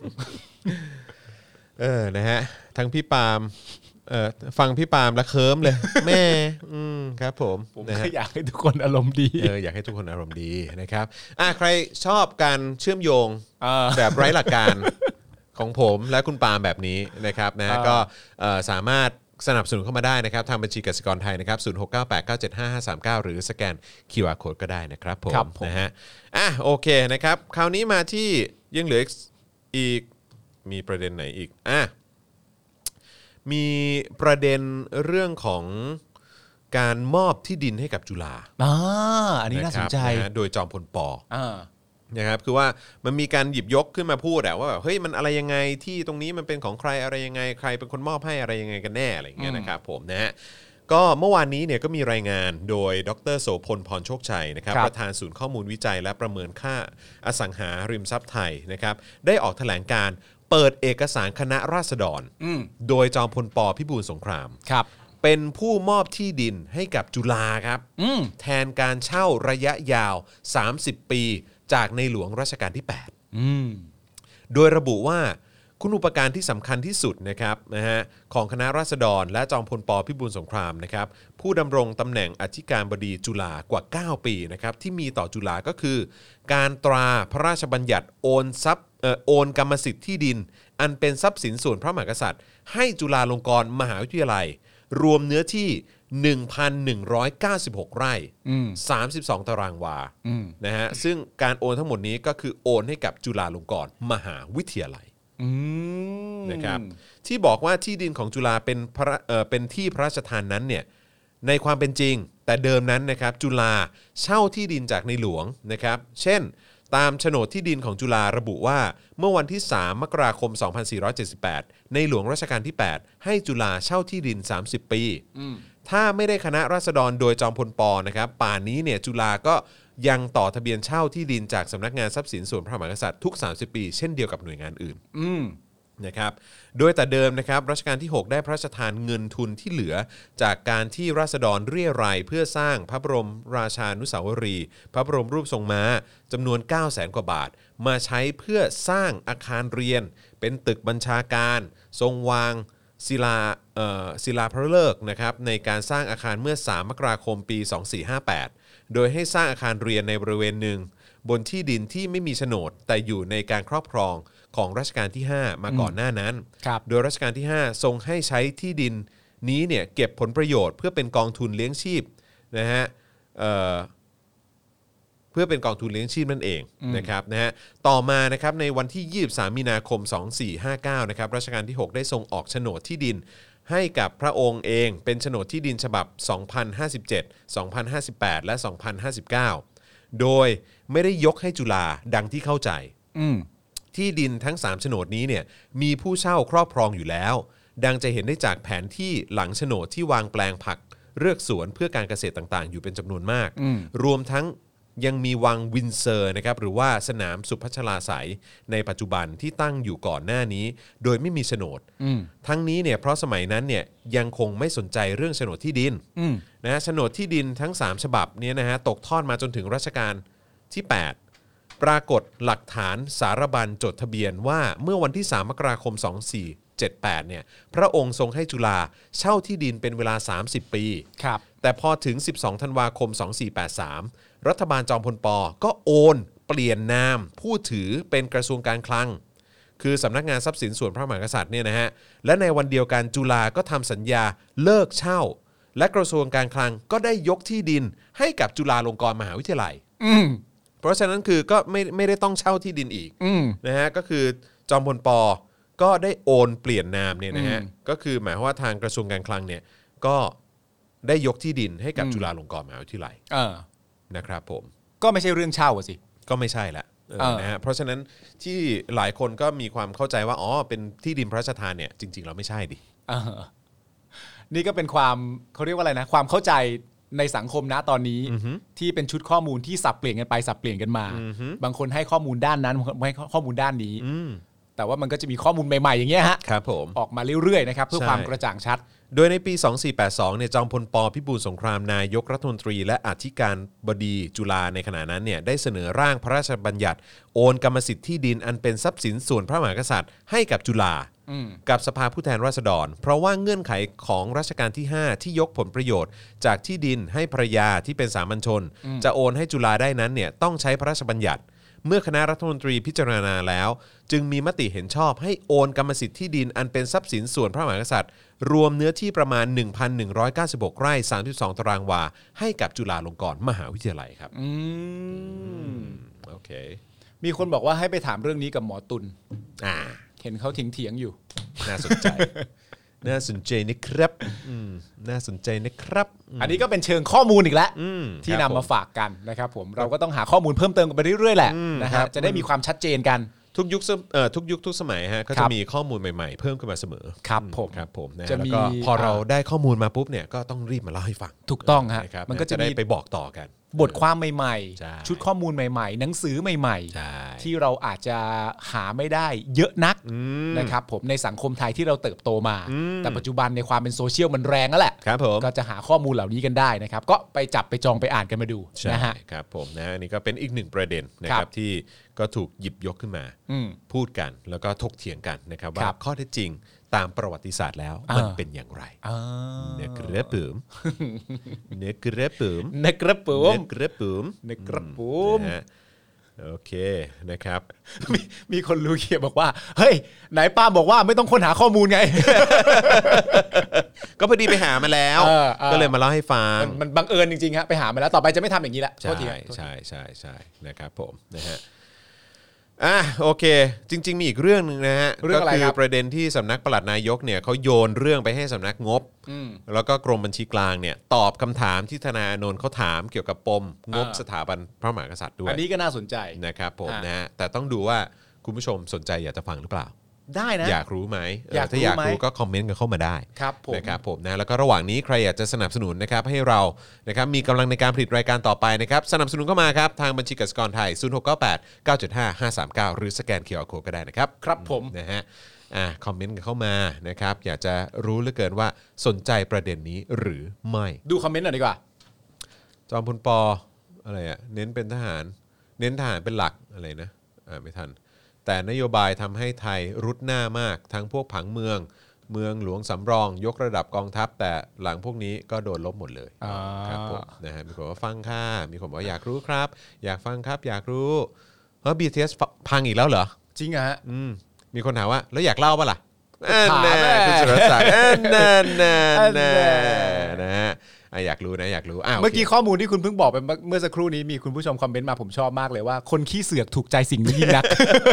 เออนะฮะทั้งพี่ปาล์มเอ่อฟังพี่ปาล์มแล้วเคิร์มเลยแม่อืมครับผมผมก็อยากให้ทุกคนอารมณ์ดีเอออยากให้ทุกคนอารมณ์ดีนะครับอ่ะใครชอบการเชื่อมโยงแบบไร้หลักการของผมและคุณปาล์มแบบนี้นะครับนะก็สามารถสนับสนุนเข้ามาได้นะครับทางบัญชีกสิกรไทยนะครับศูนย์ หก เก้า แปด เก้า เจ็ด ห้า ห้า สาม เก้าหรือสแกน คิว อาร์ Code ก็ได้นะครับผมนะฮะอ่ะโอเคนะครับคราวนี้มาที่ยังเหลืออีกมีประเด็นไหนอีกอ่ะมีประเด็นเรื่องของการมอบที่ดินให้กับจุฬาอ่าอันนี้น่าสนใจนะโดยจอมพลป.อ่านะครับคือว่ามันมีการหยิบยกขึ้นมาพูดอะว่าแบบเฮ้ยมันอะไรยังไงที่ตรงนี้มันเป็นของใครอะไรยังไงใครเป็นคนมอบให้อะไรยังไงกันแน่อะไรอย่างเงี้ยนะครับผมนะฮะก็เมื่อวานนี้เนี่ยก็มีรายงานโดยดร.โสพลพรโชคชัยนะครับประธานศูนย์ข้อมูลวิจัยและประเมินค่าอสังหาริมทรัพย์ไทยนะครับได้ออกแถลงการเปิดเอกสารคณะราษฎรโดยจอมพลป.พิบูลสงครามครับเป็นผู้มอบที่ดินให้กับจุฬาครับแทนการเช่าระยะยาวสามสิบปีจากในหลวงรัชกาลที่แปดโดยระบุว่าคุณูปการที่สำคัญที่สุดนะครับนะฮะของคณะราษฎรและจอมพลป.พิบูลสงครามนะครับผู้ดำรงตำแหน่งอธิการบดีจุฬากว่าเก้าปีนะครับที่มีต่อจุฬาก็คือการตราพระราชบัญญัติโอนทรัพย์เอ่อโอนกรรมสิทธิ์ที่ดินอันเป็นทรัพย์สินส่วนพระมหากษัตริย์ให้จุฬาลงกรณ์มหาวิทยาลัยรวมเนื้อที่ หนึ่งพันหนึ่งร้อยเก้าสิบหก ไร่สามสิบสองตารางวานะฮะซึ่งการโอนทั้งหมดนี้ก็คือโอนให้กับจุฬาลงกรณ์มหาวิทยาลัยนะครับที่บอกว่าที่ดินของจุฬาเป็นพระเอ่อเป็นที่พระราชทานนั้นเนี่ยในความเป็นจริงแต่เดิมนั้นนะครับจุฬาเช่าที่ดินจากในหลวงนะครับเช่นตามโฉนดที่ดินของจุฬาระบุว่าเมื่อวันที่สามมกราคมสองพันสี่ร้อยเจ็ดสิบแปดในหลวงรัชกาลที่แปดให้จุฬาเช่าที่ดินสามสิบปีถ้าไม่ได้คณะราษฎรโดยจอมพลป.นะครับป่านนี้เนี่ยจุฬาก็ยังต่อทะเบียนเช่าที่ดินจากสำนักงานทรัพย์สินส่วนพระมหากษัตริย์ทุกสามสิบปีเช่นเดียวกับหน่วยงานอื่นนะครับโดยแต่เดิมนะครับรัชกาลที่หกได้พระราชทานเงินทุนที่เหลือจากการที่ราษฎรเรี่ยรัยเพื่อสร้างพระบรมราชานุสาวรีย์พระบรมรูปทรงม้าจำนวน เก้าแสน กว่าบาทมาใช้เพื่อสร้างอาคารเรียนเป็นตึกบัญชาการทรงวางศิลาเอ่อศิลาพระฤกษ์นะครับในการสร้างอาคารเมื่อสามมกราคมปีสองพันสี่ร้อยห้าสิบแปดโดยให้สร้างอาคารเรียนในบริเวณหนึ่งบนที่ดินที่ไม่มีโฉนดแต่อยู่ในการครอบครองของรัชกาลที่ห้ามาก่อนหน้านั้นโดยรัชกาลที่ห้าทรงให้ใช้ที่ดินนี้เนี่ยเก็บผลประโยชน์เพื่อเป็นกองทุนเลี้ยงชีพนะฮะเพื่อเป็นกองทุนเลี้ยงชีพนั่นเองนะครับนะฮะต่อมานะครับในวันที่ยี่สิบสามมีนาคมสองพันสี่ร้อยห้าสิบเก้านะครับรัชกาลที่หกได้ทรงออกโฉนดที่ดินให้กับพระองค์เองเป็นโฉนดที่ดินฉบับสองพันห้าสิบเจ็ด สองพันห้าสิบแปดและสองพันห้าสิบเก้าโดยไม่ได้ยกให้จุฬาดังที่เข้าใจที่ดินทั้งสามโฉนดนี้เนี่ยมีผู้เช่าครอบครองอยู่แล้วดังจะเห็นได้จากแผนที่หลังโฉนดที่วางแปลงผักเลือกสวนเพื่อการเกษตรต่างๆอยู่เป็นจำนวนมากรวมทั้งยังมีวังวินเซอร์นะครับหรือว่าสนามสุพัชลาไสยในปัจจุบันที่ตั้งอยู่ก่อนหน้านี้โดยไม่มีโฉนดทั้งนี้เนี่ยเพราะสมัยนั้นเนี่ยยังคงไม่สนใจเรื่องโฉนดที่ดินนะฮะโฉนดที่ดินทั้งสามฉบับนี้นะฮะตกทอดมาจนถึงรัชกาลที่แปดปรากฏหลักฐานสารบัญจดทะเบียนว่าเมื่อวันที่สามมกราคมสองพันสี่ร้อยเจ็ดสิบแปดเนี่ยพระองค์ทรงให้จุฬาเช่าที่ดินเป็นเวลาสามสิบปีครับแต่พอถึงสิบสองธันวาคมสองพันสี่ร้อยแปดสิบสามรัฐบาลจอมพลป.ก็โอนเปลี่ยนนามผู้ถือเป็นกระทรวงการคลังคือสำนักงานทรัพย์สินส่วนพระมหากษัตริย์เนี่ยนะฮะและในวันเดียวกันจุฬาก็ทำสัญญาเลิกเช่าและกระทรวงการคลังก็ได้ยกที่ดินให้กับจุฬาลงกรณ์มหาวิทยาลัยเพราะฉะนั้นคือก็ไม่ไม่ได้ต้องเช่าที่ดินอีกนะฮะก็คือจอมพลป.ก็ได้โอนเปลี่ยนนามเนี่ยนะฮะก็คือหมายความว่าทางกระทรวงการคลังเนี่ยก็ได้ยกที่ดินให้กับจุฬาลงกรณ์มหาวิทยาลัยนะครับผมก็ไม่ใช่เรื่องเช่าสิก็ไม่ใช่ละนะฮะเพราะฉะนั้นที่หลายคนก็มีความเข้าใจว่าอ๋อเป็นที่ดินพระราชทานเนี่ยจริงๆเราไม่ใช่ดินี่ก็เป็นความเขาเรียกว่าอะไรนะความเข้าใจในสังคมณตอนนี้ที่เป็นชุดข้อมูลที่สับเปลี่ยนกันไปสับเปลี่ยนกันมาบางคนให้ข้อมูลด้านนั้นบางคนให้ข้อมูลด้านนี้แต่ว่ามันก็จะมีข้อมูลใหม่ๆอย่างเงี้ยฮะครับผมออกมาเรื่อยๆนะครับเพื่อความกระจ่างชัดโดยในปีสองพันสี่ร้อยแปดสิบสองเนี่ยจอมพลป.พิบูลสงครามนายกรัฐมนตรีและอธิการบดีจุฬาในขณะนั้นเนี่ยได้เสนอร่างพระราชบัญญัติโอนกรรมสิทธิ์ที่ดินอันเป็นทรัพย์สินส่วนพระมหากษัตริย์ให้กับจุฬากับสภาผู้แทนราษฎรเพราะว่าเงื่อนไขของรัชกาลที่ห้าที่ยกผลประโยชน์จากที่ดินให้ภรรยาที่เป็นสามัญชนจะโอนให้จุฬาได้นั้นเนี่ยต้องใช้พระราชบัญญัติเมื่อคณะรัฐมนตรีพิจารณาแล้วจึงมีมติเห็นชอบให้โอนกรรมสิทธิ์ที่ดินอันเป็นทรัพย์สินส่วนพระมหากษัตริย์รวมเนื้อที่ประมาณ หนึ่งพันหนึ่งร้อยเก้าสิบหก ไร่สามสิบสองตารางวาให้กับจุฬาลงกรณ์มหาวิทยาลัยครับอืมโอเคมีคนบอกว่าให้ไปถามเรื่องนี้กับหมอตุลอ่าเห็นเขาเถียงๆอยู่น่าสนใจน่าสนใจนะครับน่าสนใจนะครับอันนี้ก็เป็นเชิงข้อมูลอีกแล้วที่นำมาฝากกันนะครับผมเราก็ต้องหาข้อมูลเพิ่มเติมกันไปเรื่อยๆแหละนะฮะจะได้มีความชัดเจนกันทุกยุคเอ่อทุกยุคทุกสมัยฮะก็จะมีข้อมูลใหม่ๆเพิ่มขึ้นมาเสมอครับผมครับผมนะแล้วก็พอเราได้ข้อมูลมาปุ๊บเนี่ยก็ต้องรีบมาเล่าให้ฟังถูกต้องฮะมันก็จะได้ไปบอกต่อกันบทความใหม่ๆชุดข้อมูลใหม่ๆหนังสือใหม่ๆที่เราอาจจะหาไม่ได้เยอะนักนะครับผมในสังคมไทยที่เราเติบโตมาแต่ปัจจุบันในความเป็นโซเชียลมันแรงแล้วแหละก็จะหาข้อมูลเหล่านี้กันได้นะครับก็ไปจับไปจองไปอ่านกันมาดูนะฮะครับผมนะนี่ก็เป็นอีกหนึ่งประเด็นนะครับที่ก็ถูกหยิบยกขึ้นมาพูดกันแล้วก็ถกเถียงกันนะครับว่าข้อเท็จจริงตามประวัติศาสตร์แล้วมันเป็นอย่างไรเนกระปุมเนกระปุมเนกระปุมเนกระปุมเนกระปุมโอเคนะครับมีมีคนรู้เขียนบอกว่าเฮ้ยไหนป้าบอกว่าไม่ต้องค้นหาข้อมูลไงก็พอดีไปหามาแล้วก็เลยมาเล่าให้ฟังมันบังเอิญจริงๆครับไปหามาแล้วต่อไปจะไม่ทำอย่างนี้ละใช่ใช่ใช่ใช่นะครับผมนะฮะอ่ะโอเคจริงๆมีอีกเรื่องนึงนะฮะก็คือประเด็นที่สำนักปลัดนายกเนี่ยเขาโยนเรื่องไปให้สำนักงบแล้วก็กรมบัญชีกลางเนี่ยตอบคำถามที่ธนาโนนเขาถามเกี่ยวกับปมงบสถาบันพระมหากษัตริย์ด้วยอันนี้ก็น่าสนใจนะครับผมนะฮะแต่ต้องดูว่าคุณผู้ชมสนใจอยากจะฟังหรือเปล่าได้นะอยากรู้ไหมถ้าอยากรู้ก็คอมเมนต์กันเข้ามาได้ครับผมนะครับผมนะแล้วก็ระหว่างนี้ใครอยากจะสนับสนุนนะครับให้เรานะครับมีกำลังในการผลิตรายการต่อไปนะครับสนับสนุนเข้ามาครับทางบัญชีกสิกรไทยศูนย์ หก เก้า แปด เก้า เจ็ด ห้า ห้า สาม เก้าหรือสแกน คิว อาร์ Code ก็ได้นะครับครับผมนะฮะอ่าคอมเมนต์กันเข้ามานะครับอยากจะรู้เหลือเกินว่าสนใจประเด็นนี้หรือไม่ดูคอมเมนต์หน่อยดีกว่าจอมพลปอะไรอ่ะเน้นเป็นทหารเน้นทหารเป็นหลักอะไรนะอ่าไม่ทันแต่นโยบายทำให้ไทยรุดหน้ามากทั้งพวกผังเมืองเมืองหลวงสำรองยกระดับกองทัพแต่หลังพวกนี้ก็โดนลบหมดเลยครับผมนะฮะมีคนว่าฟังค่ะมีคนบอกอยากรู้ครับอยากฟังครับอยากรู้เฮ้ย บี ที เอส พังอีกแล้วเหรอจริงอะฮะอืมมีคนถามว่าแล้วอยากเล่าป่ะล่ะแน่คุณสุรศักดิ์แน่แน่แน่นะฮะอ่ะอยากรู้นะอยากรู้อ่ะเมื่อกี้ข้อมูลที่คุณเพิ่งบอกไปเมื่อสักครู่นี้มีคุณผู้ชมคอมเมนต์มาผมชอบมากเลยว่าคนขี้เสือกถูกใจสิ่งนี้ยิ่งนัก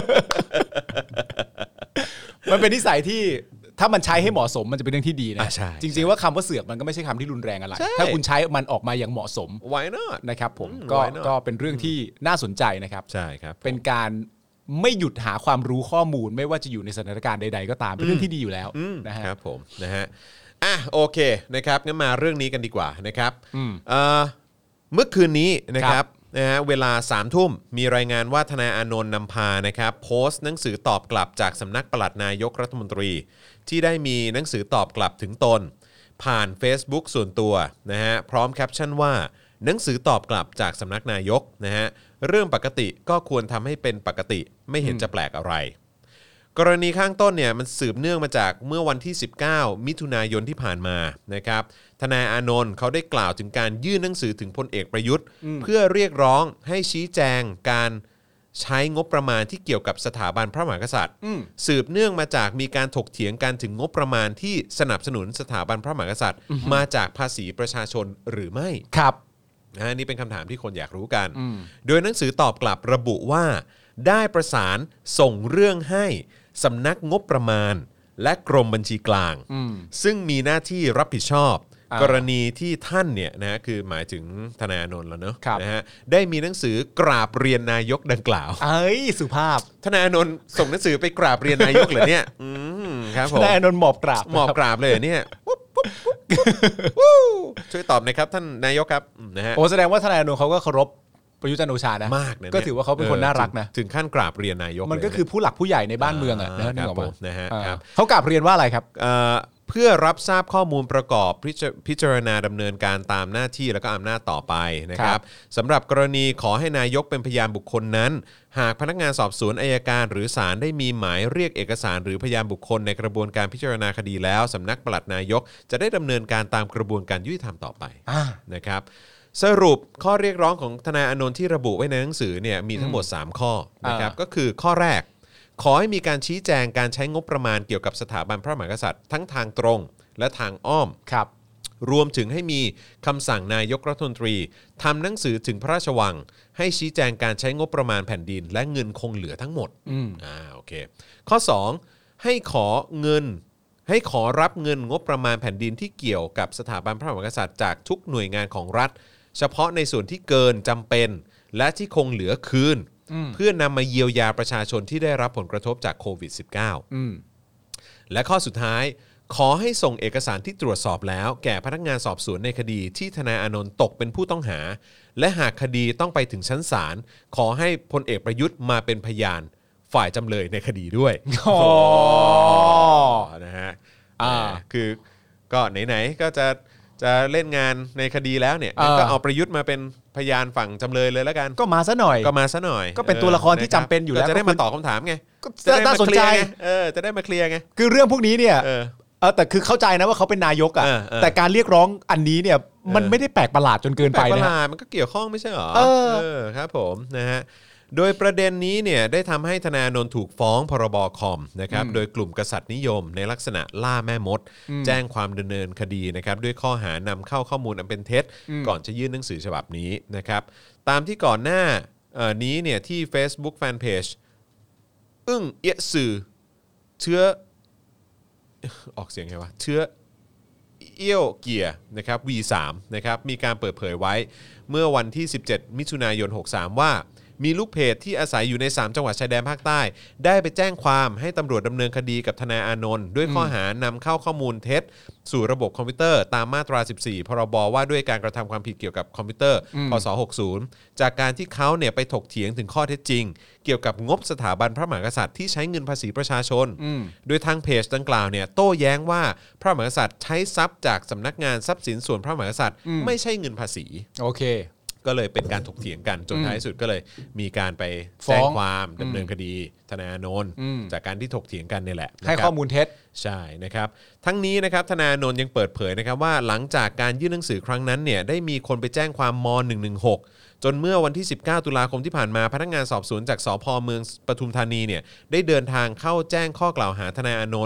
มันเป็นนิสัยที่ถ้ามันใช้ให้เหมาะสมมันจะเป็นเรื่องที่ดีนะอ่ะใช่จริงๆว่าคำว่าเสือกมันก็ไม่ใช่คำที่รุนแรงอะไรใช่ถ้าคุณใช้มันออกมาอย่างเหมาะสม why not นะครับผมอืมก็ why not ก็เป็นเรื่องที่น่าสนใจนะครับใช่ครับเป็นการไม่หยุดหาความรู้ข้อมูลไม่ว่าจะอยู่ในสถานการณ์ใดๆก็ตามเป็นเรื่องที่ดีอยู่แล้วนะฮะครับผมนะฮะอ่ะโอเคนะครับงั้นมาเรื่องนี้กันดีกว่านะครับอืมเอ่อเมื่อคืนนี้นะคครัรับบ นะฮะเวลาสามทุ่มมีรายงานว่าทนายอานนท์นำพานะครับโพสต์หนังสือตอบกลับจากสำนักปลัดนายกรัฐมนตรี ที่ได้มีหนังสือตอบกลับถึงตน ผ่าน Facebook ส่วนตัวนะฮะพร้อมแคปชั่นว่าหนังสือตอบกลับจากสำนักนายกนะฮะเรื่องปกติก็ควรทำให้เป็นปกติไม่เห็นจะแปลกอะไร กรณีข้างต้นเนี่ยมันสืบเนื่องมาจากเมื่อวันที่สิบเก้ามิถุนายนที่ผ่านมานะครับทนายอานนท์เขาได้กล่าวถึงการยื่นหนังสือถึงพลเอกประยุทธ์ เพื่อเรียกร้องให้ชี้แจงการใช้งบประมาณที่เกี่ยวกับสถาบันพระมหากษัตริย์ สืบเนื่องมาจากมีการถกเถียงกันถึงงบประมาณที่สนับสนุนสถาบันพระมหากษัตริย์ มาจากภาษีประชาชนหรือไม่ครับนะฮะนี่เป็นคำถามที่คนอยากรู้กัน โดยหนังสือตอบกลับระบุว่าได้ประสานส่งเรื่องให้สำนักงบประมาณและกรมบัญชีกลาง ซึ่งมีหน้าที่รับผิดชอบอ่ากรณีที่ท่านเนี่ยนะคือหมายถึงธนาโนนท์แล้วเนอะครับนะฮะได้มีหนังสือกราบเรียนนายกดังกล่าวเอ้ยสุภาพธนาโนนท์ส่งหนังสือไปกราบเรียนนายกเหรอเนี่ยอืมครับผมนายอานนท์หมอบกราบหมอบกราบเลยเหรอเนี่ยปุ๊บปุ๊บปุ๊บวู้ช่วยตอบหน่อยครับท่านนายกครับอืมนะฮะโอ้แสดงว่าทนายอานนท์เขาก็เคารพประยุทธ์จันทร์โอชานะมากนะก็ถือว่าเขาเป็นคนน่ารักนะถึงขั้นกราบเรียนนายกมันก็เลยะคือผู้หลักผู้ใหญ่ในบ้านเมืองอะอ่านะนึกออกคมารับผมนะฮะอ่าครับเขากลับเรียนว่าอะไรครับเอ่อเพื่อรับทราบข้อมูลประกอบพิจพิจารณาดำเนินการตามหน้าที่และก็อำนาจต่อไปนะคครัรับบ สำหรับกรณีขอให้นายกเป็นพยานบุคคลนั้น หากพนักงานสอบสวนอัยการหรือศาลได้มีหมายเรียกเอกสารหรือพยานบุคคลในกระบวนการพิจารณาคดีแล้วสำนักปลัดนายกจะได้ดำเนินการตามกระบวนการยุติธรรมต่อไปอ่านะครับสรุปข้อเรียกร้องของทนายอานนท์ที่ระบุไว้ในหนังสือเนี่ยมีทั้งหมดสามข้อนะครับอ่าก็คือข้อแรก ขอให้มีการชี้แจงการใช้งบประมาณเกี่ยวกับสถาบันพระมหากษัตริย์ทั้งทางตรงและทางอ้อมครับรวมถึงให้มีคำสั่งนายกรัฐมนตรีทำหนังสือถึงพระราชวัง ให้ชี้แจงการใช้งบประมาณแผ่นดิน และเงินคงเหลือทั้งหมดอืมอ่าโอเคข้อ สอง ให้ขอเงินให้ขอรับเงินงบประมาณแผ่นดินที่เกี่ยวกับสถาบันพระมหากษัตริย์จากทุกหน่วยงานของรัฐ เฉพาะในส่วนที่เกินจำเป็น และที่คงเหลือคืน เพื่อนำมาเยียวยาประชาชนที่ได้รับผลกระทบจากโควิด สิบเก้าอืมและข้อสุดท้ายขอให้ส่งเอกสารที่ตรวจสอบแล้วแก่พนักงานสอบสวนในคดีที่ทนายอานนท์ตกเป็นผู้ต้องหา และหากคดีต้องไปถึงชั้นศาลขอให้พลเอกประยุทธ์มาเป็นพยานฝ่ายจำเลยในคดีด้วยอ๋อนะฮะอ่านะคือก็ไหนๆก็จะจะเล่นงานในคดีแล้วเนี่ยเออก็เอาประยุทธ์มาเป็นพยานฝั่งจำเลยเลยแล้วกันก็มาซะหน่อยก็มาซะหน่อยก็เป็นตัวละครที่จำเป็นอยู่แล้วก็จะได้ก็คุมาณตอบคำถามไงก็จะได้น่ามาสนเคลีใจยร์ไงเออจะได้มาเคลียร์ไงคือเรื่องพวกนี้เนี่ยเออเออแต่คือเข้าใจนะว่าเขาเป็นนายกอ่ะเออเออแต่การเรียกร้องอันนี้เนี่ย มันไม่ได้แปลกประหลาดจนเกินแปลไปกประนะหฮะลาดมันก็เกี่ยวข้องไม่ใช่หรอเออครับผมนะฮะโดยประเด็นนี้เนี่ยได้ทำให้ธนาโนนถูกฟ้องพรบคอมนะครับโดยกลุ่มกษัตริย์นิยมในลักษณะล่าแม่มด แจ้งความดำเนินคดีนะครับด้วยข้อหานำเข้าข้อมูลอันเป็นเท็จ ก่อนจะยื่นหนังสือฉบับนี้นะครับตามที่ก่อนหน้าเอ่อนี้เนี่ยที่ Facebook Fanpage อึ้งเอียสื่อเชื้อออกเสียงไงวะเชื้อ เอี้ยวเกียร์นะครับ วี สาม นะครับมีการเปิดเผยไว้เมื่อวันที่สิบเจ็ดมิถุนายนหกสามว่ามีลูกเพจที่อาศัยอยู่ในสามจังหวัดชายแดนภาคใต้ได้ไปแจ้งความให้ตำรวจดำเนินคดีกับทนายอานนท์ด้วยข้อหานำเข้าข้อมูลเท็จสู่ระบบคอมพิวเตอร์ตามมาตราสิบสี่พรบว่าด้วยการกระทำความผิดเกี่ยวกับคอมพิวเตอร์พศหกสิบจากการที่เขาเนี่ยไปถกเถียงถึงข้อเท็จจริง เกี่ยวกับงบสถาบันพระมหากษัตริย์ที่ใช้เงินภาษีประชาชนโดยทางเพจดังกล่าวเนี่ยโต้แย้งว่าพระมหากษัตริย์ใช้ทรัพย์จากสำนักงานทรัพย์สินส่วนพระมหากษัตริย์ไม่ใช่เงินภาษีโอเคก็เลยเป็นการถกเถียงกันจนท้ายสุดก็เลยมีการไปฟ้องแจ้งความดำเนินคดีธนาโนนท์จากการที่ถกเถียงกันนี่แหละให้นะครับข้อมูลเท็จใช่นะครับทั้งนี้นะครับธนาโนนท์ยังเปิดเผยนะครับว่าหลังจากการยื่นหนังสือครั้งนั้นเนี่ยได้มีคนไปแจ้งความม หนึ่งหนึ่งหก จนเมื่อวันที่สิบเก้าตุลาคมที่ผ่านมาพนักงานสอบสวนจากสภเมืองปทุมธานีเนี่ยได้เดินทางเข้าแจ้งข้อกล่าวหาธนาอานนท์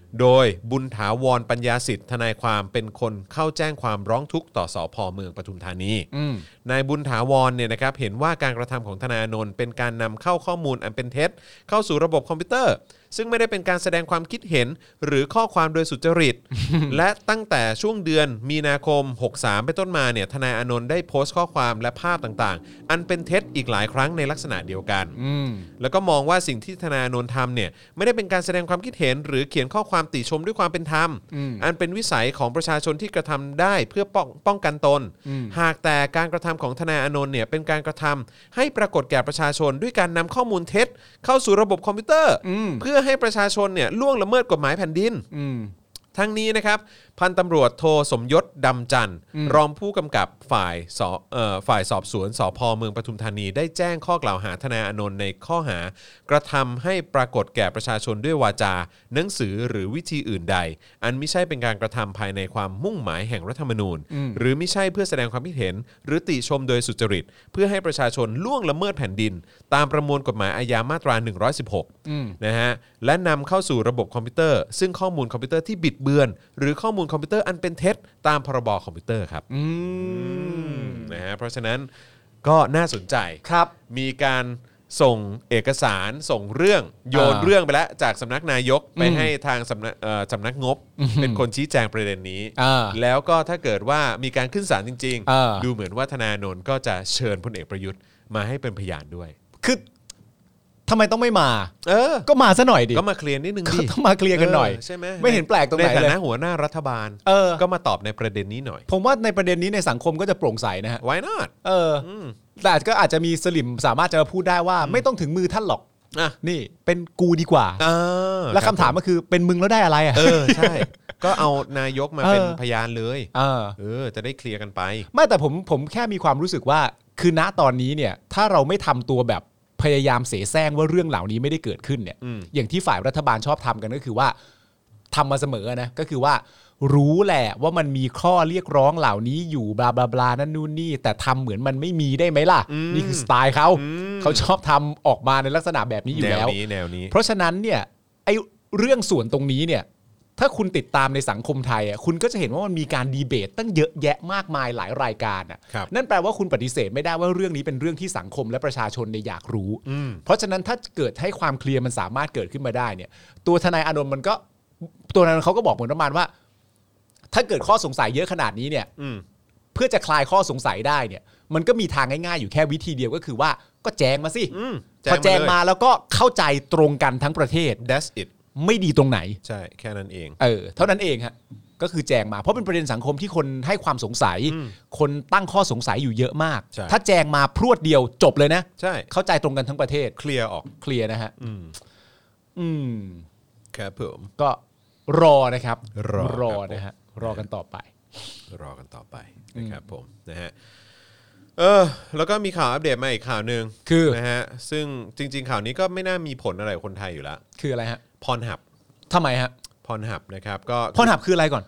โดยบุญถาวรปัญญาสิทธิ์ทนายความเป็นคนเข้าแจ้งความร้องทุกข์ต่อสภ.เมืองปทุมธานีนายบุญถาวรเนี่ยนะครับเห็นว่าการกระทำของธนาโนนเป็นการนำเข้าข้อมูลอันเป็นเท็จเข้าสู่ระบบคอมพิวเตอร์ซึ่งไม่ได้เป็นการแสดงความคิดเห็นหรือข้อความโดยสุจริต และตั้งแต่ช่วงเดือนมีนาคมหกสามเป็นต้นมาเนี่ยทนายอานนท์ได้โพสต์ข้อความและภาพต่างๆอันเป็นเท็จอีกหลายครั้งในลักษณะเดียวกันแล้วก็มองว่าสิ่งที่ทนายอานนท์ทำเนี่ยไม่ได้เป็นการแสดงความคิดเห็นหรือเขียนข้อความติชมด้วยความเป็นธรรมอันเป็นวิสัยของประชาชนที่กระทำได้เพื่อป้องป้องกันตนหากแต่การกระทำของทนายอานนท์เนี่ยเป็นการกระทำให้ปรากฏแก่ประชาชนด้วยการนำข้อมูลเท็จเข้าสู่ระบบคอมพิวเตอร์เพื่อให้ประชาชนเนี่ยล่วงละเมิดกฎหมายแผ่นดินทั้งนี้นะครับพันตำรวจโทสมยศดำจันทร์รองผู้กำกับฝ่ายสเอ่อฝ่ายสอบสวนสภ.เมืองปทุมธานีได้แจ้งข้อกล่าวหาทนายอานนท์ในข้อหากระทำให้ปรากฏแก่ประชาชนด้วยวาจาหนังสือหรือวิธีอื่นใดอันไม่ใช่เป็นการกระทำภายในความมุ่งหมายแห่งรัฐธรรมนูญหรือไม่ใช่เพื่อแสดงความคิดเห็นหรือติชมโดยสุจริตเพื่อให้ประชาชนล่วงละเมิดแผ่นดินตามประมวลกฎหมายอาญามาตราหนึ่งร้อยสิบหกนะฮะและนำเข้าสู่ระบบคอมพิวเตอร์ซึ่งข้อมูลคอมพิวเตอร์ที่บิดเบือนหรือข้อมูลคอมพิวเตอร์อันเป็นเท็จตามพรบคอมพิวเตอร์ครับนะฮะเพราะฉะนั้นก็น่าสนใจครับมีการส่งเอกสารส่งเรื่องโยนเรื่องไปแล้วจากสำนักนายกไปให้ทางสำนักสำนักงบเป็นคนชี้แจงประเด็นนี้แล้วก็ถ้าเกิดว่ามีการขึ้นศาลจริงๆดูเหมือนว่าธนาโนนก็จะเชิญพลเอกประยุทธ์มาให้เป็นพยานด้วยคือทำไมต้องไม่มาเออก็มาซะหน่อยดิก็มาเคลียร์นิดนึงดิต้องมาเคลียร์กันหน่อยใช่ไหมไม่เห็นแปลกตรงไหนเลยในฐานะหัวหน้ารัฐบาลก็มาตอบในประเด็นนี้หน่อยผมว่าในประเด็นนี้ในสังคมก็จะโปร่งใสนะฮะ Why not เออแต่ก็อาจจะมีสลิมสามารถจะพูดได้ว่าไม่ต้องถึงมือท่านหรอกนี่เป็นกูดีกว่าแล้วคำถามก็คือเป็นมึงแล้วได้อะไรอ่ะเออใช่ก็เอานายกมาเป็นพยานเลยเออจะได้เคลียร์กันไปไม่แต่ผมผมแค่มีความรู้สึกว่าคือณตอนนี้เนี่ยถ้าเราไม่ทำตัวแบบพยายามเสแสร้งว่าเรื่องเหล่านี้ไม่ได้เกิดขึ้นเนี่ยอย่างที่ฝ่ายรัฐบาลชอบทำกันก็คือว่าทำมาเสมอนะก็คือว่ารู้แหละว่ามันมีข้อเรียกร้องเหล่านี้อยู่บลาบลาบลานั่นนู่นนี่แต่ทำเหมือนมันไม่มีได้ไหมล่ะนี่คือสไตล์เขาเขาชอบทำออกมาในลักษณะแบบนี้อยู่แล้วแนวนี้แนวนี้เพราะฉะนั้นเนี่ยไอ้เรื่องส่วนตรงนี้เนี่ยถ้าคุณติดตามในสังคมไทยอ่ะคุณก็จะเห็นว่ามันมีการดีเบตตั้งเยอะแยะมากมายหลายรายการอ่ะนั่นแปลว่าคุณปฏิเสธไม่ได้ว่าเรื่องนี้เป็นเรื่องที่สังคมและประชาชนเนี่ยอยากรู้เพราะฉะนั้นถ้าเกิดให้ความเคลียร์มันสามารถเกิดขึ้นมาได้เนี่ยตัวทนายอานนท์มันก็ตัวนั้นเขาก็บอกเหมือนประมาณว่าถ้าเกิดข้อสงสัยเยอะขนาดนี้เนี่ยเพื่อจะคลายข้อสงสัยได้เนี่ยมันก็มีทางง่ายๆอยู่แค่วิธีเดียวก็คือว่าก็แจ้งมาสิพอแจ้งมาแล้วก็เข้าใจตรงกันทั้งประเทศ That's it ไม่ดีตรงไหนใช่แค่นั้นเองเออเท่านั้นเองฮะก็คือแจงมาเพราะเป็นประเด็นสังคมที่คนให้ความสงสัยคนตั้งข้อสงสัยอยู่เยอะมากถ้าแจงมาพรวดเดียวจบเลยนะใช่เข้าใจตรงกันทั้งประเทศเคลียร์ออกเคลียร์นะฮะอืมอืมครับผมก็รอนะครับรอรอนะฮะรอกันต่อไปรอกันต่อไปนะครับผมนะฮะเออแล้วก็มีข่าวอัปเดตมาอีกข่าวนึงคือนะฮะซึ่งจริงๆข่าวนี้ก็ไม่น่ามีผลอะไรกับคนไทยอยู่แล้วคืออะไรฮะพรหับทำไมฮะพรหับนะครับก็พรหับคืออะไรก่อน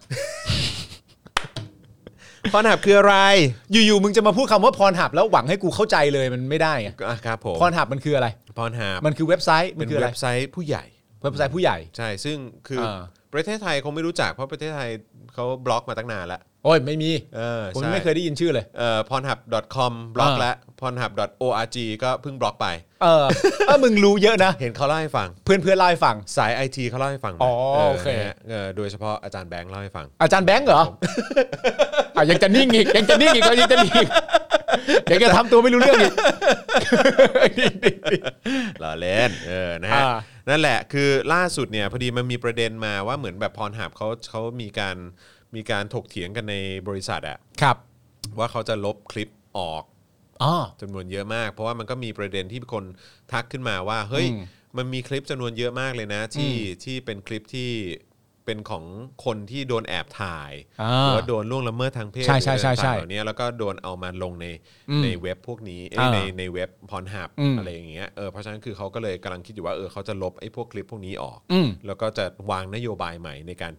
พรหับคืออะไรอยู่ๆมึงจะมาพูดคำว่าพรหับแล้วหวังให้กูเข้าใจเลยมันไม่ได้ไงครับผมพรหับมันคืออะไรพรหับมันคือเว็บไซต์มันคือเว็บไซต์ผู้ใหญ่เว็บไซต์ผู้ใหญ่ใช่ซึ่งคือประเทศไทยคงไม่รู้จักเพราะประเทศไทยเขาบล็อกมาตั้งนานแล้วโอ้ยไม่มีผมไม่เคยได้ยินชื่อเลยเอ่อ พรหับ ดอท คอม บล็อกแล้ว พรหับ ดอท โอ อาร์ จี ก็เพิ่งบล็อกไปเออเออมึงรู้เยอะนะเห็นเขาเล่าให้ฟังเพื่อนเพื่อนเล่าให้ฟังสาย ไอ ที เขาเล่าให้ฟังอ๋อโอเคเออโดยเฉพาะอาจารย์แบงค์เล่าให้ฟังอาจารย์แบงค์เหรออ่ะยังจะนิ่งอีกยังจะนิ่งอีกก็ยังจะนิ่งยังจะทำตัวไม่รู้เรื่องอีกล้อเล่นเออนะฮะนั่นแหละคือล่าสุดเนี่ยพอดีมันมีประเด็นมาว่าเหมือนแบบพรหับเขาเขามีการมีการถกเถียงกันในบริษัทอะครับว่าเขาจะลบคลิปออกอ๋อจำนวนเยอะมากเพราะว่ามันก็มีประเด็นที่คนทักขึ้นมาว่าเฮ้ยมันมีคลิปจำนวนเยอะมากเลยนะที่ที่เป็นคลิปที่เป็นของคนที่โดนแอบถ่ายหรือว่าโดนล่วงละเมิดทางเพศอะไรต่างๆเหล่านี้แล้วก็โดนเอามาลงในในเว็บพวกนี้ในในเว็บพรหับอะไรอย่างเงี้ยเออเพราะฉะนั้นคือเขาก็เลยกำลังคิดอยู่ว่าเออเขาจะลบไอ้พวกคลิปพวกนี้ออกแล้วก็จะวางนโยบายใหม่ในการที่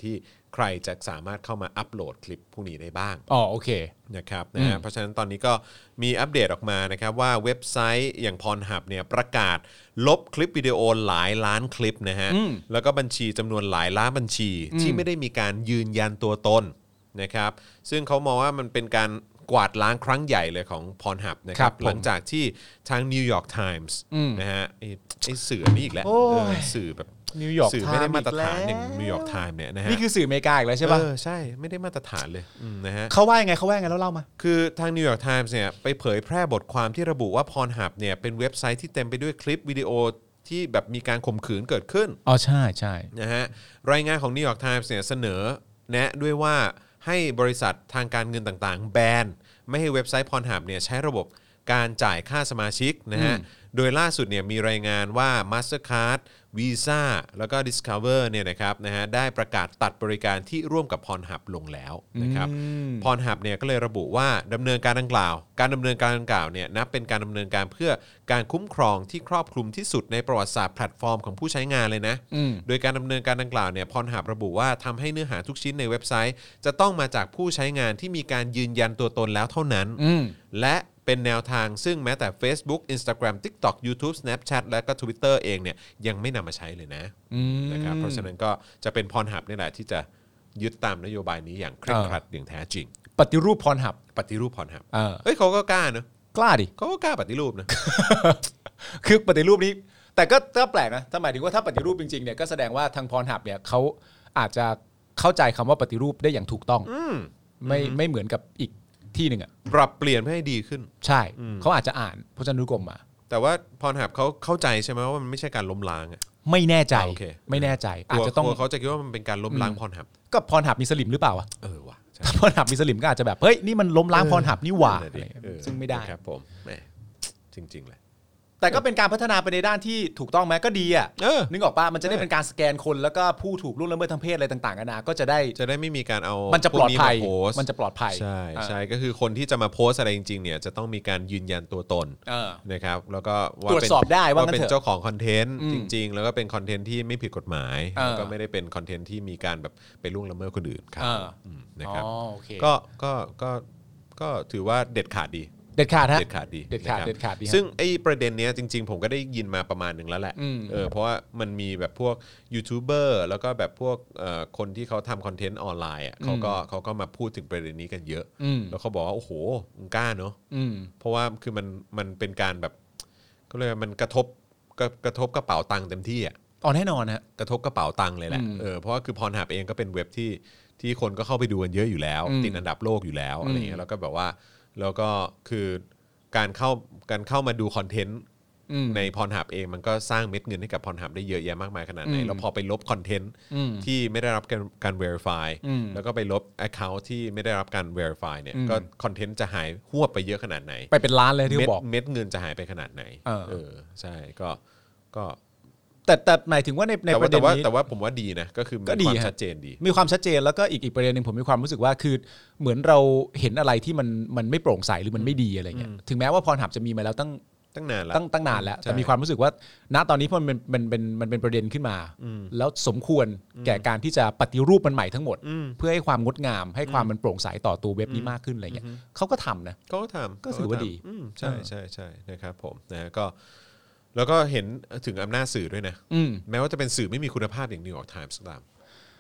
ใครจะสามารถเข้ามาอัปโหลดคลิปพวกนี้ได้บ้างอ๋อโอเคนะครับนะฮะเพราะฉะนั้นตอนนี้ก็มีอัปเดตออกมานะครับว่าเว็บไซต์อย่าง Pornhub เนี่ยประกาศลบคลิปวิดีโอหลายล้านคลิปนะฮะแล้วก็บัญชีจำนวนหลายล้านบัญชีที่ไม่ได้มีการยืนยันตัวตนนะครับซึ่งเขามองว่ามันเป็นการกวาดล้างครั้งใหญ่เลยของ Pornhub นะครับหลังจากที่ทาง New York Times นะฮะไอ้ไอ้สื่อนี่อีกแล้วสื่อแบบนิวยอร์กสื่อไม่ได้มาตรฐานอย่างนิวยอร์กไทม์เนี่ยนะฮะนี่คือสื่ออเมริกาอีกแล้วใช่ป่ะเออใช่ไม่ได้มาตรฐานเลยนะฮะเขาว่ายังไงเขาว่ายังไงแล้วเล่ามาคือทางนิวยอร์กไทม์เนี่ยไปเผยแพร่บทความที่ระบุว่า Pornhub เนี่ยเป็นเว็บไซต์ที่เต็มไปด้วยคลิปวิดีโอที่แบบมีการข่มขืนเกิดขึ้นอ๋อใช่ใช่นะฮะรายงานของนิวยอร์กไทม์เนี่ยเสนอแนะด้วยว่าให้บริษัททางการเงินต่างๆแบนไม่ให้เว็บไซต์ Pornhub เนี่ยใช้ระบบการจ่ายค่าสมาชิกนะฮะโดยล่าสุดเนี่ยมีรายงานว่า Mastercard Visa แล้วก็ Discover เนี่ยนะครับนะฮะได้ประกาศตัดบริการที่ร่วมกับ Pornhub ลงแล้วนะครับ Pornhub เนี่ยก็เลยระบุว่าดำเนินการดังกล่าวการดำเนินการดังกล่าวเนี่ยนับเป็นการดำเนินการเพื่อการคุ้มครองที่ครอบคลุมที่สุดในประวัติศาสตร์แพลตฟอร์มของผู้ใช้งานเลยนะโดยการดำเนินการดังกล่าวเนี่ย Pornhub ระบุว่าทำให้เนื้อหาทุกชิ้นในเว็บไซต์จะต้องมาจากผู้ใช้งานที่มีการยืนยันตัวตนแล้วเท่านั้นและเป็นแนวทางซึ่งแม้แต่ Facebook Instagram TikTok YouTube Snapchat และก็ Twitter เองเนี่ยยังไม่นำมาใช้เลยนะนะครับเพราะฉะนั้นก็จะเป็น Pornhub นี่แหละที่จะยึดตามนโยบายนี้อย่างเคร่งครัดอย่างแท้จริงปฏิรูป Pornhub ปฏิรูป Pornhub เฮ้ยเขาก็กล้าเนอะกล้าดิเขาก็กล้าปฏิรูปนะคือปฏิรูปนี้แต่ก็ก็แปลกนะถ้าหมายถึงว่าถ้าปฏิรูปจริงๆเนี่ยก็แสดงว่าทาง Pornhub เนี่ยเขาอาจจะเข้าใจคำว่าปฏิรูปได้อย่างถูกต้องไม่ไม่เหมือนกับอีกที่หนึ่งอะปรับเปลี่ยนให้ดีขึ้นใช่เขาอาจจะอ่านพจนานุกรมมาแต่ว่าพรหับเขาเข้าใจใช่ไหมว่ามันไม่ใช่การล้มล้างอะไม่แน่ใจไม่แน่ใจอาจจะต้องเขาจะคิดว่ามันเป็นการล้มล้างพรหับก็พรหับมีสลิมหรือเปล่าวะเออว่ะถ้าพรหับมีสลิมก็อาจจะแบบเฮ้ยนี่มันล้มล้างพรหับนี่หว่าซึ่งไม่ได้ครับผมแหมจริงๆเลยแต่ก็เป็นการพัฒนาไปในด้านที่ถูกต้องไหมก็ดีอ่ะนึกออกป่ะมันจะได้เป็นการสแกนคนแล้วก็ผู้ถูกล่วงละเมิดทางเพศอะไรต่างๆกันานะก็จะได้จะได้ไม่มีการเอามันจะปลอดภัยมันจะปลอดภัยใช่ใช่ก็คือคนที่จะมาโพสอะไรจริงๆเนี่ยจะต้องมีการยืนยันตัวตนนะครับแล้วก็ตรวจสอบได้ว่าเป็นเจ้าของคอนเทนต์จริงๆแล้วก็เป็นคอนเทนต์ที่ไม่ผิดกฎหมายแล้วก็ไม่ได้เป็นคอนเทนต์ที่มีการแบบไปล่วงละเมิดคนอื่นครับนะครับก็ก็ก็ก็ถือว่าเด็ดขาดดีเด็ดขาดฮะเด็ดขาดดีเด็ดขาดเด็ดขาดดีซึ่งไอ้ประเด็นเนี้ยจริงๆผมก็ได้ยินมาประมาณหนึ่งแล้วแหละเออเพราะว่ามันมีแบบพวกยูทูบเบอร์แล้วก็แบบพวกคนที่เขาทำคอนเทนต์ออนไลน์อ่ะเขาก็เขาก็มาพูดถึงประเด็นนี้กันเยอะแล้วเขาบอกว่าโอ้โหมึงกล้าเนอะเพราะว่าคือมันมันเป็นการแบบก็เลยมันกระทบกระทบกระเป๋าตังค์เต็มที่อ่ะอ๋อแน่นอนฮะกระทบกระเป๋าตังค์เลยแหละเออเพราะว่าคือ Pornhub เองก็เป็นเว็บที่ที่คนก็เข้าไปดูกันเยอะอยู่แล้วติดอันดับโลกอยู่แล้วอะไรเงี้ยแล้วก็แบบว่าแล้วก็คือการเข้าการเข้ามาดูคอนเทนต์ใน Pornhub เองมันก็สร้างเม็ดเงินให้กับ Pornhub ได้เยอะแยะมากมายขนาดไหนแล้วพอไปลบคอนเทนต์ที่ไม่ได้รับการการ verify แล้วก็ไปลบ account ที่ไม่ได้รับการ verify เนี่ยก็คอนเทนต์จะหายหวบไปเยอะขนาดไหนไปเป็นล้านเลยที่บอกเม็ดเงินจะหายไปขนาดไหนเออใช่ก็ก็แต่แต่หมายถึงว่าในในประเด็นนี้แต่ว่าผมว่าดีนะก็คือมีความชัดเจนดีมีความชัดเจนแล้วก็อีกอีกประเด็นนึงผมมีความรู้สึกว่าคือเหมือนเราเห็นอะไรที่มันมันไม่โปร่งใสหรือมันไม่ดีอะไรเงี้ยถึงแม้ว่าพรหับจะมีมาแล้วตั้งตั้งนานแล้วตั้งตั้งนานแล้วแต่มีความรู้สึกว่าณตอนนี้มันเป็นมันเป็นมันเป็นประเด็นขึ้นมาแล้วสมควรแก่การที่จะปฏิรูปมันใหม่ทั้งหมดเพื่อให้ความงดงามให้ความมันโปร่งใสต่อตัวเว็บนี้มากขึ้นอะไรเงี้ยเขาก็ทำนะเขาก็ทำก็ถือว่าดีใช่ใช่ใช่นะครับผมนะก็แล้วก็เห็นถึงอำนาจสื่อด้วยนะแม้ว่าจะเป็นสื่อไม่มีคุณภาพอย่างนิวยอร์กไทม์ก็ตาม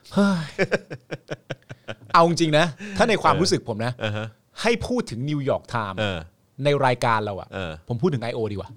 เอาจริงๆนะถ้าในความรู้สึกผมนะให้พูดถึงนิวยอร์กไทม์ในรายการเราอ่ะผมพูดถึง ไอ โอ ดีกว่า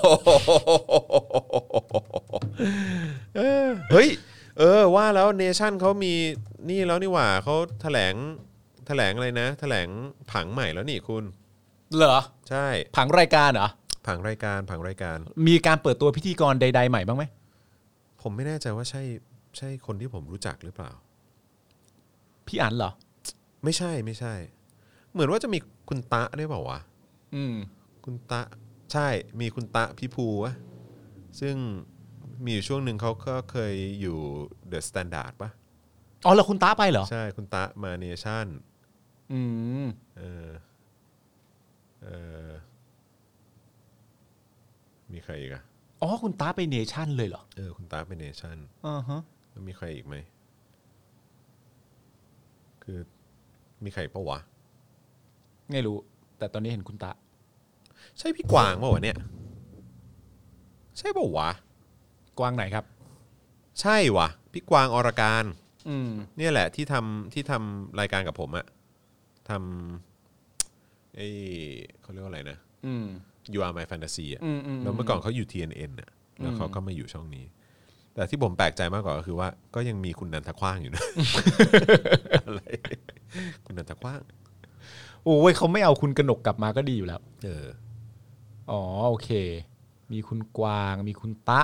เฮ้ยเออว่าแล้วเนชั่นเขามีนี่แล้วนี่หว่าเขาแถลงแถลงอะไรนะแถลงผังใหม่แล้วนี่คุณเหรอใช่ผังรายการเหรอผังรายการผังรายการมีการเปิดตัวพิธีกรใดๆใหม่บ้างไหมผมไม่แน่ใจว่าใช่ใช่คนที่ผมรู้จักหรือเปล่าพี่อั๋นเหรอไม่ใช่ไม่ใช่เหมือนว่าจะมีคุณตะได้เปล่าวะอืมคุณตะใช่มีคุณตะพี่ภูวะซึ่งมีอยู่ช่วงหนึ่งเขาก็เคยอยู่เดอะสแตนดาร์ดป่ะอ๋อแล้วคุณตะไปเหรอใช่คุณตะมาเนชั่นอืมเออเออมีใครอีกอ่ะอ๋อคุณตาไปเนชั่นเลยเหรอเออคุณตาไปเนชั่นอ่าฮะแล้วมีใครอีกไหมคือมีใครปะวะไม่รู้แต่ตอนนี้เห็นคุณตาใช่พี่กวางปะวะเนี่ยใช่ปะวะกวางไหนครับใช่วะพี่กวางอรการอืมเนี่ยแหละที่ทำที่ทำรายการกับผมอะทำไอ้เขาเรียกว่าอะไรนะอืม You Are My Fantasy อะอืมแล้วเมื่อก่อนเขาอยู่ ที เอ็น เอ็น อะแล้วเขาก็มาอยู่ช่องนี้แต่ที่ผมแปลกใจมากกว่าก็คือว่าก็ยังมีคุณนันทขว้างอยู่นะ อะไรคุณนันทขว้างโอ้ยเขาไม่เอาคุณกนกกลับมาก็ดีอยู่แล้วเอออ๋อโอเคมีคุณกวางมีคุณตะ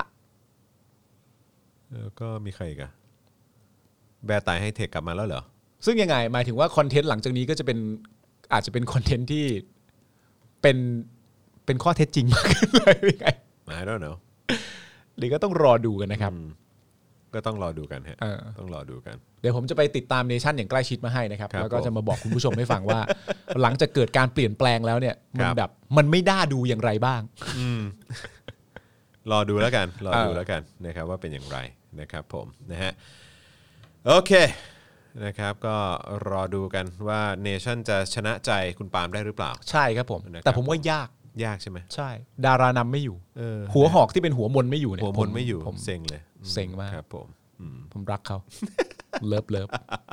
แล้วก็มีใครอีกอะแบร์ตายให้เทคกลับมาแล้วเหรอซึ่งยังไงหมายถึงว่าคอนเทนต์หลังจากนี้ก็จะเป็นอาจจะเป็นคอนเทนต์ที่เป็นเป็นข้อเท็จจริงมากขึ้นเลยยังไง I don't know หรือก็ต้องรอดูกันนะครับก็ต้องรอดูกันฮะต้องรอดูกันเดี๋ยวผมจะไปติดตามเนชั่นอย่างใกล้ชิดมาให้นะครับแล้วก็จะมาบอกคุณผู้ชมให้ฟังว่าหลังจากเกิดการเปลี่ยนแปลงแล้วเนี่ยมันแบบมันไม่น่าดูอย่างไรบ้างรอดูแล้วกันรอดูแล้วกันนะครับว่าเป็นอย่างไรนะครับผมนะฮะโอเคนะครับก็รอดูกันว่าเนชั่นจะชนะใจคุณปาล์มได้หรือเปล่าใช่ครับผมแต่ผมว่ายากยากใช่ไหมใช่ดารานำไม่อยู่หัวหอกที่เป็นหัวมนไม่อยู่เนี่ยหัวมนไม่อยู่ผมเซ็งเลยเซ็งมากครับผมผมรักเขาเลิฟเลิฟ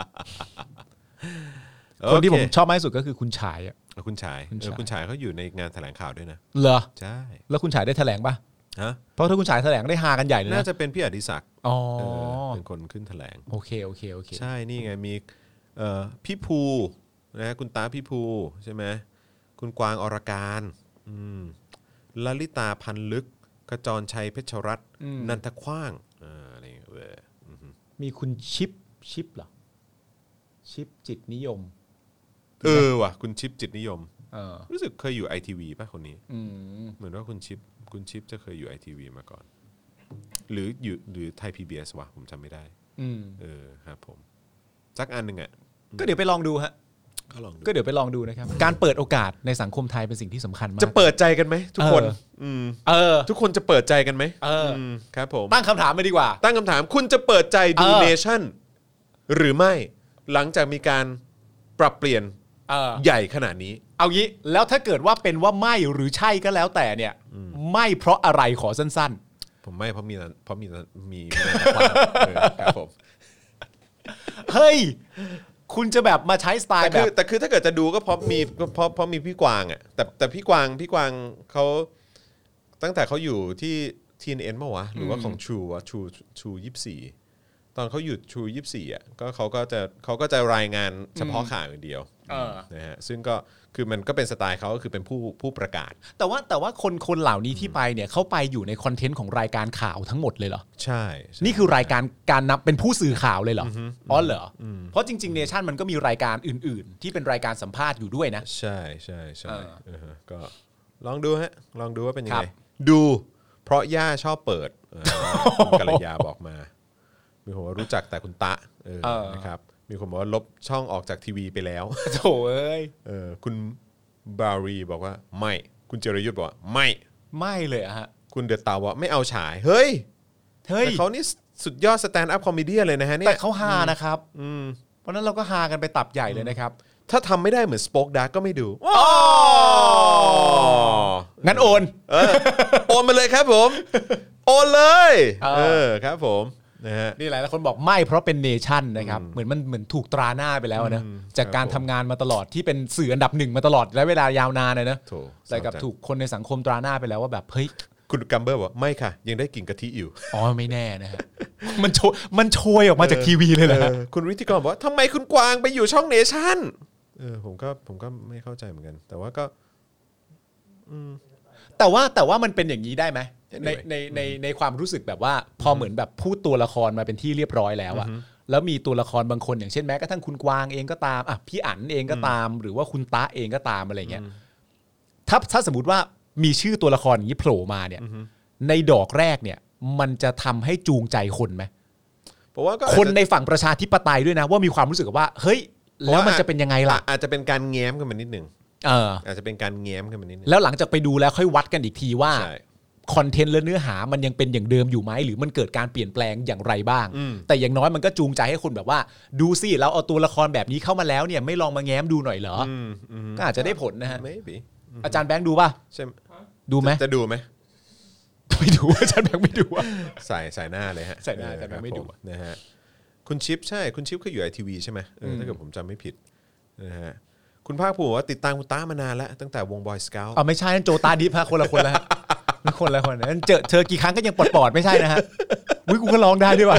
คนที่ผมชอบมากที่สุดก็คือคุณฉายอ่ะคุณฉายคุณฉายเขาอยู่ในงานแถลงข่าวด้วยนะเหรอใช่แล้วคุณฉายได้แถลงป่ะฮะเพราะถ้าคุณฉายแถลงได้ฮากันใหญ่เลยนะน่าจะเป็นพี่อดิศักดิ์อ๋อเป็นคนขึ้นแถลงโอเคโอเคโอเคใช่นี่ไงมีพี่ภูนะคุณตาพี่ภูใช่ไหมคุณกวางอรการลลิตาพันลึกขจรชัยเพชรรัตน์นันทขว้างอะไรอย่างเงี้ยมีคุณชิปชิปเหรอชิปจิตนิยมเออว่ะคุณชิปจิตนิยมรู้สึกเคยอยู่ ไอ ที วี ป่ะคนนี้เหมือนว่าคุณชิปคุณชิปจะเคยอยู่ ไอ ที วี มาก่อนหรืออยู่หรือไทย พี บี เอส วะผมจำไม่ได้เออครับผมสักอันหนึ่งอ่ะก็เดี๋ยวไปลองดูฮะก็เดี๋ยวไปลองดูนะครับการเปิดโอกาสในสังคมไทยเป็นสิ่งที่สำคัญมากจะเปิดใจกันไหมทุกคนเออทุกคนจะเปิดใจกันไหมเออครับผมตั้งคำถามไปดีกว่าตั้งคำถามคุณจะเปิดใจดูเนชั่นหรือไม่หลังจากมีการปรับเปลี่ยนใหญ่ขนาดนี้เอางี้แล้วถ้าเกิดว่าเป็นว่าไม่หรือใช่ก็แล้วแต่เนี่ยไม่เพราะอะไรขอสั้นๆผมไม่เพราะมีเพราะมีมีครับผมเฮ้ยคุณจะแบบมาใช้สไตล์แบบแต่คือถ้าเกิดจะดูก็เพราะมีเพราะเพราะมีพี่กวางอ่ะแต่แต่พี่กวางพี่กวางเขาตั้งแต่เขาอยู่ที่ ที เอ็น เอ็น มั้งวะหรือว่าของ True วะ True True ยี่สิบสี่ตอนเขาอยู่ True ยี่สิบสี่อ่ะก็เขาก็จะเขาก็จะรายงานเฉพาะข่าวอย่างเดียวนะฮะซึ่งก็คือมันก็เป็นสไตล์เขาก็คือเป็นผู้ผู้ประกาศแต่ว่าแต่ว่าคนคนเหล่านี้ที่ไปเนี่ยเขาไปอยู่ในคอนเทนต์ของรายการข่าวทั้งหมดเลยเหรอใช่นี่คือรายการการนับเป็นผู้สื่อข่าวเลยเหรออ๋อเหรอเพราะจริงๆเนชั่นมันก็มีรายการอื่นๆที่เป็นรายการสัมภาษณ์อยู่ด้วยนะใช่ใช่ใช่ก็ลองดูฮะลองดูว่าเป็นยังไงดูเพราะย่าชอบเปิดคุณกัลยาบอกมามีคนว่ารู้จักแต่คุณตะนะครับมีคนบอกว่าลบช่องออกจากทีวีไปแล้วโถเอ้ยเออคุณบารีบอกว่าไม่คุณเจริญยุทธบอกว่าไม่ไม่เลยอะฮะคุณเดอะตาว่าไม่เอาฉายเฮ้ยเฮ้ยแต่เขานี่สุดยอดสแตนด์อัพคอมเมดี้เลยนะฮะเนี่ยแต่เขาฮานะครับเพราะนั้นเราก็ฮากันไปตับใหญ่เลยนะครับถ้าทำไม่ได้เหมือนสป็อคดาร์กก็ไม่ดูงั้นโอนโอนมาเลยครับผมโอนเลยเออครับผมนี่หลายคนบอกไม่เพราะเป็นเนชั่นนะครับเหมือนมันเหมือนถูกตราหน้าไปแล้วนะจากการทำงานมาตลอดที่เป็นสื่ออันดับหนึ่งมาตลอดและเวลายาวนานเลยนะแต่กับถูกคนในสังคมตราหน้าไปแล้วว่าแบบเฮ้ยคุณกัมเบอร์บอกไม่ค่ะยังได้กลิ่นกะทิอยู่อ๋อไม่แน่นะฮะมันโชมันโชยออกมาจากทีวีเลยนะคุณวิทยกรบอกว่าทำไมคุณกวางไปอยู่ช่องเนชั่นเออผมก็ผมก็ไม่เข้าใจเหมือนกันแต่ว่าก็แต่ว่าแต่ว่ามันเป็นอย่างนี้ได้ไหมในในในในความรู้สึกแบบว่าพอเหมือนแบบพูดตัวละครมาเป็นที่เรียบร้อยแล้วอะแล้วมีตัวละครบางคนอย่างเช่นแม้กระทั่งคุณกวางเองก็ตามอ่ะพี่อั๋นเองก็ตามหรือว่าคุณตะเองก็ตามอะไรเงี้ยถ้าถ้าสมมติว่ามีชื่อตัวละครอย่างนี้โผล่มาเนี่ยในดอกแรกเนี่ยมันจะทำให้จูงใจคนไหมเพราะว่าคนในฝั่งประชาธิปไตยด้วยนะว่ามีความรู้สึกว่าเฮ้ยแล้วมันจะเป็นยังไงล่ะอาจจะเป็นการแง้มกันมานิดนึงเอออาจจะเป็นการแง้มกันมานิดนึงแล้วหลังจากไปดูแล้วค่อยวัดกันอีกทีว่าคอนเทนต์และเนื้อหามันยังเป็นอย่างเดิมอยู่ไหมหรือมันเกิดการเปลี่ยนแปลงอย่างไรบ้างแต่อย่างน้อยมันก็จูงใจให้คนแบบว่าดูสิเราเอาตัวละครแบบนี้เข้ามาแล้วเนี่ยไม่ลองมาแง้มดูหน่อยเหรอก็อาจจะได้ผลนะฮะ maybe อาจารย์แบงค์ดูป่ะใช่ดูไหมจะดูไหมไม่ดูอาจารย์แบงค์ไม่ดูอ่ะใส่ใส่หน้าเลยฮะใส่หน้าแต่ไม่ดูนะฮะคุณชิปใช่คุณชิปเคยอยู่ไอทีวีใช่ไหมถ้าเกิดผมจำไม่ผิดนะฮะคุณภาคภูมิว่าติดตามคุณต้ามานานแล้วตั้งแต่วงบอยสเกลอ๋อไม่ใช่นั่นโจตาดิฟฮะคนละคนแล้วนั่นคนละคนนั่นเจอเธอกี่ครั้งก็ยังปลดปอดไม่ใช่นะฮะอุ้ยกูก็ร้องได้ด้วยว่ะ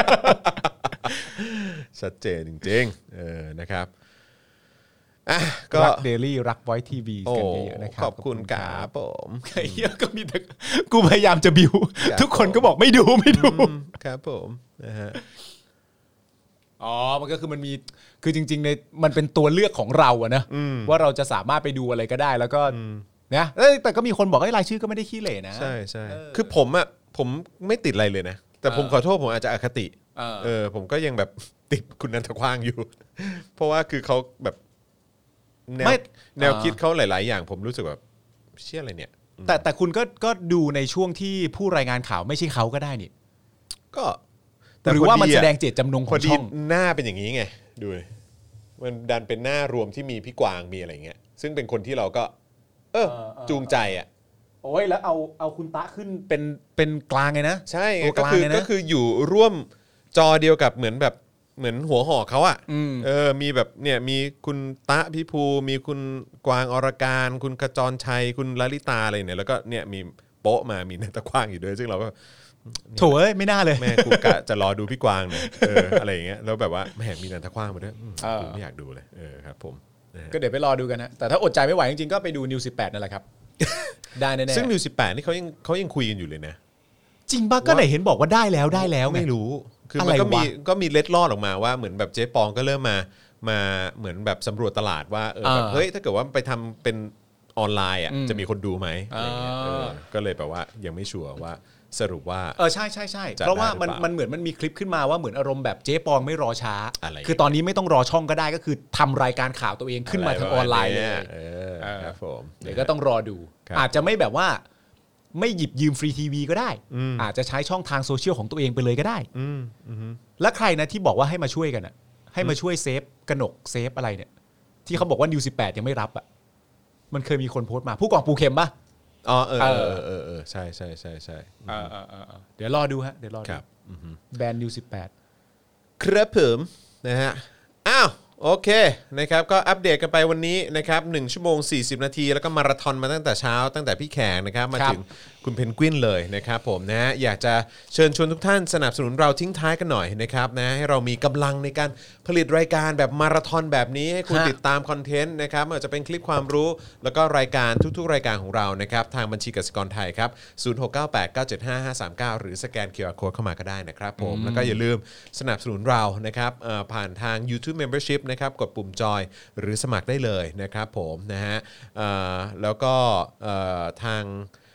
ชัดเจนจริงๆเออนะครับอ่ะก็รักเดลี่รักไวท์ทีวีกันเยอะนะครับขอบคุณครับผมไอ้เหี้ยก็มีแต่กูพยายามจะบิวทุกคนก็บอกไม่ดูไม่ดูครับผมนะฮะอ๋อมันก็คือมันมีคือจริงๆในมันเป็นตัวเลือกของเราอะนะว่าเราจะสามารถไปดูอะไรก็ได้แล้วก็นะแต่ก็มีคนบอกว่ารายชื่อก็ไม่ได้ขี้เหร่นะใช่ใช่คือผมอะผมไม่ติดอะไรเลยนะแต่ผมขอโทษผมอาจจะอคติเออผมก็ยังแบบติดคุณนันทกว้างอยู่เพราะว่าคือเขาแบบแนวแนวคิดเขาหลายๆอย่างผมรู้สึกแบบเชื่ออะไรเนี่ยแต่แต่คุณก็ก็ดูในช่วงที่ผู้รายงานข่าวไม่ใช่เขาก็ได้นี่ก็หรือว่ามันแสดงเจตจำนงของช่องหน้าเป็นอย่างนี้ไงดูมันดันเป็นหน้ารวมที่มีพี่กวางมีอะไรเงี้ยซึ่งเป็นคนที่เราก็เออจูงใจอ่ะโอ้ยแล้วเอาเอาคุณตะขึ้นเป็นเป็นกลางไงนะใช่ก็คือก็คืออยู่ร่วมจอเดียวกับเหมือนแบบเหมือนหัวหอกเขาอ่ะเออมีแบบเนี่ยมีคุณตะพิภูมีคุณกวางอรการคุณขจรชัยคุณลลิตาอะไรเนี่ยแล้วก็เนี่ยมีโป๊ะมามีนักตะกว้างอยู่ด้วยซึ่งเราก็โถเอ้ยไม่น่าเลยแม่กูกะจะรอดูพี่กวางเนี่ยเอออะไรอย่างเงี้ยแล้วแบบว่าแม่มีนันทกว้างมาด้วยกูไม่อยากดูเลยเออครับผมก็เดี๋ยวไปรอดูกันนะแต่ถ้าอดใจไม่ไหวจริงๆก็ไปดูนิวสิบแปดนั่นแหละครับได้แน่ๆซึ่งนิวสิบแปดนี่เขายังเขายังคุยกันอยู่เลยนะจริงป่ะก็ไหนเห็นบอกว่าได้แล้วได้แล้วไม่รู้คือมันก็มีก็มีเล็ดลอดออกมาว่าเหมือนแบบเจ๊ปองก็เริ่มมามาเหมือนแบบสำรวจตลาดว่าเออแบบเฮ้ยถ้าเกิดว่าไปทำเป็นออนไลน์อ่ะจะมีคนดูไหมอะไรเงี้ยก็เลยแบบว่ายังไม่ชัวร์ว่าสรุปว่าเออใช่ใช่ใช่เพราะว่ามันมันเหมือนมันมีคลิปขึ้นมาว่าเหมือนอารมณ์แบบเจ๊ปองไม่รอช้าคือตอนนี้ไม่ต้องรอช่องก็ได้ก็คือทำรายการข่าวตัวเองขึ้นมาทางออนไลน์เลยครับผมเดี๋ยวก็ต้องรอดูอาจจะไม่แบบว่าไม่หยิบยืมฟรีทีวีก็ได้อาจจะใช้ช่องทางโซเชียลของตัวเองไปเลยก็ได้แล้วใครนะที่บอกว่าให้มาช่วยกันอ่ะให้มาช่วยเซฟกนกเซฟอะไรเนี่ยที่เขาบอกว่านิวสิบแปดยังไม่รับอ่ะมันเคยมีคนโพสต์มาผู้กองปูเข็มป่ะอ๋อเออเออเออเออใช่ใช่ใช่ใช่เดี๋ยวรอดูฮะเดี๋ยวรอดูแบรนด์นิวสิบแปดครับผมนะฮะอ้าวโอเคนะครับก็อัปเดตกันไปวันนี้นะครับหนึ่งชั่วโมงสี่สิบนาทีแล้วก็มาราธอนมาตั้งแต่เช้าตั้งแต่พี่แขกนะครับมาถึงคุณเพนกวินเลยนะครับผมนะฮะอยากจะเชิญชวนทุกท่านสนับสนุนเราทิ้งท้ายกันหน่อยนะครับนะให้เรามีกำลังในการผลิตรายการแบบมาราธอนแบบนี้ให้คุณติดตามคอนเทนต์นะครับไม่ว่าจะเป็นคลิปความรู้แล้วก็รายการทุกๆรายการของเรานะครับทางบัญชีกสิกรไทยครับศูนย์ หก เก้า แปด เก้า เจ็ด ห้า ห้า สาม เก้าหรือสแกน คิว อาร์ Code เข้ามาก็ได้นะครับผมแล้วก็อย่าลืมสนับสนุนเรานะครับผ่านทาง YouTube Membership นะครับกดปุ่มจอยหรือสมัครได้เลยนะครับผมนะฮะแล้วก็ทาง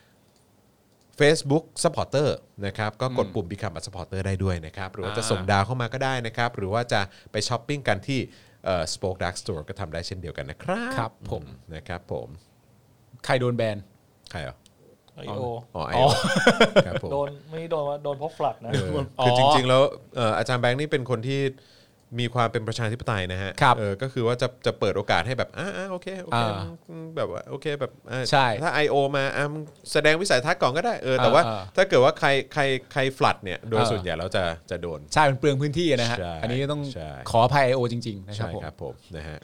Facebook Supporter นะครับก็กดปุ่ม Become a Supporter ได้ด้วยนะครับหรือว่าจะส่งดาวเข้ามาก็ได้นะครับหรือว่าจะไปช้อปปิ้งกันที่ Spoke Dark Store ก็ทำได้เช่นเดียวกันนะครับครับผมนะครับผมใครโดนแบนใครอ่ะไอโออ๋อไอโอครับผมโดนไม่โดนว่าโดนเพราะฟลัดนะคือจริงๆแล้วอาจารย์แบงค์นี่เป็นคนที่มีความเป็นประชาธิปไตยนะฮะเออก็คือว่าจะจะเปิดโอกาสให้แบบอ่าโอเคโอเคแบบว่าโอเคแบบถ้า ไอ โอ มาแสดงวิสัยทัศน์ก่อนก็ได้เออแต่ว่าถ้าเกิดว่าใครใครใครฟลัดเนี่ยโดยส่วนใหญ่แล้วจะจะโดนใช่มันเปลืองพื้นที่นะฮะอันนี้ต้องขออภัย ไอ โอ จริงๆนะครับผมครับผมนะฮะ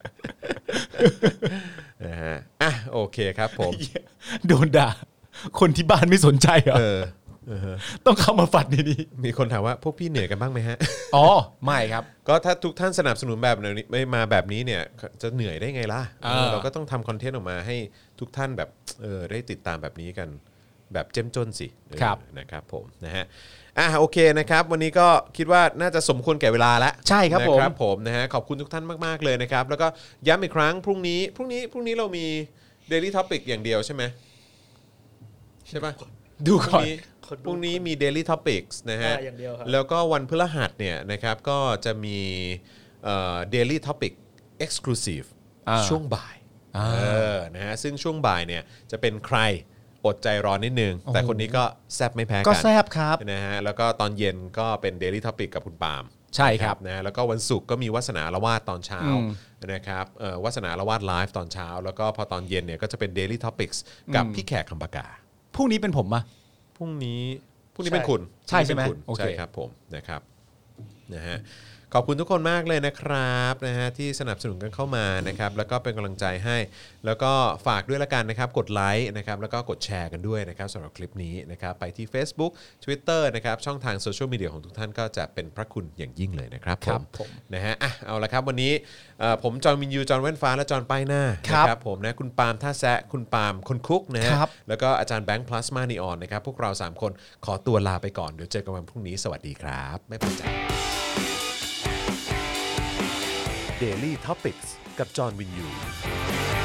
นะฮะอ่ะโอเคครับผมโดนด่าคนที่บ้านไม่สนใจเหรอต้องเข้ามาฝัดนี่มีคนถามว่าพวกพี่เหนื่อยกันบ้างไหมฮะอ๋อไม่ครับก็ถ้าทุกท่านสนับสนุนแบบนี้ไม่มาแบบนี้เนี่ยจะเหนื่อยได้ไงล่ะเราก็ต้องทำคอนเทนต์ออกมาให้ทุกท่านแบบเออได้ติดตามแบบนี้กันแบบเจ้มจนสินะครับผมนะฮะอ่ะโอเคนะครับวันนี้ก็คิดว่าน่าจะสมควรแก่เวลาแล้วใช่ครับผมนะครับผมนะฮะขอบคุณทุกท่านมากๆเลยนะครับแล้วก็ย้ำอีกครั้งพรุ่งนี้พรุ่งนี้พรุ่งนี้เรามี Daily Topic อย่างเดียวใช่ไหมใช่ป่ะดูก่อนพรุ่งนี้มี Daily Topics นะฮะแล้วก็วันพฤหัสเนี่ยนะครับก็จะมีเอ่อ Daily Topic Exclusive ช่วงบ่ายเออนะฮะซึ่งช่วงบ่ายเนี่ยจะเป็นใครอดใจรอนิดนึงแต่คนนี้ก็แซบไม่แพ้กันก็แซบครับนะฮะแล้วก็ตอนเย็นก็เป็น Daily Topic กับคุณปาล์มใช่ครับนะแล้วก็วันศุกร์ก็มีวาสนาละวาดตอนเช้านะครับเอ่อวาสนาละวาดไลฟ์ตอนเช้าแล้วก็พอตอนเย็นเนี่ยก็จะเป็น Daily Topics กับพี่แขกคำปากาพรุ่งนี้เป็นผมป่ะพรุ่งนี้พรุ่งนี้เป็นคุณใช่ใช่ไหมใช่ครับผมนะครับนะฮะขอบคุณทุกคนมากเลยนะครับนะฮะที่สนับสนุนกันเข้ามานะครับแล้วก็เป็นกำลังใจให้แล้วก็ฝากด้วยละกันนะครับกดไลค์นะครับแล้วก็กดแชร์กันด้วยนะครับสำหรับคลิปนี้นะครับไปที่ Facebook Twitter นะครับช่องทางโซเชียลมีเดียของทุกท่านก็จะเป็นพระคุณอย่างยิ่งเลยนะครับผมนะฮะอ่ะเอาละครับวันนี้ผมจอห์นวินยูจอห์นแว่นฟ้าและจอห์นป้ายหน้านะครับผมนะคุณปาล์มท่าแซะคุณปาล์มคนคุกนะฮะแล้วก็อาจารย์แบงค์พลาสมานีออนนะครับพวกเราสามคนขอตัวลาไปก่อนเดี๋ยวเจอกันวันพรุ่งนี้สวัสดีครับไม่เป็นไรDaily Topics กับจอห์นวินยู